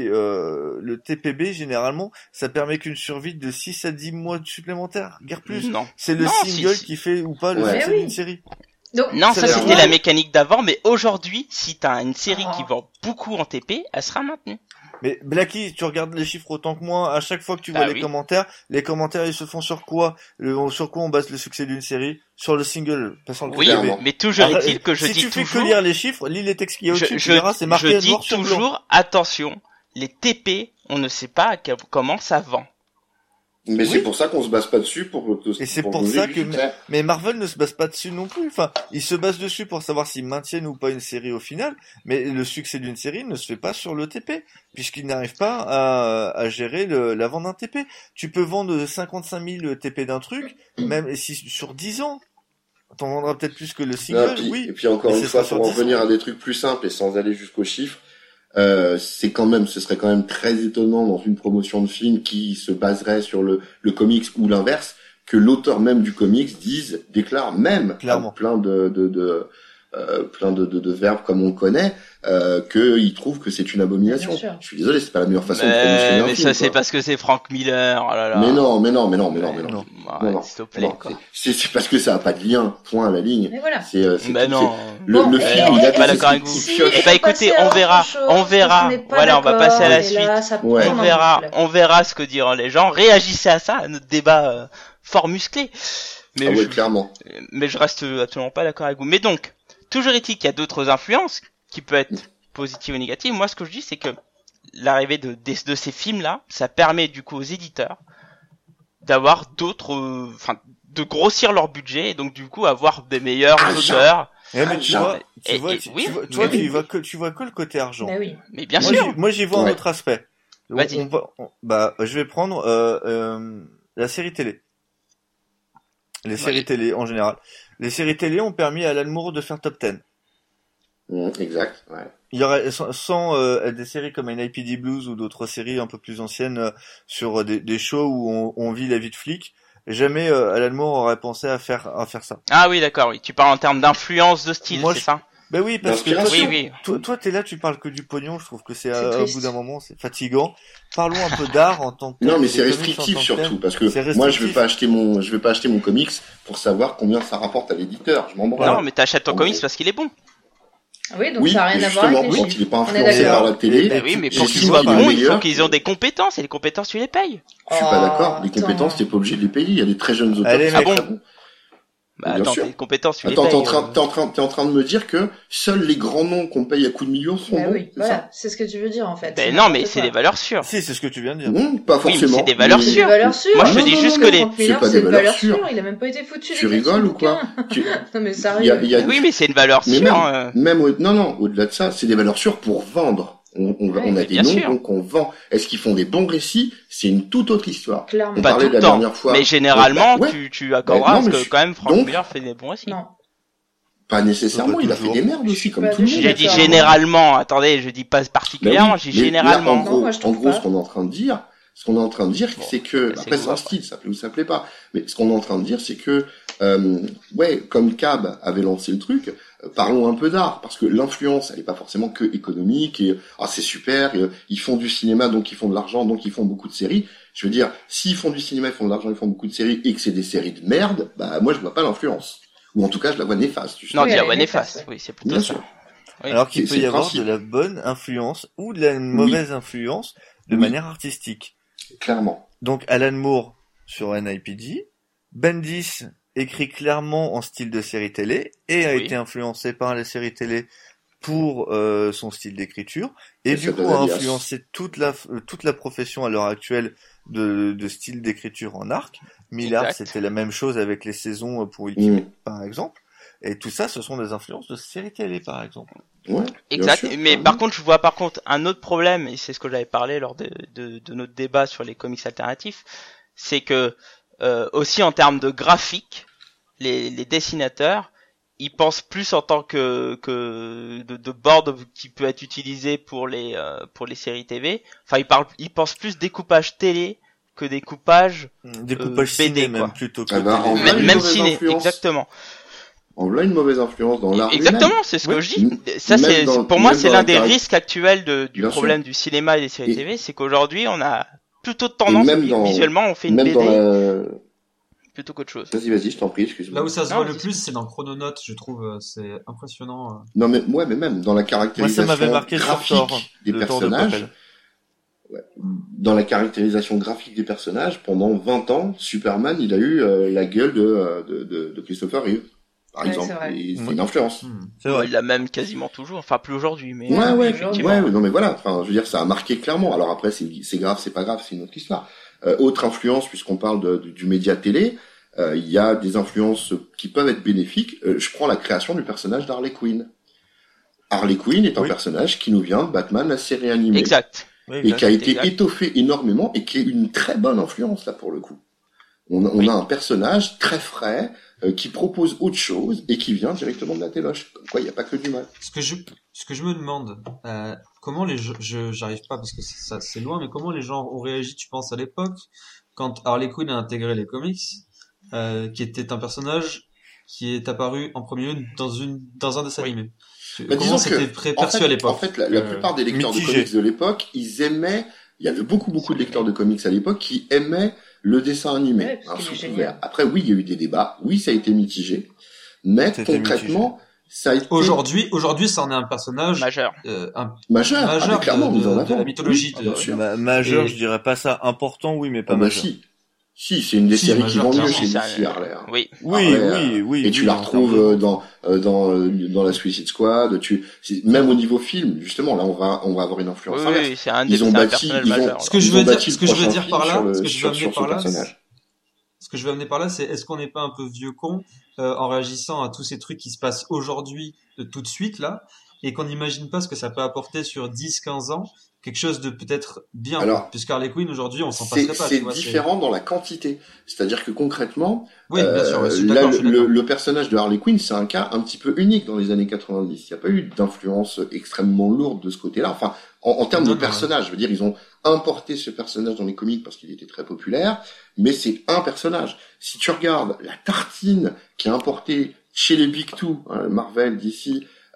TPB généralement, ça permet qu'une survie de 6 à 10 mois supplémentaires, guère plus. Non. C'est le Non, single si. qui fait ou pas le Ouais. succès Mais oui. d'une série. Donc, Non, Ça ça veut c'était dire- la mécanique d'avant, mais aujourd'hui, si t'as une série Oh. qui vend beaucoup en TP, elle sera maintenue. Mais Blacky, tu regardes les chiffres autant que moi, à chaque fois que tu vois Ah les oui. commentaires ils se font sur quoi? Sur quoi on base le succès d'une série? Sur le single, pas sur le Oui, TPB. clairement. mais toujours Arrête, est-il que je si dis tu fais toujours, que lire les chiffres, lis les textes qu'il y a au-dessus, tu verras, c'est marqué je dis noir sur blanc. toujours, attention, les TP, on ne sait pas comment ça vend. Mais Oui. c'est pour ça qu'on se base pas dessus pour Et c'est pour donner ça du que- succès. Mais Marvel ne se base pas dessus non plus. Enfin, ils se basent dessus pour savoir s'ils maintiennent ou pas une série au final. Mais le succès d'une série ne se fait pas sur le TP, puisqu'ils n'arrivent pas à gérer la vente d'un TP. Tu peux vendre 55 000 TP d'un truc, même si sur 10 ans. T'en vendras peut-être plus que le Non, single, puis- oui. Et puis encore Mais une c'est fois, ça sur pour en 10 ans. revenir à des trucs plus simples et sans aller jusqu'aux chiffres, ce serait quand même très étonnant dans une promotion de film qui se baserait sur le comics ou l'inverse, que l'auteur même du comics déclare même Clairement. plein de verbes comme on connaît, qu'il trouve que c'est une abomination. Bien sûr. Je suis désolé, c'est pas la meilleure façon de promotionner un Mais film. ça c'est quoi. parce que c'est Frank Miller, oh là là. Mais non. Non. Ouais, Non, s'il te plaît, Non, quoi. c'est parce que ça a pas de lien, point à la ligne. mais voilà. C'est Bah tout, non. Le, Bon, le et- film, on il est a pas des d'accord avec vous. espèces Si, de Eh pioches. bah écoutez, passer à on autre verra, chose, on parce qu'on verra. n'est pas Voilà, on va d'accord, passer à la et suite. là, ça Ouais. tourne en boucle. On verra ce que diront les gens. Réagissez à ça, à notre débat fort musclé. Mais Ah ouais, je, clairement. mais je reste absolument pas d'accord avec vous. Mais donc, toujours est-il qu'il y a d'autres influences qui peuvent être positives ou négatives. Moi, ce que je dis, c'est que l'arrivée de ces films-là, ça permet du coup aux éditeurs d'avoir d'autres, de grossir leur budget et donc du coup avoir des meilleurs Argent. auteurs. Eh, mais tu vois, Et- et- oui, mais oui. tu vois que le côté argent. Bah oui. Mais bien Moi, sûr. moi, j'y vois un Ouais. autre aspect. Vas-y. Je vais prendre la série télé. Les séries Oui. télé en général. Les séries télé ont permis à Alan Moore de faire top 10. Exact, ouais. Il y aurait sans des séries comme NYPD Blues ou d'autres séries un peu plus anciennes sur des shows où on vit la vie de flic, jamais Alan Moore aurait pensé à faire ça. Ah oui, d'accord, oui. Tu parles en termes d'influence de style, Moi, c'est je- ça? Ben oui, parce que L'inspiration. toi, t'es là, tu parles que du pognon. Je trouve que C'est au triste. bout d'un moment, c'est fatigant. Parlons un peu d'art en tant que tel, Non, mais des c'est comics en restrictif tant que tel. surtout, parce que C'est moi, je vais restrictif. pas acheter mon comics pour savoir combien ça rapporte à l'éditeur. Je m'en branle. Non, mais t'achètes ton En comics gros. parce qu'il est bon. Oui, donc Oui, ça n'a rien mais à voir avec justement, les quand chiffres. il est pas On est influencé d'accord. par la télé, Bah oui, mais Et pour tu qu'il vois soit pas, bon, il est il faut meilleur. qu'ils ont des compétences, et les compétences, tu les payes. Je suis pas d'accord. Les Attends. compétences, t'es pas obligé de les payer. Il y a des très jeunes auteurs Allez, qui sont mec. très bons. Bah Bien attends, sûr. tes compétences, tu les Attends, payes. t'es en train de me dire que seuls les grands noms qu'on paye à coups de millions sont Bah bons, oui, c'est ça? voilà, c'est ce que tu veux dire en fait. Ben C'est non, mais n'importe c'est quoi. des valeurs sûres. Si, c'est ce que tu viens de dire. Non, pas Oui, mais forcément. c'est des valeurs C'est des sûres. valeurs sûres. Moi, je te Non, dis non, juste non, que non, les... Frank c'est Miller, pas c'est des une valeurs valeur sûres. sûre. Il a même pas été foutu Tu d'écrire son rigoles ou quoi? bouquin. Non mais Il y a, sérieux. il y a Oui, mais c'est une valeur mais sûre. non, au-delà de ça, c'est des valeurs sûres pour vendre. On a mais des bien noms, sûr. donc on vend. Est-ce qu'ils font des bons récits? C'est une toute autre histoire. Clairement. On Pas parlait tout de le la temps. dernière fois. Mais généralement, Bah, ouais. tu accorderas non, parce mais que quand même, Frank donc- Miller fait des bons récits. Non. Pas nécessairement, Pas il a fait toujours. des merdes Je aussi, suis comme pas tout le d'accord. monde. J'ai dit D'accord. généralement, attendez, je dis pas particulièrement, Bah oui, j'ai dit mais généralement. Là, Non, moi, je en trouve gros, pas. ce qu'on est en train de dire, Bon, c'est que, c'est après, vous, c'est un après. style, ça plaît ou ça plaît pas. Mais ce qu'on est en train de dire, c'est que, ouais, comme Cab avait lancé le truc, parlons un peu d'art, parce que l'influence, elle est pas forcément que économique et, c'est super, ils font du cinéma, donc ils font de l'argent, donc ils font beaucoup de séries. Je veux dire, s'ils font du cinéma, ils font de l'argent, ils font beaucoup de séries et que c'est des séries de merde, bah, moi, je vois pas l'influence. Ou en tout cas, je la vois néfaste, justement. Non, Oui, dis elle à est One néfaste, Face. ouais. Oui, c'est plutôt Bien ça. sûr. Oui. Alors qu'il C'est peut y le avoir principe. de la bonne influence ou de la mauvaise influence de Oui. manière artistique. Clairement. Donc Alan Moore sur NIPD, Bendis écrit clairement en style de série télé et a Oui. été influencé par la série télé pour son style d'écriture et Et du ça coup donne a alias. influencé toute la profession à l'heure actuelle de style d'écriture en arc. Millard, Exact. c'était la même chose avec les saisons pour Ultimate Mm. par exemple. Et tout ça, ce sont des influences de série télé par exemple. Ouais. bien Exact. sûr, Mais clairement. par contre, je vois par contre un autre problème, et c'est ce que j'avais parlé lors de notre débat sur les comics alternatifs, c'est que aussi en termes de graphique, les dessinateurs, ils pensent plus en tant que de board qui peut être utilisé pour les séries TV. Enfin, ils pensent plus découpage télé que découpage Découpage BD, ciné quoi. même plutôt que Ah bah, télé. en vrai, une même mauvaise ciné, influence. exactement. On a une mauvaise influence dans l'art Exactement, lui-même. c'est ce Oui. que je dis. Ça, Même c'est dans- pour moi, même c'est dans l'un la des caractérisation- risques actuels du Bien problème du cinéma et des séries Et- TV, c'est qu'aujourd'hui, on a plutôt tendance, même dans- visuellement, on fait une Même BD dans la... plutôt qu'autre chose. Vas-y, je t'en prie, excuse-moi. Là où ça se Non, voit mais le plus, c'est dans Chrononote, je trouve, c'est impressionnant. Non, mais, ouais, mais même dans la Moi, caractérisation ça m'avait marqué sur graphique Thor, des le Thor de personnages, Papel. dans la caractérisation graphique des personnages, pendant 20 ans, Superman, il a eu la gueule de Christopher Reeve, par Ouais, exemple. c'est vrai. Et c'est Oui. une influence. C'est vrai. Il l'a même quasiment toujours, enfin plus aujourd'hui, mais Ouais, ouais, effectivement. ouais, non mais voilà, enfin, je veux dire, ça a marqué clairement. Alors après, c'est grave, c'est pas grave, c'est une autre histoire. Autre influence, puisqu'on parle du média télé, il y a des influences qui peuvent être bénéfiques. Je prends la création du personnage d'Harley Quinn. Harley Quinn est un Oui. personnage qui nous vient de Batman, la série animée, Exact. Oui, et exact. qui a été Exact. étoffé énormément et qui est une très bonne influence là pour le coup. On Oui. a un personnage très frais qui propose autre chose et qui vient directement de la téloche. Comme quoi, il n'y a pas que du mal. Ce que je me demande, comment les gens, j'arrive pas parce que c'est loin, mais comment les gens ont réagi, tu penses, à l'époque, quand Harley Quinn a intégré les comics, qui était un personnage qui est apparu en premier lieu dans un dessin Oui. animé. Bah, Comment disons c'était perçu à l'époque? En fait, la plupart des lecteurs mitigé. de comics de l'époque, ils aimaient. Il y avait beaucoup de lecteurs de comics à l'époque qui aimaient le dessin animé, Ouais, parce qu'il est sous génial. couvert. Après, oui, il y a eu des débats. Oui, ça a été mitigé. Mais C'était concrètement, ça a été Aujourd'hui, ça en est un personnage Majeur. majeur, majeur clairement mis en de avant. la mythologie Oui, de- bien sûr. Majeur, Et- je dirais pas ça. Important, oui, mais pas Ah bah majeur. si, c'est une des Si, séries qui majeur, vend mieux clairement. chez Ça, DC, Harley. Hein. Oui. Oui, Harley, oui. Et tu oui, la en retrouves termes de- dans la Suicide Squad. Même au niveau film, justement, là, on va avoir une Oui, influence inverse. oui, c'est un des Ils ont c'est un bâti, personnage ils ont, majeur. Ce que ils je ont veux dire- bâti ce le que je veux prochain dire film par là, sur le- ce que je veux sur- amener sur ce par là, personnage. Ce que je veux amener par là, c'est est-ce qu'on n'est pas un peu vieux con en réagissant à tous ces trucs qui se passent aujourd'hui, tout de suite là, et qu'on n'imagine pas ce que ça peut apporter sur 10-15 ans, quelque chose de peut-être bien. Alors, puisque Harley Quinn aujourd'hui, on s'en C'est passerait pas. c'est tu vois, différent dans la quantité. C'est-à-dire que concrètement, Oui, bien sûr, je suis là, d'accord. je suis d'accord. le personnage de Harley Quinn, c'est un cas un petit peu unique dans les années 90. Il n'y a pas eu d'influence extrêmement lourde de ce côté-là. Enfin, en termes Non, de non, personnage, je veux dire, ils ont importé ce personnage dans les comics parce qu'il était très populaire, mais c'est un personnage. Si tu regardes la tartine qui est importée chez les Big Two, hein, Marvel, DC,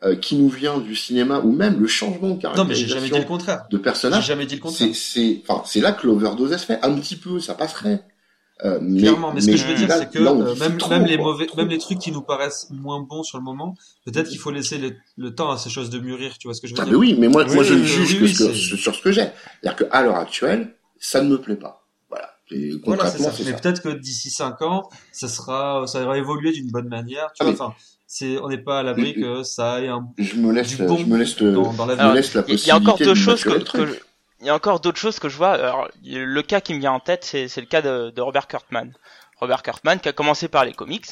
qui nous vient du cinéma, ou même le changement de Non, mais j'ai jamais dit le caractérisation contraire. de J'ai personnage, jamais dit le contraire. c'est là que l'overdose se fait. Un petit peu, ça passerait. Clairement, mais ce que je veux dire, là, c'est que là, on diffuse trop, même les quoi, mauvais, trop. même les trucs qui nous paraissent moins bons sur le moment, peut-être qu'il faut laisser le temps à ces choses de mûrir. Tu vois ce que je veux Ah, dire? mais oui, mais moi, Oui, moi, je ne oui, juge oui, que c'est- sur ce que j'ai. C'est-à-dire qu'à l'heure actuelle, ça ne me plaît pas. Voilà. Et Voilà, c'est concrètement, ça. c'est Mais ça. peut-être que d'ici 5 ans, ça aura évolué d'une bonne manière. Tu Ah, vois, mais- enfin, on n'est pas à l'abri que ça ait Je me laisse, du bon je me laisse dans je l'avenir. me laisse la Il y a encore possibilité deux de choses maturer le truc. il y a encore d'autres choses que je vois. Alors, le cas qui me vient en tête, c'est le cas de Robert Kirkman. Robert Kirkman qui a commencé par les comics,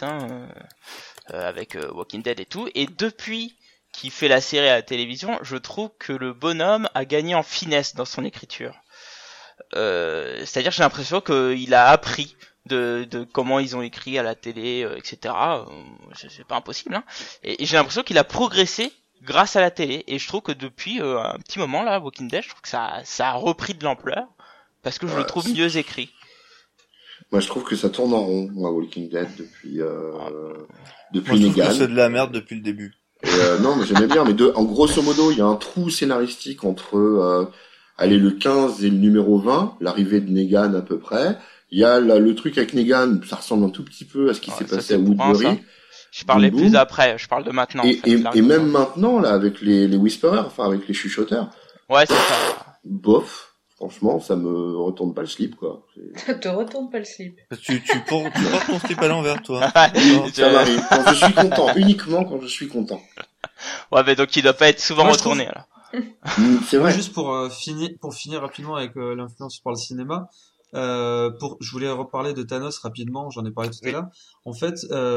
avec Walking Dead et tout, et depuis qu'il fait la série à la télévision, je trouve que le bonhomme a gagné en finesse dans son écriture. C'est-à-dire, j'ai l'impression qu'il a appris de comment ils ont écrit à la télé, etc. C'est pas impossible, hein. Et j'ai l'impression qu'il a progressé grâce à la télé. Et je trouve que depuis un petit moment là, Walking Dead, je trouve que ça a repris de l'ampleur parce que je le Ouais, trouve c'est- mieux écrit. Moi, je trouve que ça tourne en rond, moi, Walking Dead, depuis Moi, je trouve Negan. que c'est de la merde depuis le début. Et, non, mais j'aimais bien. Mais en grosso modo, il y a un trou scénaristique entre, allez, le 15 et le numéro 20, l'arrivée de Negan à peu près. Il y a le truc avec Negan, ça ressemble un tout petit peu à ce qui Ouais, s'est ça, passé c'est à bourrin, Woodbury. ça. Je parlais Boum, plus boum. après, je parle de maintenant. Et, en fait, et, là, et même maintenant, là, avec les Whisperers, enfin, avec les chuchoteurs, Ouais, c'est ça. bof. Franchement, ça me retourne pas le slip, quoi. Te retourne pas le slip. Parce que tu portes ton slip à l'envers, toi. Ouais, Ça m'arrive. Quand je suis content, uniquement quand je suis content. ouais, mais donc il doit pas être souvent Moi, je retourné alors. C'est Moi, vrai. juste pour finir rapidement avec l'influence par le cinéma, je voulais reparler de Thanos rapidement, j'en ai parlé tout à l'heure. En fait,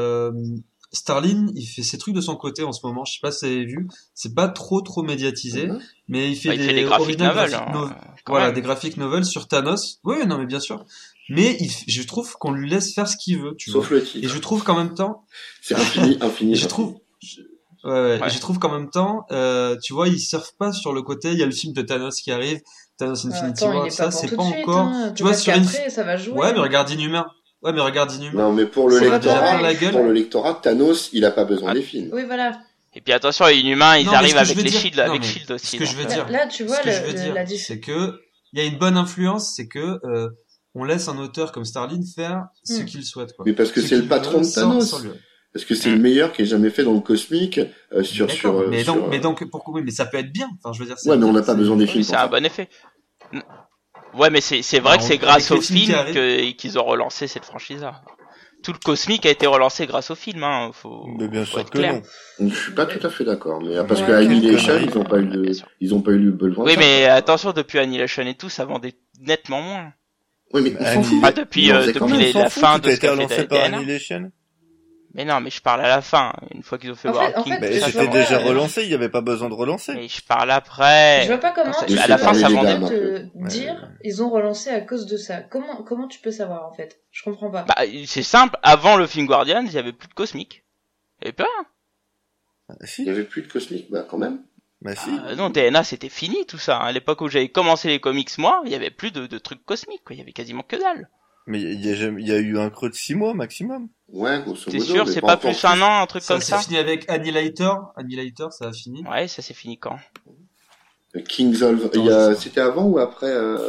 Starlin, il fait ses trucs de son côté en ce moment. Je sais pas si vous avez vu, c'est pas trop médiatisé, Mhm. mais il fait Ouais, il fait des graphic original novels. graphic Hein, quand voilà, même. des graphic novels sur Thanos. Oui, non, mais bien sûr. Mais je trouve qu'on lui laisse faire ce qu'il veut, tu vois. Sauf le Et titre. je trouve qu'en même temps, C'est infini, infini. et je trouve, ouais. Ouais. Et je trouve qu'en même temps, tu vois, il surfe pas sur le côté. Il y a le film de Thanos qui arrive, Thanos Infinity Attends, il War, est ça, pas pour c'est tout pas de suite, encore. hein. Tu vois, Peut-être sur une. qu'après, ça va jouer. Ouais, mais regarde Inhumain. Ouais, mais regarde Inhumain. Non, mais pour le Ça va déjà pareil. faire la gueule. pour le lectorat, Thanos, il a pas besoin Ah. des films. Oui, voilà. Et puis attention, les Inhumains, ils Non, mais arrivent ce que je avec veux les dire- shields, non, avec mais Shield aussi. ce que je veux donc, dire, Là, tu vois, ce que je veux dire, la c'est que il y a une bonne influence, c'est que on laisse un auteur comme Starlin faire ce Mm. qu'il souhaite, quoi. Mais parce que Ce c'est le qu'il patron veut, de sans Thanos. lui. Parce que c'est le meilleur qui ait jamais fait dans le cosmique, sur, D'accord, mais sur, donc, pourquoi, oui, mais ça peut être bien. Enfin, je veux dire, Ouais, mais on n'a c'est- pas besoin des Oui, films c'est pour un ça. bon effet. Ouais, mais c'est vrai Bah, que c'est avec grâce les au films qui film arrivent. qu'ils ont relancé cette franchise-là. Tout le cosmique a été relancé grâce au film, hein. Faut Mais bien faut sûr être que clair. non. Je suis pas tout à fait d'accord, mais parce Ouais, que Annihilation, quelle ils ont pas eu Bien sûr. ils ont pas eu le besoin. de Oui, ça. mais attention, depuis Annihilation et tout, ça vendait nettement moins. Oui, mais on s'en fout. Ah, depuis, Ils en faisaient quand depuis même. la fin de Tout a ce été qu'a fait relancé par DNA. Annihilation. Mais non, mais je parle à la fin, une fois qu'ils ont fait En fait- Walking en fait, Mais je ça, vois c'était ça pas, déjà vendait. relancé, il n'y avait pas besoin de relancer. Mais je parle après. Je vois pas comment Ça- tu à peux la fin, ça parler vendait. des dames, te dire ils ont relancé à cause de ça. Comment tu peux savoir en fait? Je comprends pas. Bah, c'est simple, avant le film Guardian, il y avait plus de cosmique. Il y avait plus rien. Ah, Il si, y avait plus de cosmique, bah quand même. bah si. Non, DNA, c'était fini tout ça. À l'époque où j'avais commencé les comics, moi, il y avait plus de trucs cosmiques, quoi. Il y avait quasiment que dalle. Mais il y a eu un creux de 6 mois maximum. Ouais, grosso T'es modo. sûr, mais c'est pas encore plus un an, un truc Ça, comme c'est ça? fini avec Annihilator. Annihilator, ça a fini. Ouais, ça c'est fini quand? Kings of, Attends, je sais pas. c'était avant ou après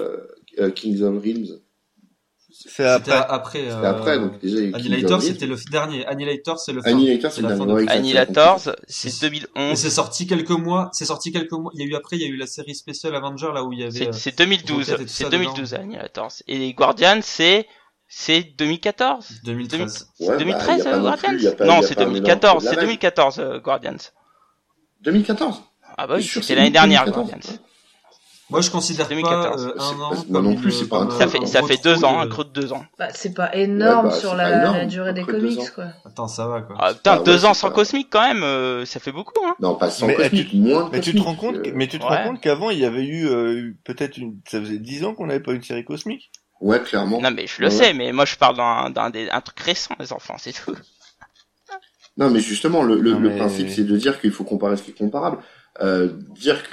Kings of Realms? C'est C'était après. après. C'était après, donc déjà il y a eu Kings Annihilator, of Realms. c'était le dernier. Annihilator, c'est le fin. Annihilator, c'est c'est la le fin dernier. de- Ouais, exact, Annihilators, c'est c'est Et 2011. c'est sorti quelques mois. Il y a eu après, il y a eu la série spéciale Avenger là où il y avait. C'est 2012. Rocket et tout C'est ça 2012, Annihilators. Et les Guardians, c'est 2014. 2013. Ouais, 2013, y a pas non Guardians? plus, y a pas- Non, y a c'est pas un énorme 2014. C'est lavage. 2014, Guardians. 2014. Ah bah oui, T'es sûr, c'était c'est l'année dernière, 2014? Guardians. Moi, je considère pas 2014. un an. Moi non comme plus, une- c'est pas comme un Ça très fait, ça gros fait trou 2 ans, de- un creux de 2 ans. Bah, c'est pas énorme Ouais, bah, sur c'est la, pas énorme, la durée des après 2 comics ans. quoi. Attends, ça va quoi. Ah putain, Ah ouais, 2 ans c'est sans pas- cosmique quand même, ça fait beaucoup, hein. Non, pas sans Mais, cosmique, moins de Mais tu cosmique. te rends compte, mais tu te Ouais. rends compte qu'avant il y avait eu peut-être ça faisait 10 ans qu'on n'avait pas eu une série cosmique. Ouais, clairement. Non mais je le Ouais. sais, mais moi je parle d'un truc récent, les enfants, c'est tout. Non, mais justement, Non, le mais- principe, c'est de dire qu'il faut comparer ce qui est comparable. Dire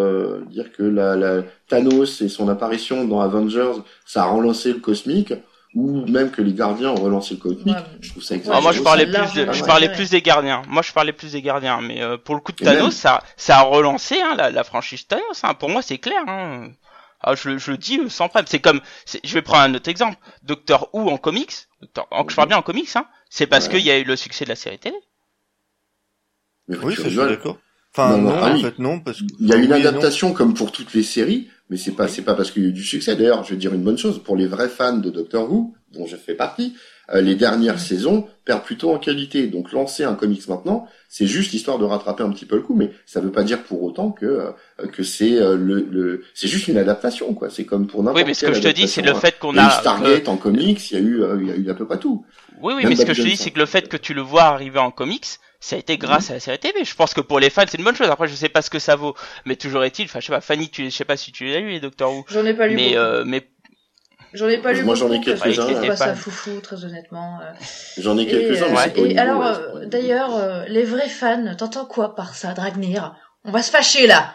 que la Thanos et son apparition dans Avengers, ça a relancé le cosmique. ou même que les gardiens ont relancé le comic, Ouais. je trouve ça Ah, exagéré. moi je parlais largement plus de, je exagéré. parlais plus des gardiens. Moi je parlais plus des gardiens, mais pour le coup de Et Thanos, même- ça a relancé hein, la franchise Thanos. Hein. Pour moi c'est clair. Hein. Ah, je le dis sans problème. C'est comme, je vais prendre un autre exemple. Doctor Who en comics, je parle bien en comics, hein. C'est parce Ouais. qu'il y a eu le succès de la série télé. Mais Oui, tu ça, je suis rigoles. d'accord. Enfin, Non, non, ah en oui. fait, non, parce que... Il y a enfin, une oui et non. adaptation comme pour toutes les séries, mais c'est pas parce qu'il y a eu du succès. D'ailleurs, je vais dire une bonne chose pour les vrais fans de Doctor Who, dont je fais partie. Les dernières saisons perdent plutôt en qualité. Donc lancer un comics maintenant, c'est juste histoire de rattraper un petit peu le coup, mais ça veut pas dire pour autant que c'est c'est juste une adaptation quoi. C'est comme pour n'importe Oui, mais ce que je te dis, c'est le adaptation, fait qu'on il y a eu a. Stargate en comics, il y a eu à peu près tout. Oui, Même mais ce que Bob je te dis, Jones, c'est que le fait que tu le vois arriver en comics, ça a été grâce à la série TV. Je pense que pour les fans, c'est une bonne chose. Après, je sais pas ce que ça vaut, mais toujours est-il. Enfin, je sais pas, Fanny, je sais pas si tu l'as lu les Doctor Who, J'en ai pas lu mais beaucoup. mais J'en ai pas lu Moi, j'en ai beaucoup parce que quelques-uns, je trouve là. pas ça foufou, très honnêtement. J'en ai Et, quelques-uns, mais c'est pas au et niveau, alors, ouais, c'est pas au niveau. d'ailleurs, les vrais fans, t'entends quoi par ça, Dragnir? On va se fâcher là.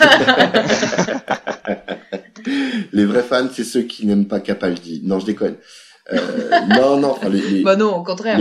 Les vrais fans, c'est ceux qui n'aiment pas Capaldi. Non, je déconne. Non, enfin, Bah non, au contraire.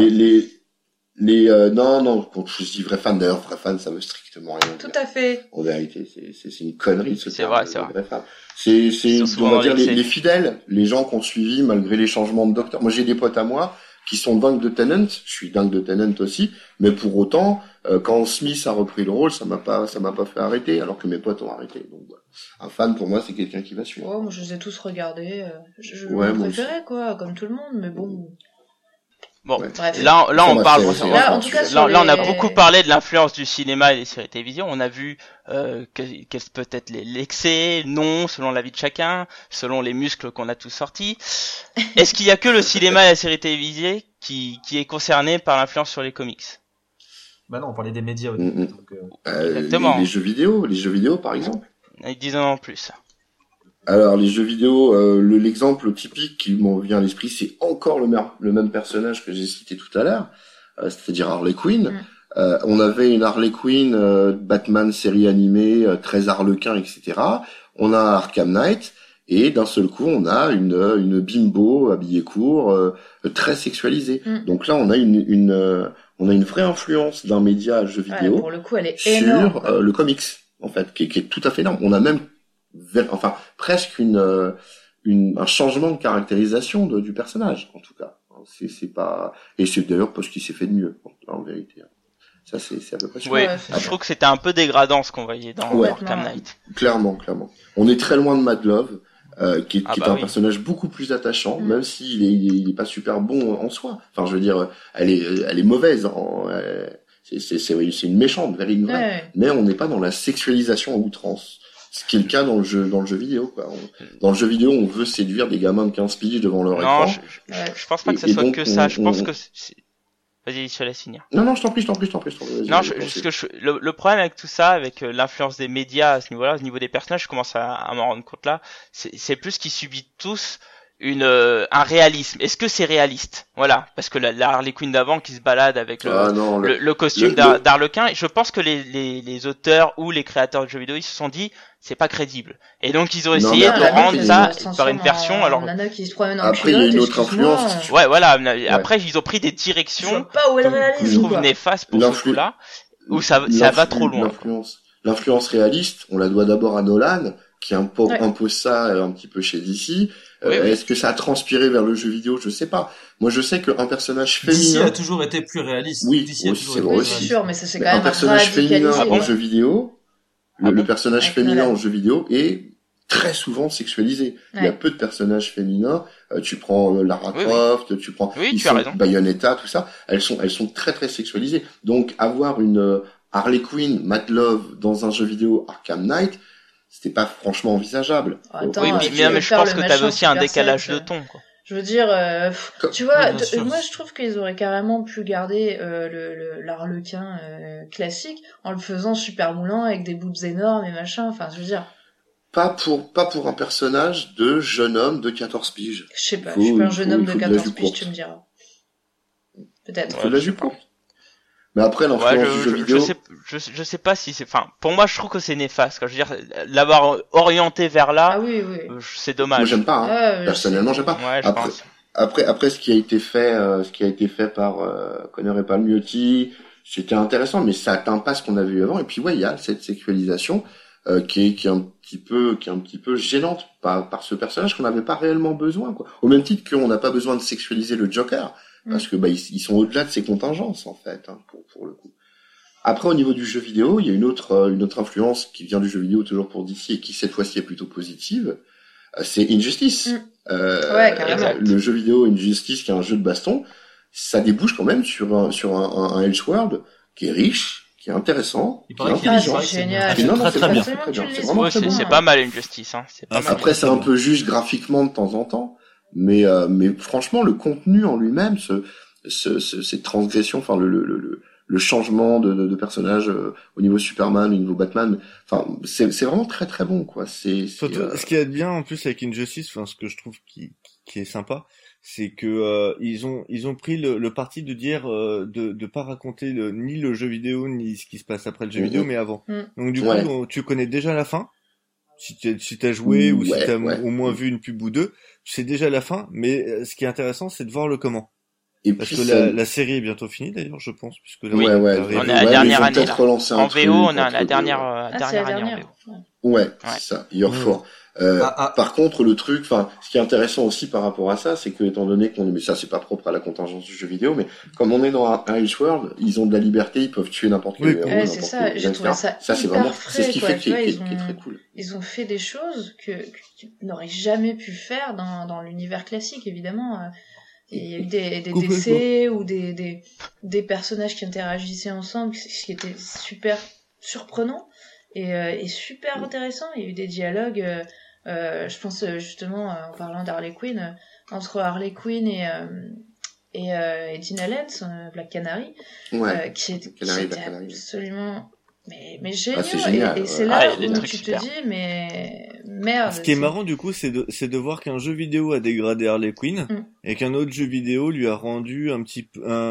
non, quand je dis vrai fan, d'ailleurs, vrai fan, ça veut strictement rien Tout dire. à fait. En vérité, c'est une connerie, ce C'est terme vrai, de c'est vrai. vrai fan. Ils sont On souvent va dans dire, l'excès. les fidèles, les gens qui ont suivi, malgré les changements de docteur. Moi, j'ai des potes à moi, qui sont dingues de Tennant. Je suis dingue de Tennant aussi. Mais pour autant, quand Smith a repris le rôle, ça m'a pas fait arrêter, alors que mes potes ont arrêté. Donc, voilà. Un fan, pour moi, c'est quelqu'un qui va suivre. Oh, moi, je les ai tous regardés. Ouais, je moi préférais, quoi, comme tout le monde, mais bon. bon. Ouais. Bref. Là, on Enfin, parle. bref, c'est- Là, en tout cas, sur Là, on a les- beaucoup parlé de l'influence du cinéma et des séries télévision. On a vu quels peut être l'excès, non, selon l'avis de chacun, selon les muscles qu'on a tous sortis. Est-ce qu'il y a que le cinéma et la série télévisée qui est concerné par l'influence sur les comics? Bah non, on parlait des médias au Mm, début. mm. Donc, Exactement. Les jeux vidéo, par exemple. Avec 10 ans en plus. Alors les jeux vidéo, l'exemple typique qui m'en vient à l'esprit, c'est encore le même personnage que j'ai cité tout à l'heure, c'est-à-dire Harley Quinn. On avait une Harley Quinn, Batman série animée, très Harlequin, etc. On a Arkham Knight, et d'un seul coup, on a une bimbo habillée court, très sexualisée. Donc là, on a une vraie influence d'un média à jeu Ouais, vidéo pour le coup, elle est énorme. sur le comics, en fait, qui est tout à fait énorme. On a même presque un changement de caractérisation du personnage, en tout cas. C'est pas, et c'est d'ailleurs parce qu'il s'est fait de mieux, en vérité. Ça, c'est à peu près sûr. Ouais, c'est je trouve que c'était un peu dégradant ce qu'on voyait dans Ouais. Arkham Knight. Clairement. On est très loin de Mad Love, qui est bah un oui. personnage beaucoup plus attachant, même s'il est pas super bon en soi. Enfin, je veux dire, elle est mauvaise. C'est une méchante, Very Grey. Ouais. Mais on n'est pas dans la sexualisation à outrance. Ce qui est le cas dans le jeu vidéo, quoi. Dans le jeu vidéo, on veut séduire des gamins de 15 piges devant leur Non, écran. je pense pas que ça Et soit donc, que ça. Je pense on- que vas-y, je te laisse finir. Non, je t'en prie. Vas-y, Non, vas-y. le problème avec tout ça, avec l'influence des médias à ce niveau-là, au niveau des personnages, je commence à m'en rendre compte là, c'est plus qu'ils subissent tous un réalisme. Est-ce que c'est réaliste? Voilà, parce que la Harley Quinn d'avant qui se balade avec Non, le costume le- d'Arlequin, je pense que les auteurs ou les créateurs de jeux vidéo, ils se sont dit, c'est pas crédible. Et donc ils ont Non, essayé mais de après, rendre il y ça a par une version, alors Nana qui se promène en Après, il y a culotte, une autre excuse-moi. influence. ouais, voilà. Après, ils ont pris des Je directions vois pas où est le que je réalisme, trouve quoi. néfastes pour ce L'influ- coup-là, où ça va trop loin. L'influence réaliste, on la doit d'abord à Nolan, qui Ouais. impose ça un petit peu chez DC. Oui, oui. Est-ce que ça a transpiré vers le jeu vidéo? Je sais pas. Moi, je sais qu'un personnage DC féminin, a toujours été plus réaliste. Oui, DC a aussi, toujours c'est été vrai plus Oui, c'est aussi. sûr, mais ça c'est mais quand un même personnage féminin radicalisé. en jeu vidéo, Ah le bon personnage Avec féminin Nolan. en jeu vidéo est très souvent sexualisé. Il y a Ouais. peu de personnages féminins. Tu prends Lara Oui, oui. Croft, tu prends Oui, ils tu as sont- raison. Bayonetta, tout ça. Elles sont très très sexualisées. Donc avoir une Harley Quinn, Mad Love dans un jeu vidéo Arkham Knight, c'était pas franchement envisageable. Attends, Oui, tu mais veux je faire pense le que t'avais machin aussi un super décalage sexe. de ton, quoi. Je veux dire, tu vois, Oui, bien sûr. moi je trouve qu'ils auraient carrément pu garder l'Arlequin classique en le faisant super moulant avec des boobs énormes et machin. Enfin, je veux dire, Pas pour un personnage de jeune homme de 14 piges. je sais pas, Faut- je suis pas un il jeune faut- homme il de faut de la 14 jupe piges, courte. tu me diras. Peut-être. Il faut de la je sais jupe pas. courte. Mais après, Ouais, l'influence du jeu vidéo, je sais pas si c'est, enfin, pour moi, je trouve que c'est néfaste, quoi. Je veux dire, l'avoir orienté vers là, Ah oui, oui. c'est moi dommage. j'aime pas. Hein. Ouais, Personnellement, j'aime pas. Ouais, je Après, pense. Après, ce qui a été fait par Conner et Palmiotti, c'était intéressant, mais ça atteint pas ce qu'on a vu avant. Et puis ouais, il y a cette sexualisation qui est un petit peu gênante par ce personnage qu'on n'avait pas réellement besoin, quoi. Au même titre qu'on n'a pas besoin de sexualiser le Joker, parce que ils sont au-delà de ses contingences en fait, hein, pour le coup. Après, au niveau du jeu vidéo, il y a une autre influence qui vient du jeu vidéo toujours pour DC et qui cette fois-ci est plutôt positive. C'est Injustice. Ouais, carrément. Le jeu vidéo Injustice, qui est un jeu de baston, ça débouche quand même sur un Elseworld qui est riche, qui est intéressant, Il qui est paraît qu'il est intelligent. génial. Et non, très, c'est très bien. très bien. C'est Ouais, vraiment Ouais, très bon. c'est pas mal Injustice, hein. C'est pas mal. Après, c'est un peu juste graphiquement de temps en temps, mais franchement, le contenu en lui-même, cette transgression, enfin le changement de personnage au niveau Superman, au niveau Batman, enfin c'est vraiment très très bon, quoi. Surtout, ce qui est bien en plus avec Injustice, enfin ce que je trouve qui est sympa, c'est que ils ont pris le parti de dire de pas raconter ni le jeu vidéo ni ce qui se passe après le jeu vidéo, mais avant. Donc du coup, Ouais. tu connais déjà la fin. Si t'as joué ou si Ouais, t'as ouais. au moins vu une pub ou deux, tu sais déjà la fin. Mais ce qui est intéressant, c'est de voir le comment. Et Parce puis que ça- la série est bientôt finie d'ailleurs, je pense, puisque là, Oui. on ouais, arrive- On est à la mais dernière ils vont année, peut-être là. relancer un En truc VO, on est à entre la deux. dernière Ah, c'est dernière la année en dernière. VO. Ouais, Ouais. c'est ça, Year 4. Ah. Par contre, le truc, enfin, ce qui est intéressant aussi par rapport à ça, c'est que étant donné mais ça c'est pas propre à la contingence du jeu vidéo, mais comme on est dans un Elseworld, ils ont de la liberté, ils peuvent tuer n'importe quel Oui. héros, Ouais, n'importe c'est quel ça, vilain, j'ai trouvé etc. ça c'est hyper vraiment, frais, c'est ce qui quoi, fait tu vois, qui ils est très ont- cool. Ils ont fait des choses que tu n'aurais jamais pu faire dans l'univers classique, évidemment. Il y a eu des Complètement. décès ou des personnages qui interagissaient ensemble, ce qui était super surprenant et super intéressant. Il y a eu des dialogues, je pense justement, en parlant d'Harley Quinn, entre Harley Quinn et Dean Allens, Black Canary, Ouais. qui Black était Canary. absolument mais génial, c'est génial, et c'est ouais. là Ah, il y a des où trucs tu super. te dis mais merde. Ce qui est c'est- marrant du coup, c'est de voir qu'un jeu vidéo a dégradé Harley Quinn et qu'un autre jeu vidéo lui a rendu un petit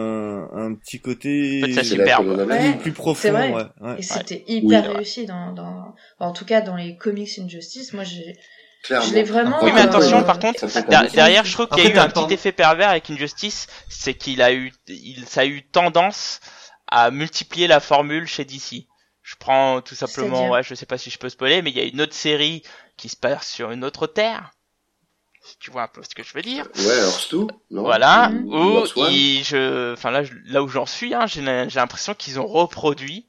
côté En fait, ça C'est la superbe. colonne à Ouais. plus profond. C'est vrai. Ouais. Et c'était Oui, hyper c'est vrai. réussi en tout cas dans les comics Injustice. Moi, Clairement. je l'ai vraiment. Oui, mais attention, ouais, par contre, ça fait derrière, je trouve qu'il y a Après, eu un t'as petit effet pervers avec Injustice, c'est ça a eu tendance à multiplier la formule chez DC. Je prends tout simplement, C'est-à-dire ouais, je sais pas si je peux spoiler, mais il y a une autre série qui se passe sur une autre terre. Si tu vois un peu ce que je veux dire. Ouais, Earth 2, non? Voilà, Ou où Earth 1. là où j'en suis, hein, j'ai l'impression qu'ils ont reproduit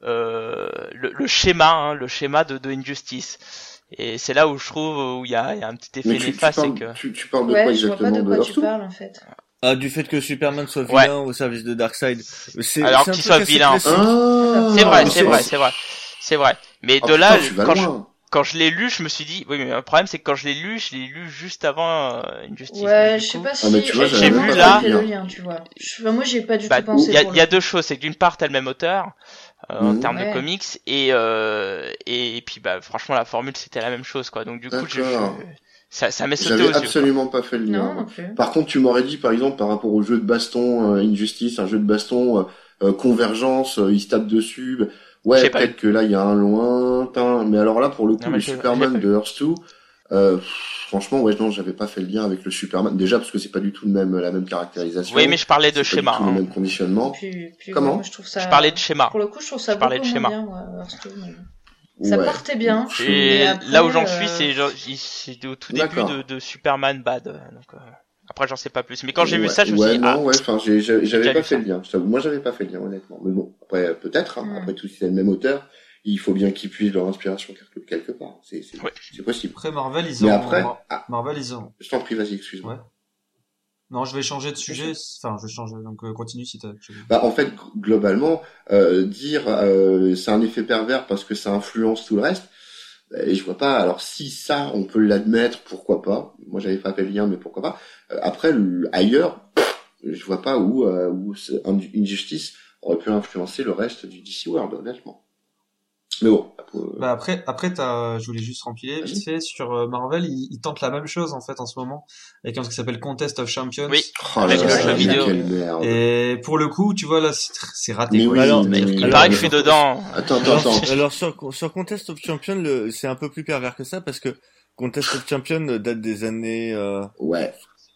le schéma de Injustice. Et c'est là où je trouve où il y a un petit effet Mais tu néfaste, c'est parles, que tu parles de quoi Ouais, je vois pas exactement? de quoi Earth tu 2? parles en fait. Ah, du fait que Superman soit Ouais. vilain au service de Darkseid. Alors c'est un qu'il peu soit cassé vilain. classique. Ah, c'est vrai, mais c'est vrai. Mais Oh, de là, putain, tu vas quand loin. quand je l'ai lu, je me suis dit, oui, mais le problème c'est que quand je l'ai lu juste avant Injustice. Ouais, Donc, du je sais coup, pas Ah, mais si tu vois, j'ai j'avais vu même pas là- fait fait le le lien. lien, tu vois. Moi, j'ai pas du bah, tout pensé. il y a deux choses, c'est que d'une part t'as le même auteur en Mhm. termes Ouais. de comics et puis bah franchement la formule c'était la même chose quoi. Donc du coup D'accord. ça m'est sauté J'avais aux yeux. quoi. absolument pas fait le lien. Non, moi. non plus. Par contre, tu m'aurais dit, par exemple, par rapport au jeu de baston Injustice, un jeu de baston Convergence, ils se tapent dessus. Ouais, J'ai pas peut-être que là, il y a un lointain. Mais alors là, pour le coup, Non, mais le j'ai Superman pas de Earth 2, franchement, ouais, non, j'avais pas fait le lien avec le Superman. Déjà, parce que c'est pas du tout la même caractérisation. Oui, mais je parlais de c'est pas schéma. du tout le hein. même conditionnement. Puis Comment moi, je trouve ça. Je parlais de schéma. Pour le coup, je trouve ça Je parlais beaucoup de moins schéma. bien. Ouais, Hearthstone, mais- Ça Ouais. partait bien. Et Et après, là où j'en suis, c'est au tout début D'accord. de Superman Bad. Donc après j'en sais pas plus. Mais quand j'ai vu Ouais, ça, je me ouais, suis dit non, ouais, enfin, déjà j'avais pas lu fait ça. le lien. Je t'avoue, moi, j'avais pas fait le lien, honnêtement. Mais bon, après, peut-être, hein. Mm. Après tout, si c'est le même auteur, il faut bien qu'ils puissent leur inspiration quelque part. C'est Ouais. possible. Après Marvel, Mais après, Marvel, ils ont. je t'en prie, vas-y, excuse-moi. Ouais. Non, je vais changer de sujet. Enfin, je vais changer. Donc, continue si t'as. Bah, en fait, globalement, dire c'est un effet pervers parce que ça influence tout le reste, et je vois pas. Alors si ça, on peut l'admettre, pourquoi pas. Moi, j'avais pas fait le lien, mais pourquoi pas. Après, ailleurs, je vois pas où Injustice aurait pu influencer le reste du DC World, honnêtement. Mais bon. Bah après je voulais juste rempiler Vas-y. vite fait sur Marvel, ils tentent la même chose en fait en ce moment avec un truc qui s'appelle Contest of Champions. Oui. Oh là Avec le là, jeu mais vidéo. quelle merde. Et pour le coup, tu vois là, c'est raté. Mais quoi. oui, Alors, mais il oui. Il Alors, paraît que je suis dedans. Attends. Alors sur Contest of Champions, c'est un peu plus pervers que ça parce que Contest of Champions date des années Ouais.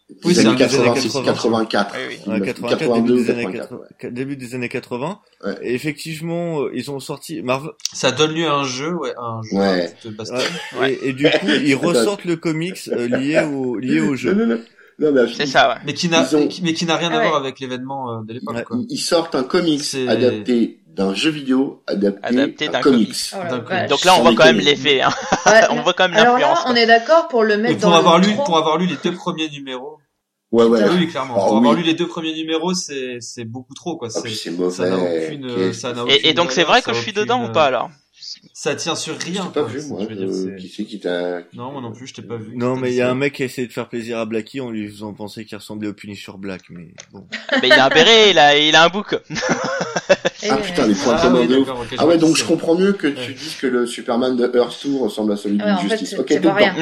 Oui, des c'est années un des années 86, 80. 84. Oui, oui. Ouais, 84, 82 ou début des années 84. 80, début des années 80. Ouais. Et effectivement, ils ont sorti Marvel. Ça donne lieu à un jeu, un jeu Ouais. de baston. Ouais. Ouais. Et du coup, ils ressortent le comics lié au jeu. Non, mais C'est ça, ouais. Mais qui n'a rien Ah à ouais. voir avec l'événement de l'époque, Ouais. quoi. ils sortent un comics C'est- adapté d'un jeu vidéo Adapté d'un d'un comics. Oh la D'un coup. vache. Donc là, on Sans voit quand même déconner. l'effet, hein. Ouais, On voit quand même alors l'influence. là, on est d'accord pour le Et mettre pour dans avoir le lu, trop. pour avoir lu les 2 premiers numéros. Ouais, ouais. Putain. Oui, clairement. Oh, Pour avoir oui. lu les 2 premiers numéros, c'est beaucoup trop, quoi. Ah, puis c'est Ça n'a mauvais. aucune, ça n'a Et donc aucune c'est valeur, vrai ça que a je suis aucune, dedans ou pas alors? Ça tient sur Je rien, t'ai pas quoi. vu, moi. Je veux dire, c'est- Qui c'est qui t'a... Non, moi non plus, je t'ai pas vu. Non, Qui mais t'a il y a dit un ça. mec qui a essayé de faire plaisir à Blackie en lui faisant penser qu'il ressemblait au Punisher Black, mais bon. Mais il a un béret, il a un bouc. Ah putain, les points Ah communs oui, de ouf. d'accord, ok, Ah ouais, vois donc qui je c'est. comprends mieux que tu Ouais. dises que le Superman de Earth 2 ressemble à celui Ouais, en fait, d'Injustice. c'est- Ok, c'est t'es pas dedans.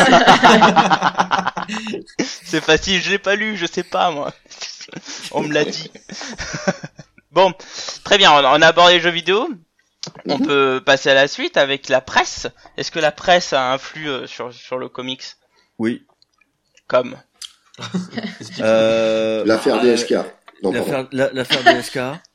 rien. C'est facile, je l'ai pas lu, je sais pas moi. On me l'a dit. Bon, très bien, on a abordé les jeux vidéo. On peut passer à la suite avec la presse. Est-ce que la presse a influé sur le comics? Oui. Comme L'affaire DSK. Non, pardon. L'affaire DSK.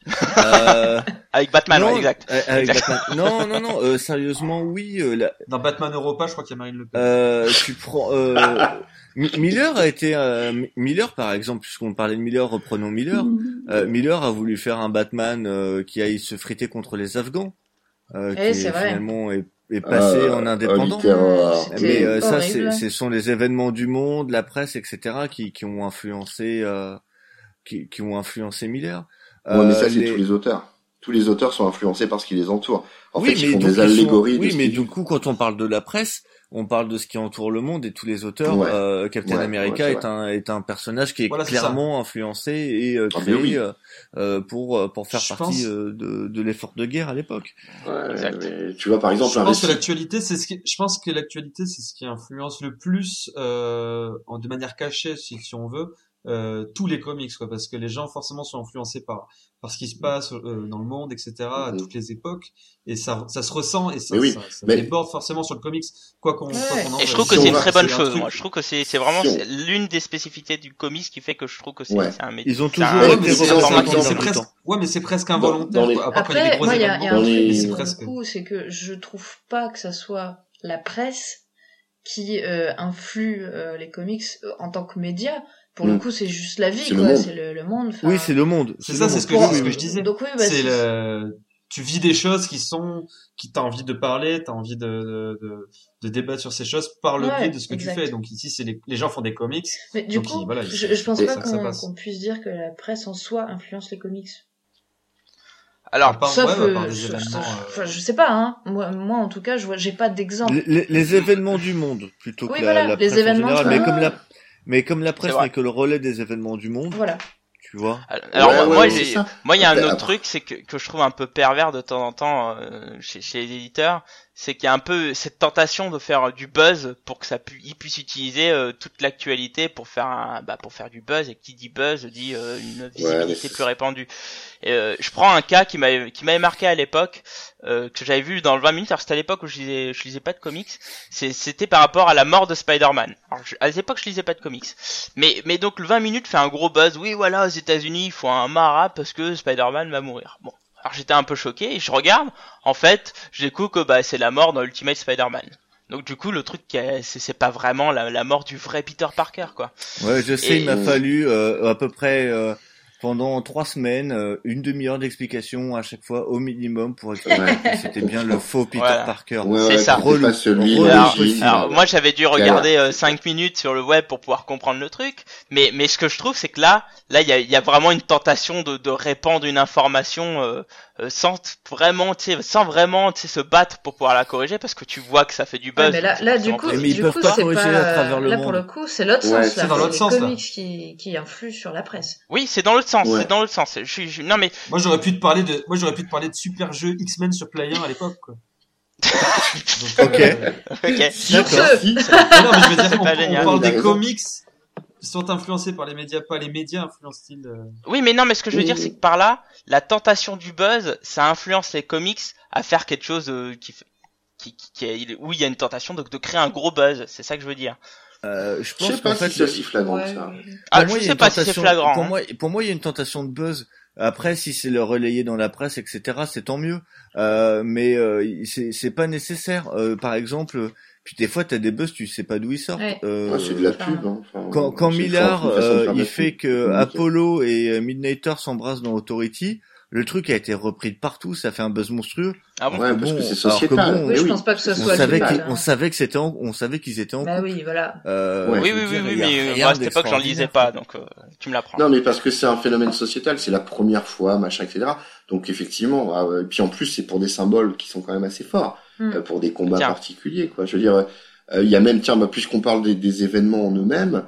avec Batman, non, ouais, exact. avec Exact. Batman. Non, sérieusement, oui. Dans Batman Europa, je crois qu'il y a Marine Le Pen. Tu prends. Miller a été. Miller, par exemple, puisqu'on parlait de Miller, reprenons Miller. Miller a voulu faire un Batman qui aille se friter contre les Afghans, qui c'est vrai. finalement est passé en indépendant. littéraire. C'était Mais ça, horrible. ce sont les événements du monde, la presse, etc., qui ont influencé, qui ont influencé Miller. Ouais, mais ça, c'est tous les auteurs. Tous les auteurs sont influencés par ce qui les entoure. En fait, ils font donc des allégories. oui, de ce mais qui- du coup, quand on parle de la presse, on parle de ce qui entoure le monde et tous les auteurs. Ouais. Captain Ouais, America ouais, c'est est un personnage qui est Voilà, c'est clairement influencé et Ah, mais créé oui. pour faire Je partie pense- de l'effort de guerre à l'époque. Ouais, Exact. mais tu vois, par exemple, Je un pense que récit. l'actualité, je pense que l'actualité, c'est ce qui influence le plus, de manière cachée, si on veut, tous les comics, quoi, parce que les gens forcément sont influencés par ce qui se passe dans le monde, etc., à Mhm. toutes les époques, et ça se ressent et ça, Mais oui, ça mais- déborde forcément sur le comics, quoi qu'on Ouais. en Et je veuille. trouve que Si c'est on une va- très bonne c'est un chose. truc- Moi, je trouve que c'est vraiment Si on- c'est l'une des spécificités du comics qui fait que je trouve que c'est Ouais. c'est un média. Ils ont c'est un- toujours Ouais, été mais c'est représentants dans- dans c'est leur presque, temps. ouais, mais c'est presque Dans involontaire, les- quoi. À part quand il y a des Après, gros moi, il y a événements. un Dans truc les- aussi c'est pour presque- le coup, c'est que je trouve pas que ça soit la presse qui influe les comics en tant que média. Pour le Mm. coup, c'est juste la vie, C'est le quoi. monde. C'est le monde. enfin, Oui, c'est le monde. C'est le ça, monde. c'est ce que, Pour- c'est ce que je disais. Donc oui, bah, C'est tu vis des choses qui t'as envie de parler, t'as envie de débattre sur ces choses par le Ouais, biais de ce que exact. tu fais. Donc ici, c'est les gens font des comics. Mais du Donc, coup, voilà, je pense c'est pas ça que ça qu'on passe. qu'on puisse dire que la presse en soi influence les comics. Alors, À part, Sauf, ouais, à part des événements, enfin, je sais pas, hein. Moi, en tout cas, j'ai pas d'exemple. Les événements du monde plutôt Oui, que voilà, la les presse en événements général, du mais monde. comme la presse C'est vrai. n'est que le relais des événements du monde, Voilà. tu vois. alors Ouais, moi, ouais, j'ai, c'est ça. moi, il y a un Après, autre après- truc, c'est que je trouve un peu pervers de temps en temps chez les éditeurs, c'est qu'il y a un peu cette tentation de faire du buzz pour que ils puissent utiliser toute l'actualité pour faire pour faire du buzz, et qui dit buzz dit une visibilité c'est- plus répandue. Et, je prends un cas qui m'avait marqué à l'époque, que j'avais vu dans le 20 minutes. Alors c'était à l'époque où je lisais pas de comics. C'était par rapport à la mort de Spider-Man. Alors à l'époque je lisais pas de comics. Mais donc le 20 minutes fait un gros buzz. Oui, voilà, aux États-Unis, il faut un marat parce que Spider-Man va mourir. Bon. Alors j'étais un peu choqué et je regarde, en fait, je découvre que c'est la mort dans Ultimate Spider-Man. Donc du coup le truc c'est pas vraiment la mort du vrai Peter Parker, quoi. Ouais, je sais, Et- il m'a fallu à peu près pendant 3 semaines, une demi-heure d'explication à chaque fois au minimum pour expliquer Ouais. que c'était bien le faux Peter Voilà. Parker. Ouais, C'est ouais, ça. c'était pas celui Relou. d'origine. Alors moi j'avais dû regarder 5 minutes sur le web pour pouvoir comprendre le truc, mais ce que je trouve c'est que là il y a vraiment une tentation de répandre une information sans vraiment se battre pour pouvoir la corriger, parce que tu vois que ça fait du Ouais, buzz. mais là, donc là, c'est du forcément coup, Mais positif. ils peuvent pas c'est corriger pas, à travers le là, monde. pour le coup, c'est l'autre Ouais, sens, c'est là. dans C'est l'autre les sens, là. comics qui influent sur la presse. Oui, c'est dans l'autre sens, Ouais. c'est dans l'autre sens. Non mais Moi, j'aurais pu te parler de super jeux X-Men sur Play 1 à l'époque, quoi. Donc, Ok. ok. Sur ce, Si. non, mais je veux dire, C'est pas génial. on parle Il a des raison. comics qui sont influencés par les médias, pas les médias influencent-ils Oui, mais non, mais ce que je veux Oui, dire, oui. c'est que par là, la tentation du buzz, ça influence les comics à faire quelque chose où il y a une tentation de créer un gros buzz. C'est ça que je veux dire. Je Je pense sais pas qu'en fait, si c'est aussi flagrant que ça. Ah, pour moi, je il y a sais une pas si c'est tentation. flagrant. Pour hein. moi, il y a une tentation de buzz. Après, si c'est le relayé dans la presse, etc., c'est tant mieux. Mais c'est pas nécessaire. Par exemple, puis des fois, t'as des buzz, tu sais pas d'où ils sortent. Ouais. Ouais, c'est de la Clairement. pub. Hein. Enfin, Quand c'est Millard une façon de faire de il la fait pub. que Communiquer. Apollo et Midnighter s'embrassent dans Authority, le truc a été repris de partout, ça fait un buzz monstrueux. Ah bon Ouais, Alors que parce que bon, c'est alors que sociétal. bon, Oui, Eh je oui. pense pas que ce on soit le savait but. qu'ils, hein. on savait qu'ils étaient en Bah couple. oui, voilà. Ouais. Oui, Je oui, veux oui, dire, oui, il y a mais rien moi, à cette époque, j'en lisais d'extraordinaire. pas, donc tu me l'apprends. Non, mais parce que c'est un phénomène sociétal, c'est la première fois, machin, etc. Donc effectivement, et puis en plus, c'est pour des symboles qui sont quand même assez forts, pour des combats Tiens. particuliers, quoi. Je veux dire, il y a même, tiens, puisqu'on parle des événements en eux-mêmes,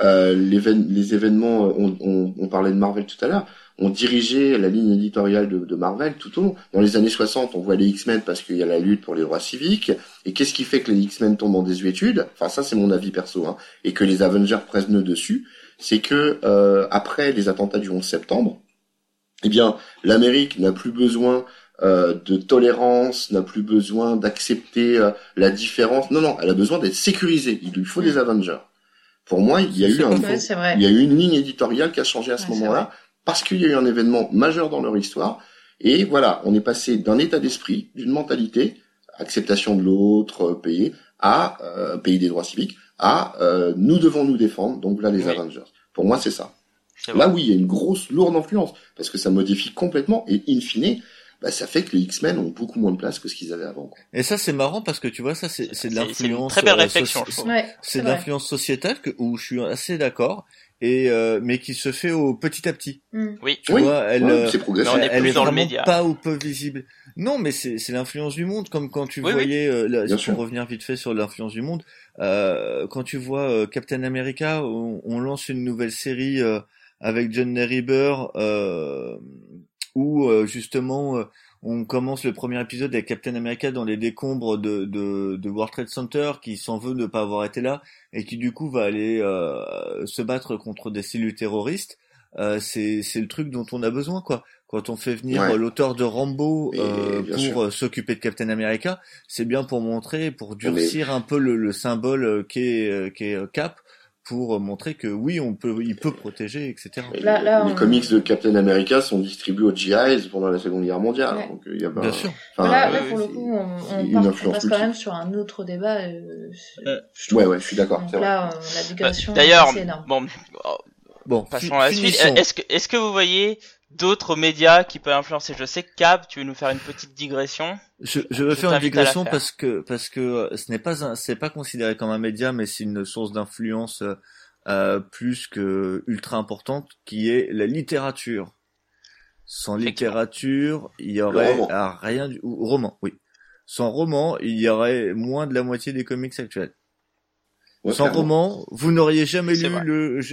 les événements, on parlait de Marvel tout à l'heure, ont dirigé la ligne éditoriale de Marvel tout au long. Dans les années 60, on voit les X-Men parce qu'il y a la lutte pour les droits civiques. Et qu'est-ce qui fait que les X-Men tombent en désuétude? Enfin, ça, c'est mon avis perso, hein. Et que les Avengers prennent nœud dessus. C'est que, après les attentats du 11 septembre, eh bien, l'Amérique n'a plus besoin de tolérance, n'a plus besoin d'accepter la différence. Non, elle a besoin d'être sécurisée. Il lui faut des Avengers. Pour moi, il y a eu Ouais, c'est vrai. il y a eu une ligne éditoriale qui a changé à ce Ouais, c'est moment-là parce qu'il y a eu un événement majeur dans leur histoire. Et voilà, on est passé d'un état d'esprit, d'une mentalité, acceptation de l'autre, pays, à pays des droits civiques, à nous devons nous défendre. Donc voilà les Oui. Avengers. Pour moi, c'est ça. C'est Là, vrai. oui, il y a une grosse, lourde influence parce que ça modifie complètement et in fine, ça fait que les X-Men ont beaucoup moins de place que ce qu'ils avaient avant, quoi. Et ça, c'est marrant parce que tu vois, ça, c'est de C'est une l'influence. très belle réflexion, je trouve. Ouais, C'est de vrai. l'influence sociétale où je suis assez d'accord et mais qui se fait au petit à petit. Oui. Tu Oui, vois, elle, ouais, c'est Mais progressif. on est elle plus est dans le vraiment média. pas ou peu visible. Non, mais c'est l'influence du monde, comme quand tu Oui, oui. voyais, là, Bien pour sûr. revenir vite fait sur l'influence du monde, quand tu vois Captain America, on lance une nouvelle série avec John Rieber, où justement on commence le premier épisode avec Captain America dans les décombres de World Trade Center, qui s'en veut de ne pas avoir été là et qui du coup va aller se battre contre des cellules terroristes. C'est le truc dont on a besoin, quoi. Quand on fait venir Ouais. l'auteur de Rambo Mais, bien sûr. pour s'occuper de Captain America, c'est bien pour montrer, pour durcir un peu le symbole qu'est Cap, pour montrer que oui, il peut protéger, etc. Et Là, les on- comics de Captain America sont distribués aux GIs pendant la Seconde Guerre mondiale. Ouais. Donc il y a Bien sûr. enfin, Là, oui, pour le c'est- coup, c'est on une passe influence quand multiple. même sur un autre débat. Je trouve. Ouais, je suis d'accord. Donc C'est vrai. là, la digression, D'ailleurs, c'est énorme. bon, Bon, passons à la suite. finissons. Est-ce que vous voyez d'autres médias qui peuvent influencer? Je sais que Cap, tu veux nous faire une petite digression. Je veux Je faire une t'invite à la digression faire. parce que c'est pas considéré comme un média, mais c'est une source d'influence plus que ultra importante, qui est la littérature. Sans Effectivement. littérature, il y aurait roman. rien du roman, oui. Sans roman, il y aurait moins de la moitié des comics actuels. Ouais, Sans clairement. roman, vous n'auriez jamais C'est lu vrai.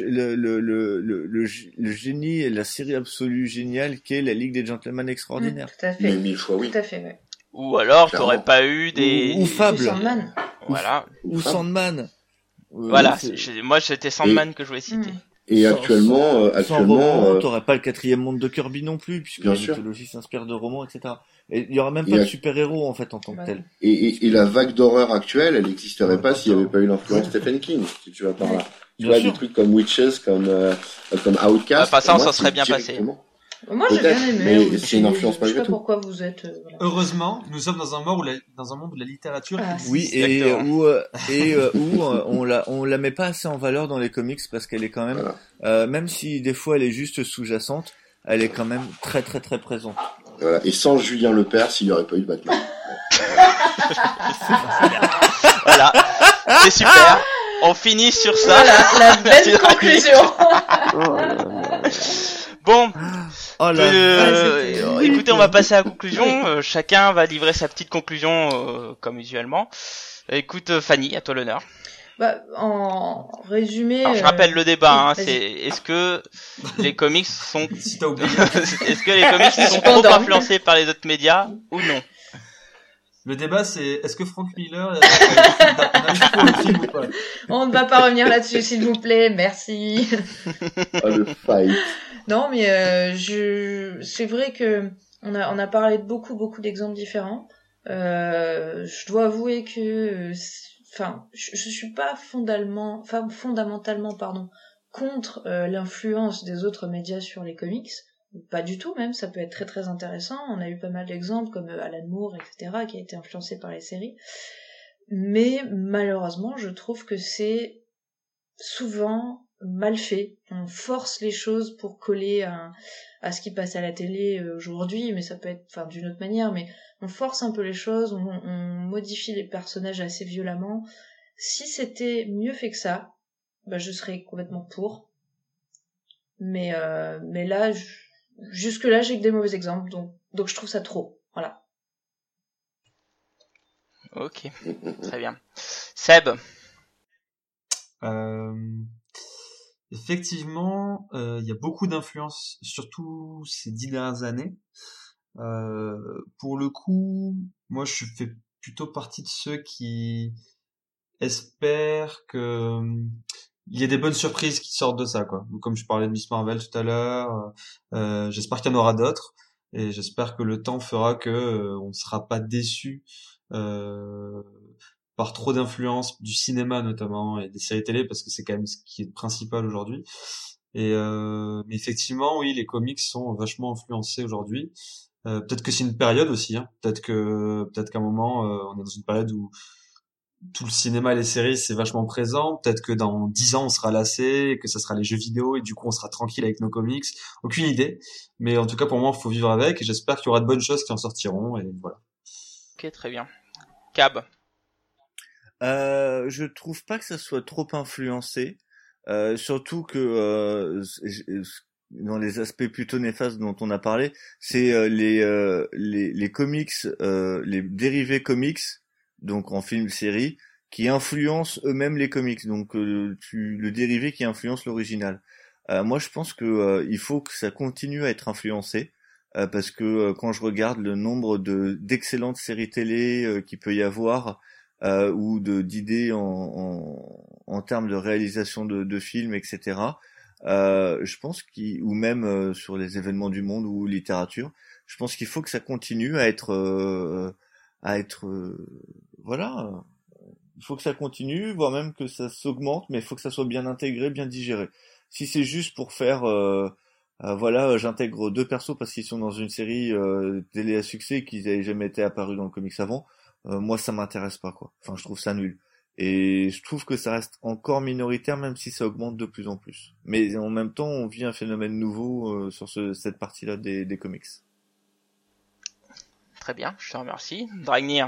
le génie et la série absolue géniale qu'est la Ligue des Gentlemen Extraordinaires. Tout à Mais fait. 1000 fois oui. Tout à fait, ouais. Ou alors, Clairement. t'aurais pas eu des... Ou Fable. Du Sandman. Voilà. Ou Sandman. Voilà. c'est- Moi, c'était Sandman que je voulais citer. Et Sans- actuellement, Sans roman, euh, t'aurais pas le quatrième monde de Kirby non plus, puisque Bien la sûr. mythologie s'inspire de romans, etc. Et il y aurait même Et pas de à- super-héros, en fait, en tant que Bah, tel. et la vague d'horreur actuelle, elle n'existerait Ouais, pas s'il n'y avait ça. pas eu l'influence Stephen King, si tu vas par là. Tu Bien vois, sûr. des trucs comme Witches, comme Outcast. Ah, pas ça, pour moi, ça serait c'est bien passé. directement- Moi, j'ai Peut-être, bien aimé. mais aussi. c'est une influence Je sais malgré pas tout. pourquoi vous êtes. Voilà. Heureusement, nous sommes dans un monde où la littérature Ah, existe. Oui, et Exactement. où on la met pas assez en valeur dans les comics parce qu'elle est quand même, même si des fois elle est juste sous-jacente, elle est quand même très très très présente. Voilà. Et sans Julien Lepers, s'il n'y aurait pas eu de Batman. Voilà. C'est super. On finit sur ça. Voilà, la Merci, belle conclusion. Bon, Oh là, Ouais, écoutez, on va passer à la conclusion. Chacun va livrer sa petite conclusion comme usuellement. Écoute, Fanny, à toi l'honneur. Bah, en résumé. Alors, je rappelle le débat. oui, Hein, vas-y. c'est est-ce que les comics sont Si t'as oublié. est-ce que les comics Je sont suis trop endormie. influencés par les autres médias ou non? Le débat, c'est est-ce que Frank Miller a un avis pour le film ou pas? On ne va pas revenir là-dessus, s'il vous plaît. Merci. Ah, le fight. Non, mais c'est vrai que on a parlé de beaucoup d'exemples différents. Je dois avouer que enfin, je suis pas fondamentalement, contre l'influence des autres médias sur les comics. Pas du tout même, ça peut être très très intéressant. On a eu pas mal d'exemples comme Alan Moore, etc., qui a été influencé par les séries. Mais malheureusement, je trouve que c'est souvent mal fait. On force les choses pour coller à ce qui passe à la télé aujourd'hui, mais ça peut être d'une autre manière, mais on force un peu les choses, on modifie les personnages assez violemment. Si c'était mieux fait que ça, je serais complètement pour. Mais là, jusque-là, j'ai que des mauvais exemples, donc je trouve ça trop. Voilà. Ok, très bien. Seb. Effectivement, il y a beaucoup d'influence, surtout ces 10 dernières années. Pour le coup, moi, je fais plutôt partie de ceux qui espèrent que il y a des bonnes surprises qui sortent de ça, quoi. Comme je parlais de Miss Marvel tout à l'heure, j'espère qu'il y en aura d'autres, et j'espère que le temps fera que on sera pas déçu par trop d'influence du cinéma notamment et des séries télé, parce que c'est quand même ce qui est principal aujourd'hui. Et mais effectivement, oui, les comics sont vachement influencés aujourd'hui. Peut-être que c'est une période aussi, hein. Peut-être qu'à un moment on est dans une période où tout le cinéma et les séries c'est vachement présent. Peut-être que dans 10 ans on sera lassé, et que ça sera les jeux vidéo et du coup on sera tranquille avec nos comics. Aucune idée. Mais en tout cas pour moi il faut vivre avec, et j'espère qu'il y aura de bonnes choses qui en sortiront, et voilà. Ok, très bien. Cab. Je trouve pas que ça soit trop influencé, surtout que dans les aspects plutôt néfastes dont on a parlé, c'est les comics, les dérivés comics, donc en film série, qui influencent eux-mêmes les comics, donc le dérivé qui influence l'original. Moi je pense que il faut que ça continue à être influencé, parce que quand je regarde le nombre d'excellentes séries télé qu'il peut y avoir, ou d'idées en termes de réalisation de films, etc. Je pense ou même sur les événements du monde ou littérature, je pense qu'il faut que ça continue à être voilà. Il faut que ça continue, voire même que ça s'augmente, mais il faut que ça soit bien intégré, bien digéré. Si c'est juste pour faire voilà, j'intègre 2 persos parce qu'ils sont dans une série télé à succès et qu'ils n'avaient jamais été apparus dans le comics avant, moi ça m'intéresse pas, quoi. Enfin, je trouve ça nul. Et je trouve que ça reste encore minoritaire, même si ça augmente de plus en plus. Mais en même temps, on vit un phénomène nouveau sur cette partie-là des comics. Très bien, je te remercie. Dragnir.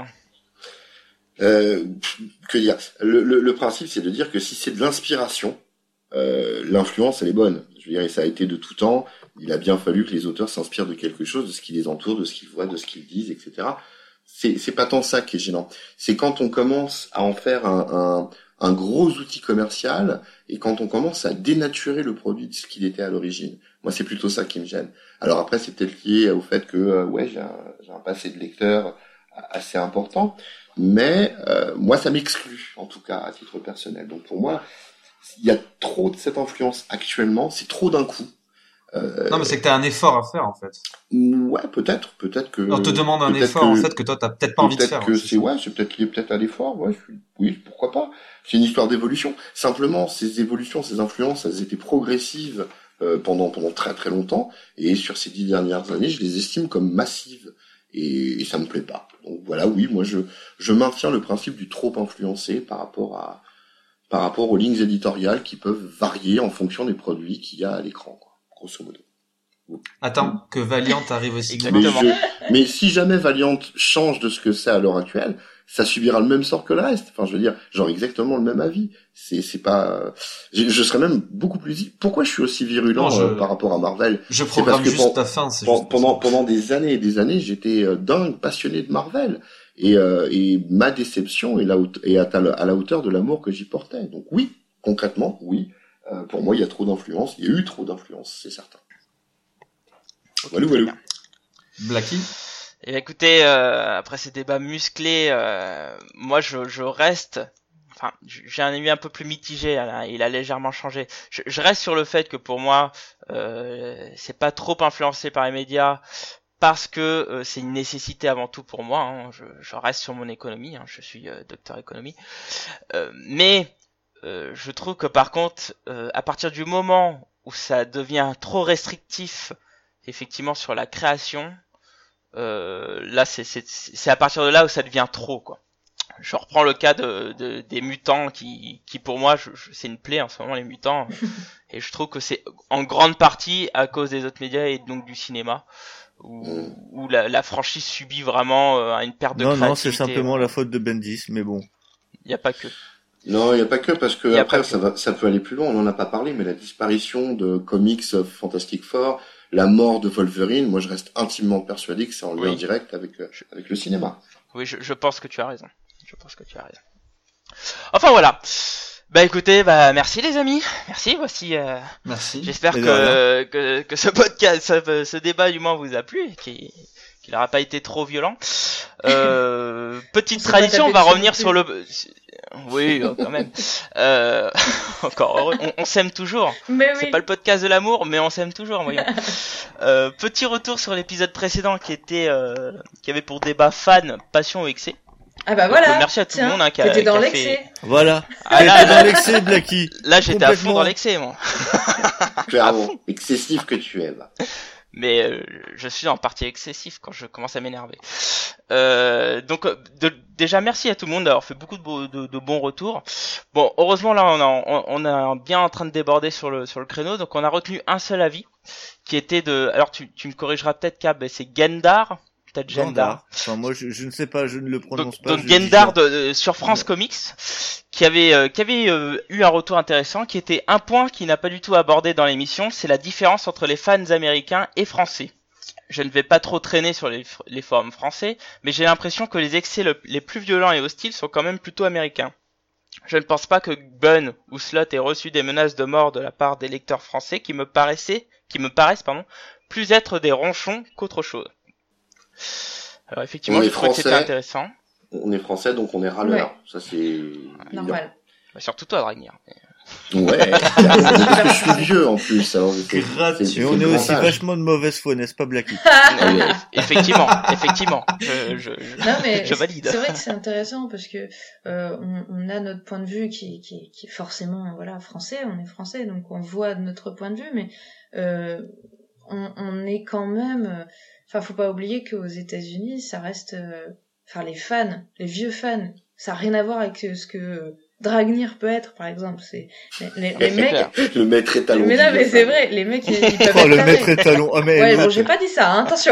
Que dire, le principe, c'est de dire que si c'est de l'inspiration, l'influence, elle est bonne. Je veux dire, et ça a été de tout temps. Il a bien fallu que les auteurs s'inspirent de quelque chose, de ce qui les entoure, de ce qu'ils voient, de ce qu'ils disent, etc. C'est pas tant ça qui est gênant. C'est quand on commence à en faire un gros outil commercial, et quand on commence à dénaturer le produit de ce qu'il était à l'origine. Moi, c'est plutôt ça qui me gêne. Alors après, c'est peut-être lié au fait que ouais, j'ai un passé de lecteur assez important, mais moi, ça m'exclut, en tout cas, à titre personnel. Donc pour moi, il y a trop de cette influence actuellement, c'est trop d'un coup. Non, mais c'est que t'as un effort à faire, en fait. Ouais, peut-être que. On te demande un effort, en fait, que toi, t'as peut-être pas envie de faire. Peut-être que c'est peut-être à l'effort, ouais, oui, pourquoi pas. C'est une histoire d'évolution. Simplement, ces évolutions, ces influences, elles étaient progressives, pendant très très longtemps, et sur ces 10 dernières années, je les estime comme massives, et ça me plaît pas. Donc voilà, oui, moi, je maintiens le principe du trop influencé par rapport aux lignes éditoriales qui peuvent varier en fonction des produits qu'il y a à l'écran, quoi, grosso modo. Attends, que Valiant arrive aussi. Exactement. Mais si jamais Valiant change de ce que c'est à l'heure actuelle, ça subira le même sort que le reste. Enfin, je veux dire, j'aurai exactement le même avis. C'est pas, je serais même beaucoup plus. Pourquoi je suis aussi virulent par rapport à Marvel? Je programme juste ta fin. Pendant des années et des années, j'étais dingue, passionné de Marvel. Et ma déception est à la hauteur de l'amour que j'y portais. Donc oui, concrètement, oui. Pour moi, il y a trop d'influence. Il y a eu trop d'influence, c'est certain. Okay, voilà. Blackie. Et écoutez, après ces débats musclés, moi je reste. Enfin, j'ai un avis un peu plus mitigé. Hein, il a légèrement changé. Je reste sur le fait que pour moi, c'est pas trop influencé par les médias. parce que c'est une nécessité avant tout pour moi. Hein. Je reste sur mon économie. Hein. Je suis docteur économie. Mais je trouve que par contre, à partir du moment où ça devient trop restrictif, effectivement sur la création, là c'est à partir de là où ça devient trop, quoi. Je reprends le cas des mutants qui pour moi c'est une plaie en ce moment, les mutants, et je trouve que c'est en grande partie à cause des autres médias et donc du cinéma où la franchise subit vraiment une perte de créativité. Non, c'est simplement la faute de Bendis, mais bon. Il y a pas que. Non, il y a pas que, parce que après ça peut aller plus loin, on en a pas parlé, mais la disparition de comics Fantastic Four, la mort de Wolverine, moi je reste intimement persuadé que c'est en lien direct avec le cinéma. Oui, je pense que tu as raison. Enfin voilà. Bah écoutez, merci les amis. Merci, voici. Merci. J'espère que ce podcast, ce débat du moins vous a plu et qu'il n'aura pas été trop violent. Petite tradition, on va revenir sur le. Oui, quand même. Encore heureux. On s'aime toujours. Mais C'est oui. pas le podcast de l'amour, mais on s'aime toujours, voyons. Petit retour sur l'épisode précédent qui avait pour débat fan, passion ou excès. Ah bah voilà. Donc, merci à tout le monde qui t'étais dans a l'excès. fait. Voilà. Ah, là, dans l'excès, Blacky. Là, j'étais à fond Complètement. dans l'excès, moi. Clairement, excessif que tu es, là. Mais je suis en partie excessif quand je commence à m'énerver. Donc déjà merci à tout le monde d'avoir fait beaucoup de bons retours. Bon, heureusement là on est bien en train de déborder sur le créneau, donc on a retenu un seul avis qui était de. Alors tu me corrigeras peut-être, Cab, c'est Gendar. Peut-être Gendar. Enfin, moi, je ne sais pas, je ne le prononce pas. Donc Gendar sur France Comics, qui avait eu un retour intéressant, qui était un point qu'il n'a pas du tout abordé dans l'émission, c'est la différence entre les fans américains et français. Je ne vais pas trop traîner sur les forums français, mais j'ai l'impression que les excès les plus violents et hostiles sont quand même plutôt américains. Je ne pense pas que Gunn ou Slott aient reçu des menaces de mort de la part des lecteurs français qui me paraissent, plus être des ronchons qu'autre chose. Alors effectivement, je trouvais que c'était intéressant. On est français, donc on est râleur. Ouais. Ça c'est normal. Bah, surtout toi, Dragnir. Ouais, parce que je suis vieux en plus. Alors et on est aussi vachement de mauvaise foi, n'est-ce pas, Blacky? Effectivement. Non, mais je valide. C'est vrai que c'est intéressant parce que on a notre point de vue qui est forcément français. On est français, donc on voit notre point de vue, mais on est quand même. Enfin, faut pas oublier qu'aux États-Unis, ça reste. Les fans, les vieux fans, ça a rien à voir avec ce que Dragnir peut être, par exemple. C'est les mecs. Le maître étalon. Mais non, mais c'est vrai, les mecs ils peuvent être. Le maître étalon. Ah mais. Ouais, bon, j'ai pas dit ça, hein, attention.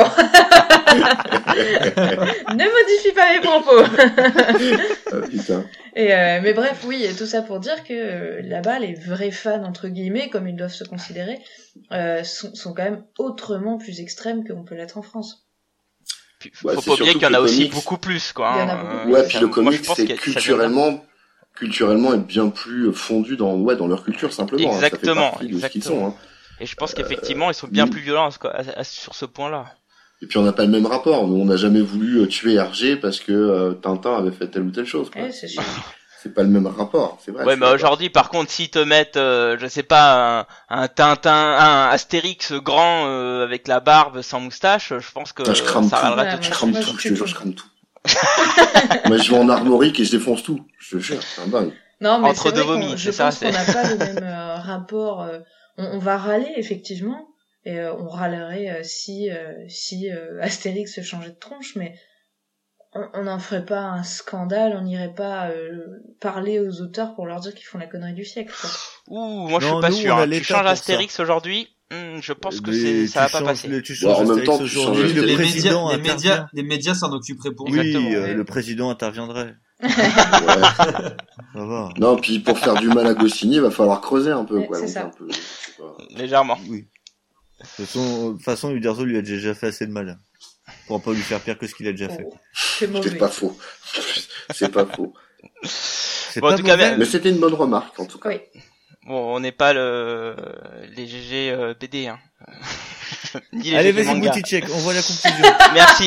Ne modifie pas mes propos. Putain. Mais bref, oui, et tout ça pour dire que là-bas, les vrais fans entre guillemets, comme ils doivent se considérer, sont quand même autrement plus extrêmes qu'on peut l'être en France. Faut pas oublier qu'il y en a aussi beaucoup plus, quoi. Il y en a beaucoup plus. Ouais, puis le comics, c'est culturellement est bien plus fondu dans leur culture simplement. Exactement, ça fait partie de ce qu'ils sont, hein. Et je pense qu'effectivement, ils sont bien plus violents sur ce point-là. Et puis on n'a pas le même rapport. Nous, on n'a jamais voulu tuer Hergé parce que Tintin avait fait telle ou telle chose, quoi. Ouais, c'est sûr. C'est pas le même rapport, c'est vrai. Ouais, mais aujourd'hui, par contre, s'ils te mettent, je sais pas, un Tintin, un Astérix grand avec la barbe sans moustache, je pense que ça râlera tout de suite. Je crame tout, je te jure, je crame tout. Moi, je vais en armorique et je défonce tout. Je te jure, c'est un dingue. Non, mais entre deux vomis, je pense qu'on n'a pas le même rapport. On va râler, effectivement, et on râlerait si Astérix se changeait de tronche, mais on n'en ferait pas un scandale, on n'irait pas parler aux auteurs pour leur dire qu'ils font la connerie du siècle, quoi. Ouh, moi je suis pas sûr. Hein. Tu changes Astérix aujourd'hui, je pense que ça va pas passer. En même temps, aujourd'hui, les médias s'en occuperaient pour nous. Oui, le président interviendrait. Ouais. Ça va. Non, puis pour faire du mal à Goscinny, il va falloir creuser un peu, quoi. C'est ça. Légèrement. Oui. De toute façon, Uderzo lui a déjà fait assez de mal. Pour pas lui faire pire que ce qu'il a déjà fait. C'est mauvais. C'est pas faux. C'est pas faux. Bon, en tout cas, mais c'était une bonne remarque, en tout cas. Oui. Bon, on n'est pas les GG BD, hein. Ni les Allez, jeux du vas-y, manga. Bouti-check, on voit la conclusion. Merci.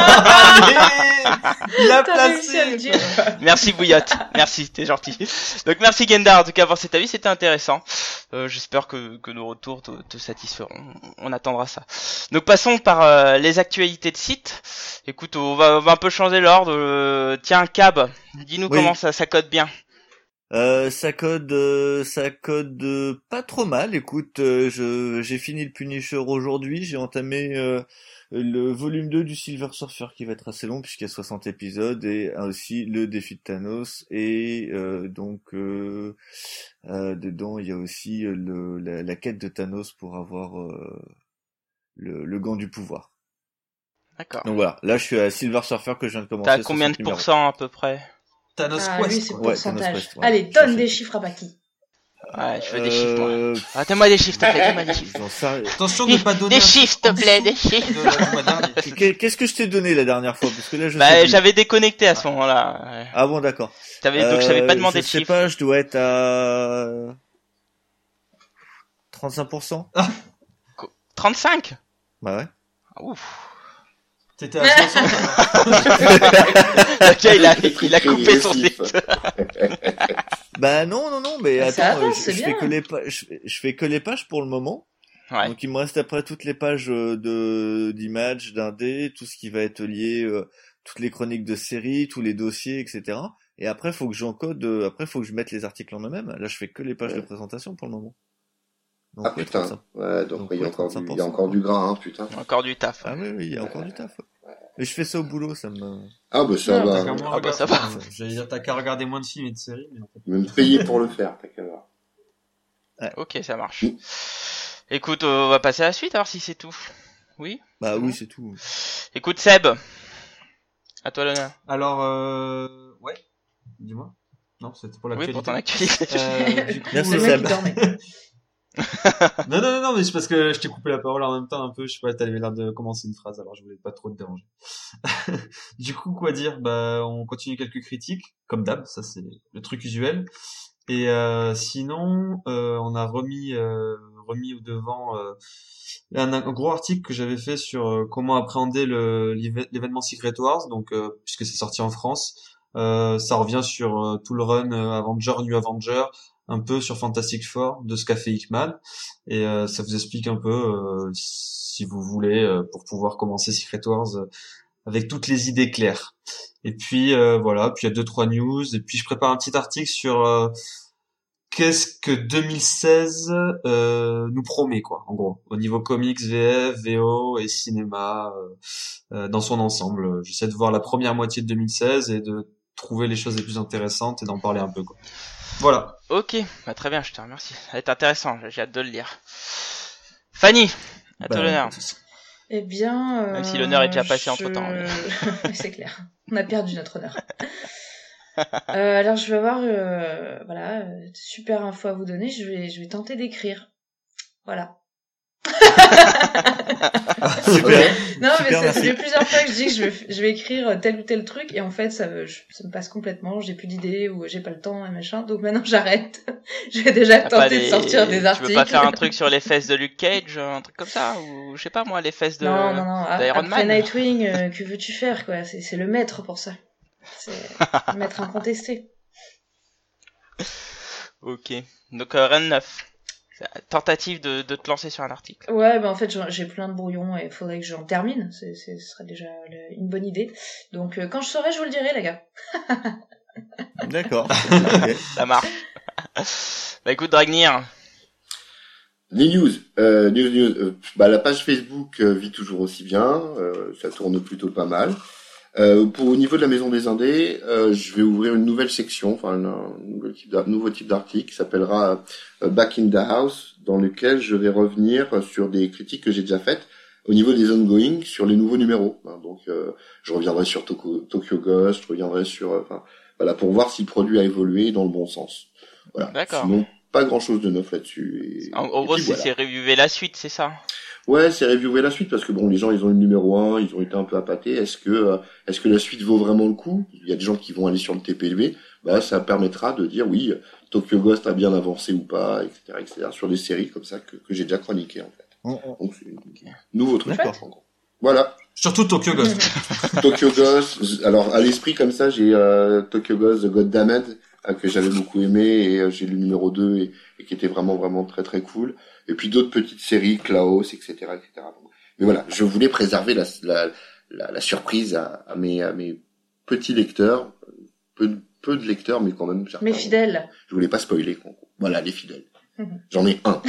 Il a T'as réussi à le placé. dire. Merci Bouillotte, merci, t'es gentil. Donc merci Gendar en tout cas pour cet avis, c'était intéressant. J'espère que nos retours te satisferont. On attendra ça. Donc passons par les actualités de site. Écoute, on va un peu changer l'ordre. Tiens, Cab, dis-nous Oui. comment ça code bien. Ça code pas trop mal. Écoute, j'ai fini le Punisher aujourd'hui. J'ai entamé le volume 2 du Silver Surfer qui va être assez long puisqu'il y a 60 épisodes et aussi le défi de Thanos et dedans il y a aussi la quête de Thanos pour avoir le gant du pouvoir. D'accord. Donc voilà, là je suis à Silver Surfer que je viens de commencer. T'as combien de 60 numéros. pourcents à peu près? Thanos Ah, lui, Quest, c'est quoi. Ouais, pourcentage. Thanos Quest, ouais. Allez, Tout à donne fait. des chiffres à Paki. Ouais, je veux des chiffres moi. Euh, Ah, donne-moi des chiffres, s'il te plaît, donne-moi des chiffres. j'en sais- Attention de ne pas donner Des un chiffres, s'il te en plaît, des dessous chiffres. du mois dernier. Qu'est-ce que je t'ai donné la dernière fois? Parce que là, je sais Bah, plus. j'avais déconnecté à ce moment-là. Ouais. Ah bon, d'accord. Donc je t'avais pas demandé je de sais chiffres. pas, je dois être à 35%. 35? Bah ouais. Ah, ouf. T'étais à 60. Le gars, il a coupé son Régressif. site. Bah non, mais Bah, ça attends, avance, c'est je bien. fais que les pages, je fais que les pages pour le moment. Ouais. Donc il me reste après toutes les pages d'images, d'indé, tout ce qui va être lié, toutes les chroniques de séries, tous les dossiers, etc. Et après faut que j'encode, après faut que je mette les articles en eux-mêmes. Là je fais que les pages de présentation pour le moment. Donc, Ah ouais, putain. 35. Ouais, donc Donc, il y a ouais, encore 35%. il y a encore du gras, hein, putain. Encore du taf. Ah oui, il y a encore du taf. Mais je fais ça au boulot, ça me... Ah bah ça Non, T'as va. qu'à moins Ah bah, ça regarder- va. J'allais dire, t'as qu'à regarder moins de films et de séries, mais en fait. Même payer pour le faire, t'as qu'à voir. Ok, ça marche. Mm. Écoute, on va passer à la suite, alors si c'est tout. Oui? Bah C'est oui, bon. c'est tout. Écoute, Seb. À toi l'honneur. Alors, ouais. Dis-moi. Non, c'était pour Oui, l'actualité. pour ton actualité. Du coup, Merci, Le Seb. mec, il dormait. Non, mais c'est parce que je t'ai coupé la parole en même temps un peu. Je sais pas, t'avais l'air de commencer une phrase, alors je voulais pas trop te déranger. Du coup, quoi dire? Bah, on continue quelques critiques, comme d'hab, ça c'est le truc usuel. Et sinon, on a remis au devant un gros article que j'avais fait sur comment appréhender l'événement Secret Wars, donc puisque c'est sorti en France. Ça revient sur tout le run Avenger, New Avenger, un peu sur Fantastic Four de ce qu'a fait Hickman, et ça vous explique un peu si vous voulez pour pouvoir commencer Secret Wars avec toutes les idées claires. Et puis voilà, puis il y a 2-3 news, et puis je prépare un petit article sur qu'est-ce que 2016 nous promet, quoi, en gros, au niveau comics, VF, VO et cinéma dans son ensemble. J'essaie de voir la première moitié de 2016 et de trouver les choses les plus intéressantes et d'en parler un peu, quoi. Voilà. Ok, bah, très bien, je te remercie. Ça va être intéressant, j'ai hâte de le lire. Fanny, à toi Bah, l'honneur. Eh bien. Même si l'honneur est déjà passé entre-temps, mais- C'est clair. On a perdu notre honneur. Alors, je vais avoir, voilà, super info à vous donner. Je vais tenter d'écrire. Voilà. Super. Non, mais Super, ça merci. fait plusieurs fois que je dis que je vais écrire tel ou tel truc, et en fait, ça me passe complètement. J'ai plus d'idées, ou j'ai pas le temps, et machin. Donc maintenant, j'arrête. Je vais déjà T'as pas tenter de sortir des Tu articles. veux pas faire un truc sur les fesses de Luke Cage, un truc comme ça? Ou, je sais pas moi, les fesses de... Non. d'Iron Après Man. Nightwing, que veux-tu faire, quoi? C'est le maître pour ça. C'est le maître incontesté. Ok. Donc, rien de neuf. Tentative de te lancer sur un article. Ouais, bah en fait, j'ai plein de brouillons et il faudrait que j'en termine. Ce serait déjà une bonne idée. Donc, quand je saurai, je vous le dirai, les gars. D'accord. Ok. Ça marche. Bah écoute, Dragnir. Les news, bah la page Facebook vit toujours aussi bien, ça tourne plutôt pas mal. Au niveau de la Maison des Indés, je vais ouvrir une nouvelle section, enfin un nouveau type d'article qui s'appellera Back in the House, dans lequel je vais revenir sur des critiques que j'ai déjà faites au niveau des ongoing sur les nouveaux numéros. Donc je reviendrai sur Tokyo Ghost, je reviendrai sur, voilà, pour voir si le produit a évolué dans le bon sens. Voilà. D'accord. Sinon, pas grand chose de neuf là-dessus. En Et gros, puis voilà. c'est reviewer la suite, c'est ça? Ouais, c'est reviewer la suite parce que bon, les gens ils ont eu le numéro 1, ils ont été un peu appâtés. Est-ce que la suite vaut vraiment le coup? Il y a des gens qui vont aller sur le TPLV, bah ça permettra de dire oui, Tokyo Ghost a bien avancé ou pas, etc., sur des séries comme ça que j'ai déjà chroniquées en fait. Donc, c'est nouveau truc. D'accord. Voilà. Surtout Tokyo Ghost. Tokyo Ghost. Alors, à l'esprit comme ça, j'ai Tokyo Ghost, The Goddammit, que j'avais beaucoup aimé, et j'ai le numéro 2, et qui était vraiment, vraiment très, très cool. Et puis d'autres petites séries, Klaus, etc., etc. Mais voilà, je voulais préserver la surprise à mes petits lecteurs, peu de lecteurs, mais quand même certains. Mais fidèles. Je voulais pas spoiler, quoi. Voilà, les fidèles. J'en ai un.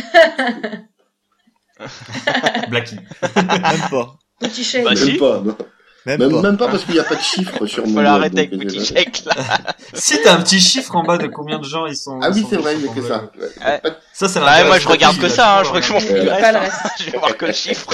Blackie. Même pas. Petit chèque. Bah, si. Même pas, non. Même pas. Parce qu'il n'y a pas de chiffre sur mon Faut blog, l'arrêter avec donc, petit chèque, là. Si t'as un petit chiffre en bas de combien de gens ils sont. Ah oui, ils sont c'est vrai, sur mais ton que blog. ça. Ouais. Ça, c'est Ouais, l'intérêt moi je regarde que stratégique, ça, là, je crois que je m'en fous du Pas reste. le hein. reste. Je vais voir que le chiffre.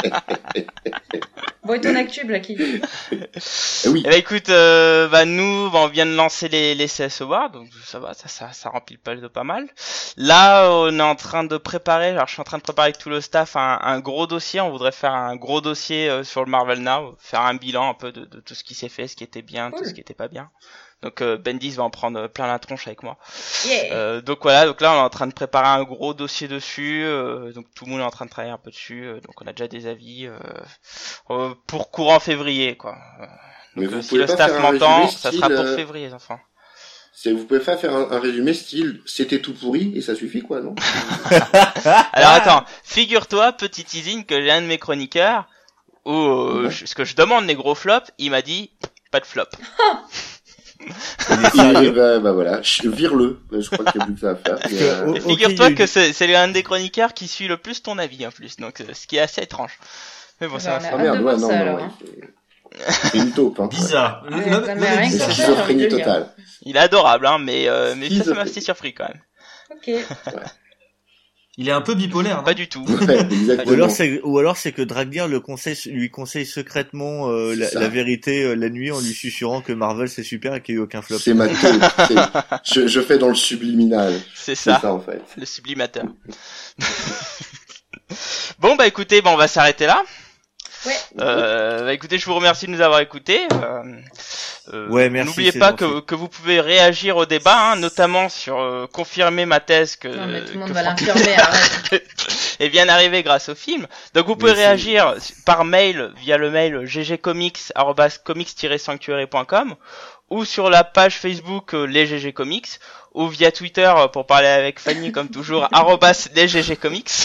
Bon, et ton actu, Blacky? Oui. Eh ben écoute, nous, on vient de lancer les CS Awards, donc ça va, ça remplit le palais de pas mal. Là, on est en train de préparer, alors je suis en train de préparer avec tout le staff un gros dossier. On voudrait faire un gros dossier sur le Marvel Now, faire un bilan un peu de tout ce qui s'est fait, ce qui était bien, Cool. tout ce qui était pas bien. Donc Bendis va en prendre plein la tronche avec moi. Yeah. Donc voilà, donc là on est en train de préparer un gros dossier dessus, donc tout le monde est en train de travailler un peu dessus, donc on a déjà des avis pour courant février quoi. Mais Donc vous si pouvez le pas staff faire un m'entend, résumé ça sera style, pour février les enfants. Vous pouvez pas faire un résumé style c'était tout pourri et ça suffit quoi, non? Alors attends, figure-toi, petit teasing, que j'ai un de mes chroniqueurs où ce que je demande les gros flops, il m'a dit pas de flop. Et bah voilà, vire-le. Je crois qu'il y a plus que ça à faire. Parce Et, que, Et figure-toi que c'est l'un des chroniqueurs qui suit le plus ton avis en plus, donc ce qui est assez étrange. Mais bon, ça va Voilà. faire. Ah merde, hâte de ouais, voir non, ça, non, alors, ouais, hein. c'est une taupe, hein. Bizarre. Ouais, ça met rien que C'est ça, j'ai schizophrénie envie de le lire. totale. Il est adorable, hein, mais ça m'a Schizophrène. assez surpris quand même. Ok. Il est un peu bipolaire, non? Pas du tout. Ouais, exactement. Ou alors c'est que Dragdir lui conseille secrètement C'est la ça. vérité la nuit en lui susurrant que Marvel c'est super et qu'il n'y a eu aucun flop. C'est ma taupe. Je fais dans le subliminal. C'est C'est ça, ça, en fait. le sublimateur. Bon bah écoutez, on va s'arrêter là. Ouais. Écoutez, je vous remercie de nous avoir écoutés. Ouais, merci, N'oubliez c'est pas gentil. que vous pouvez réagir au débat, hein, notamment sur confirmer ma thèse que, Non, mais tout le monde que va Franck l'infirmer, arrête. est bien arrivé grâce au film. Donc vous pouvez Mais c'est- réagir par mail via le mail ggcomics@comics-sanctuary.com ou sur la page Facebook les GG Comics ou via Twitter pour parler avec Fanny comme toujours @les GG Comics.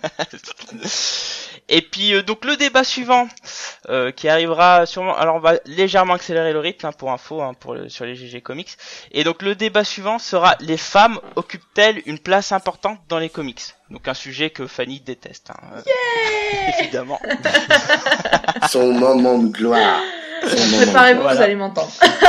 Et puis donc le débat suivant qui arrivera sûrement, alors on va légèrement accélérer le rythme pour info sur les GG Comics. Et donc le débat suivant sera: les femmes occupent-elles une place importante dans les comics? Donc un sujet que Fanny déteste, évidemment. Son moment de gloire. Son moment de Préparez-vous, Voilà. vous allez m'entendre.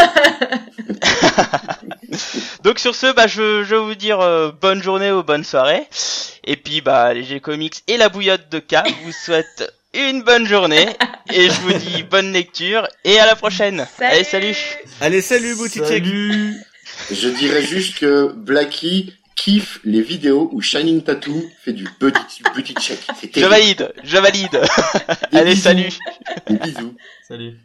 Donc sur ce, je vais vous dire bonne journée ou bonne soirée. Et puis les GG Comics et la bouillotte de K vous souhaitent une bonne journée. Et je vous dis bonne lecture et à la prochaine. Allez, salut. Allez, salut Boutique. Salut. Je dirais juste que Blackie kiffe les vidéos où Shining Tattoo fait du booty check. C'est Je terrible. valide. Des Allez, bisous. salut. Des bisous. Salut.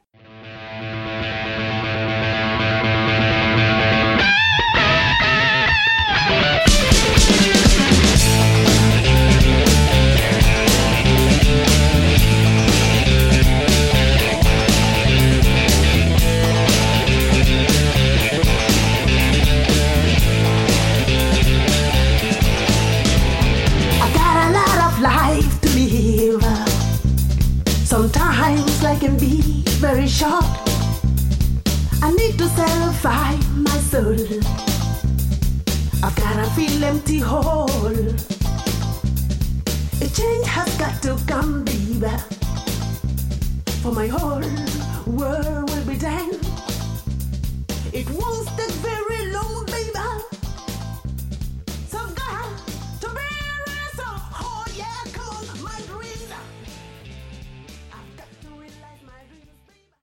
I got a lot of life to live. Sometimes life can be very short. I need to satisfy my soul. I've got a feel empty hole. A change has got to come, baby. For my whole world will be done.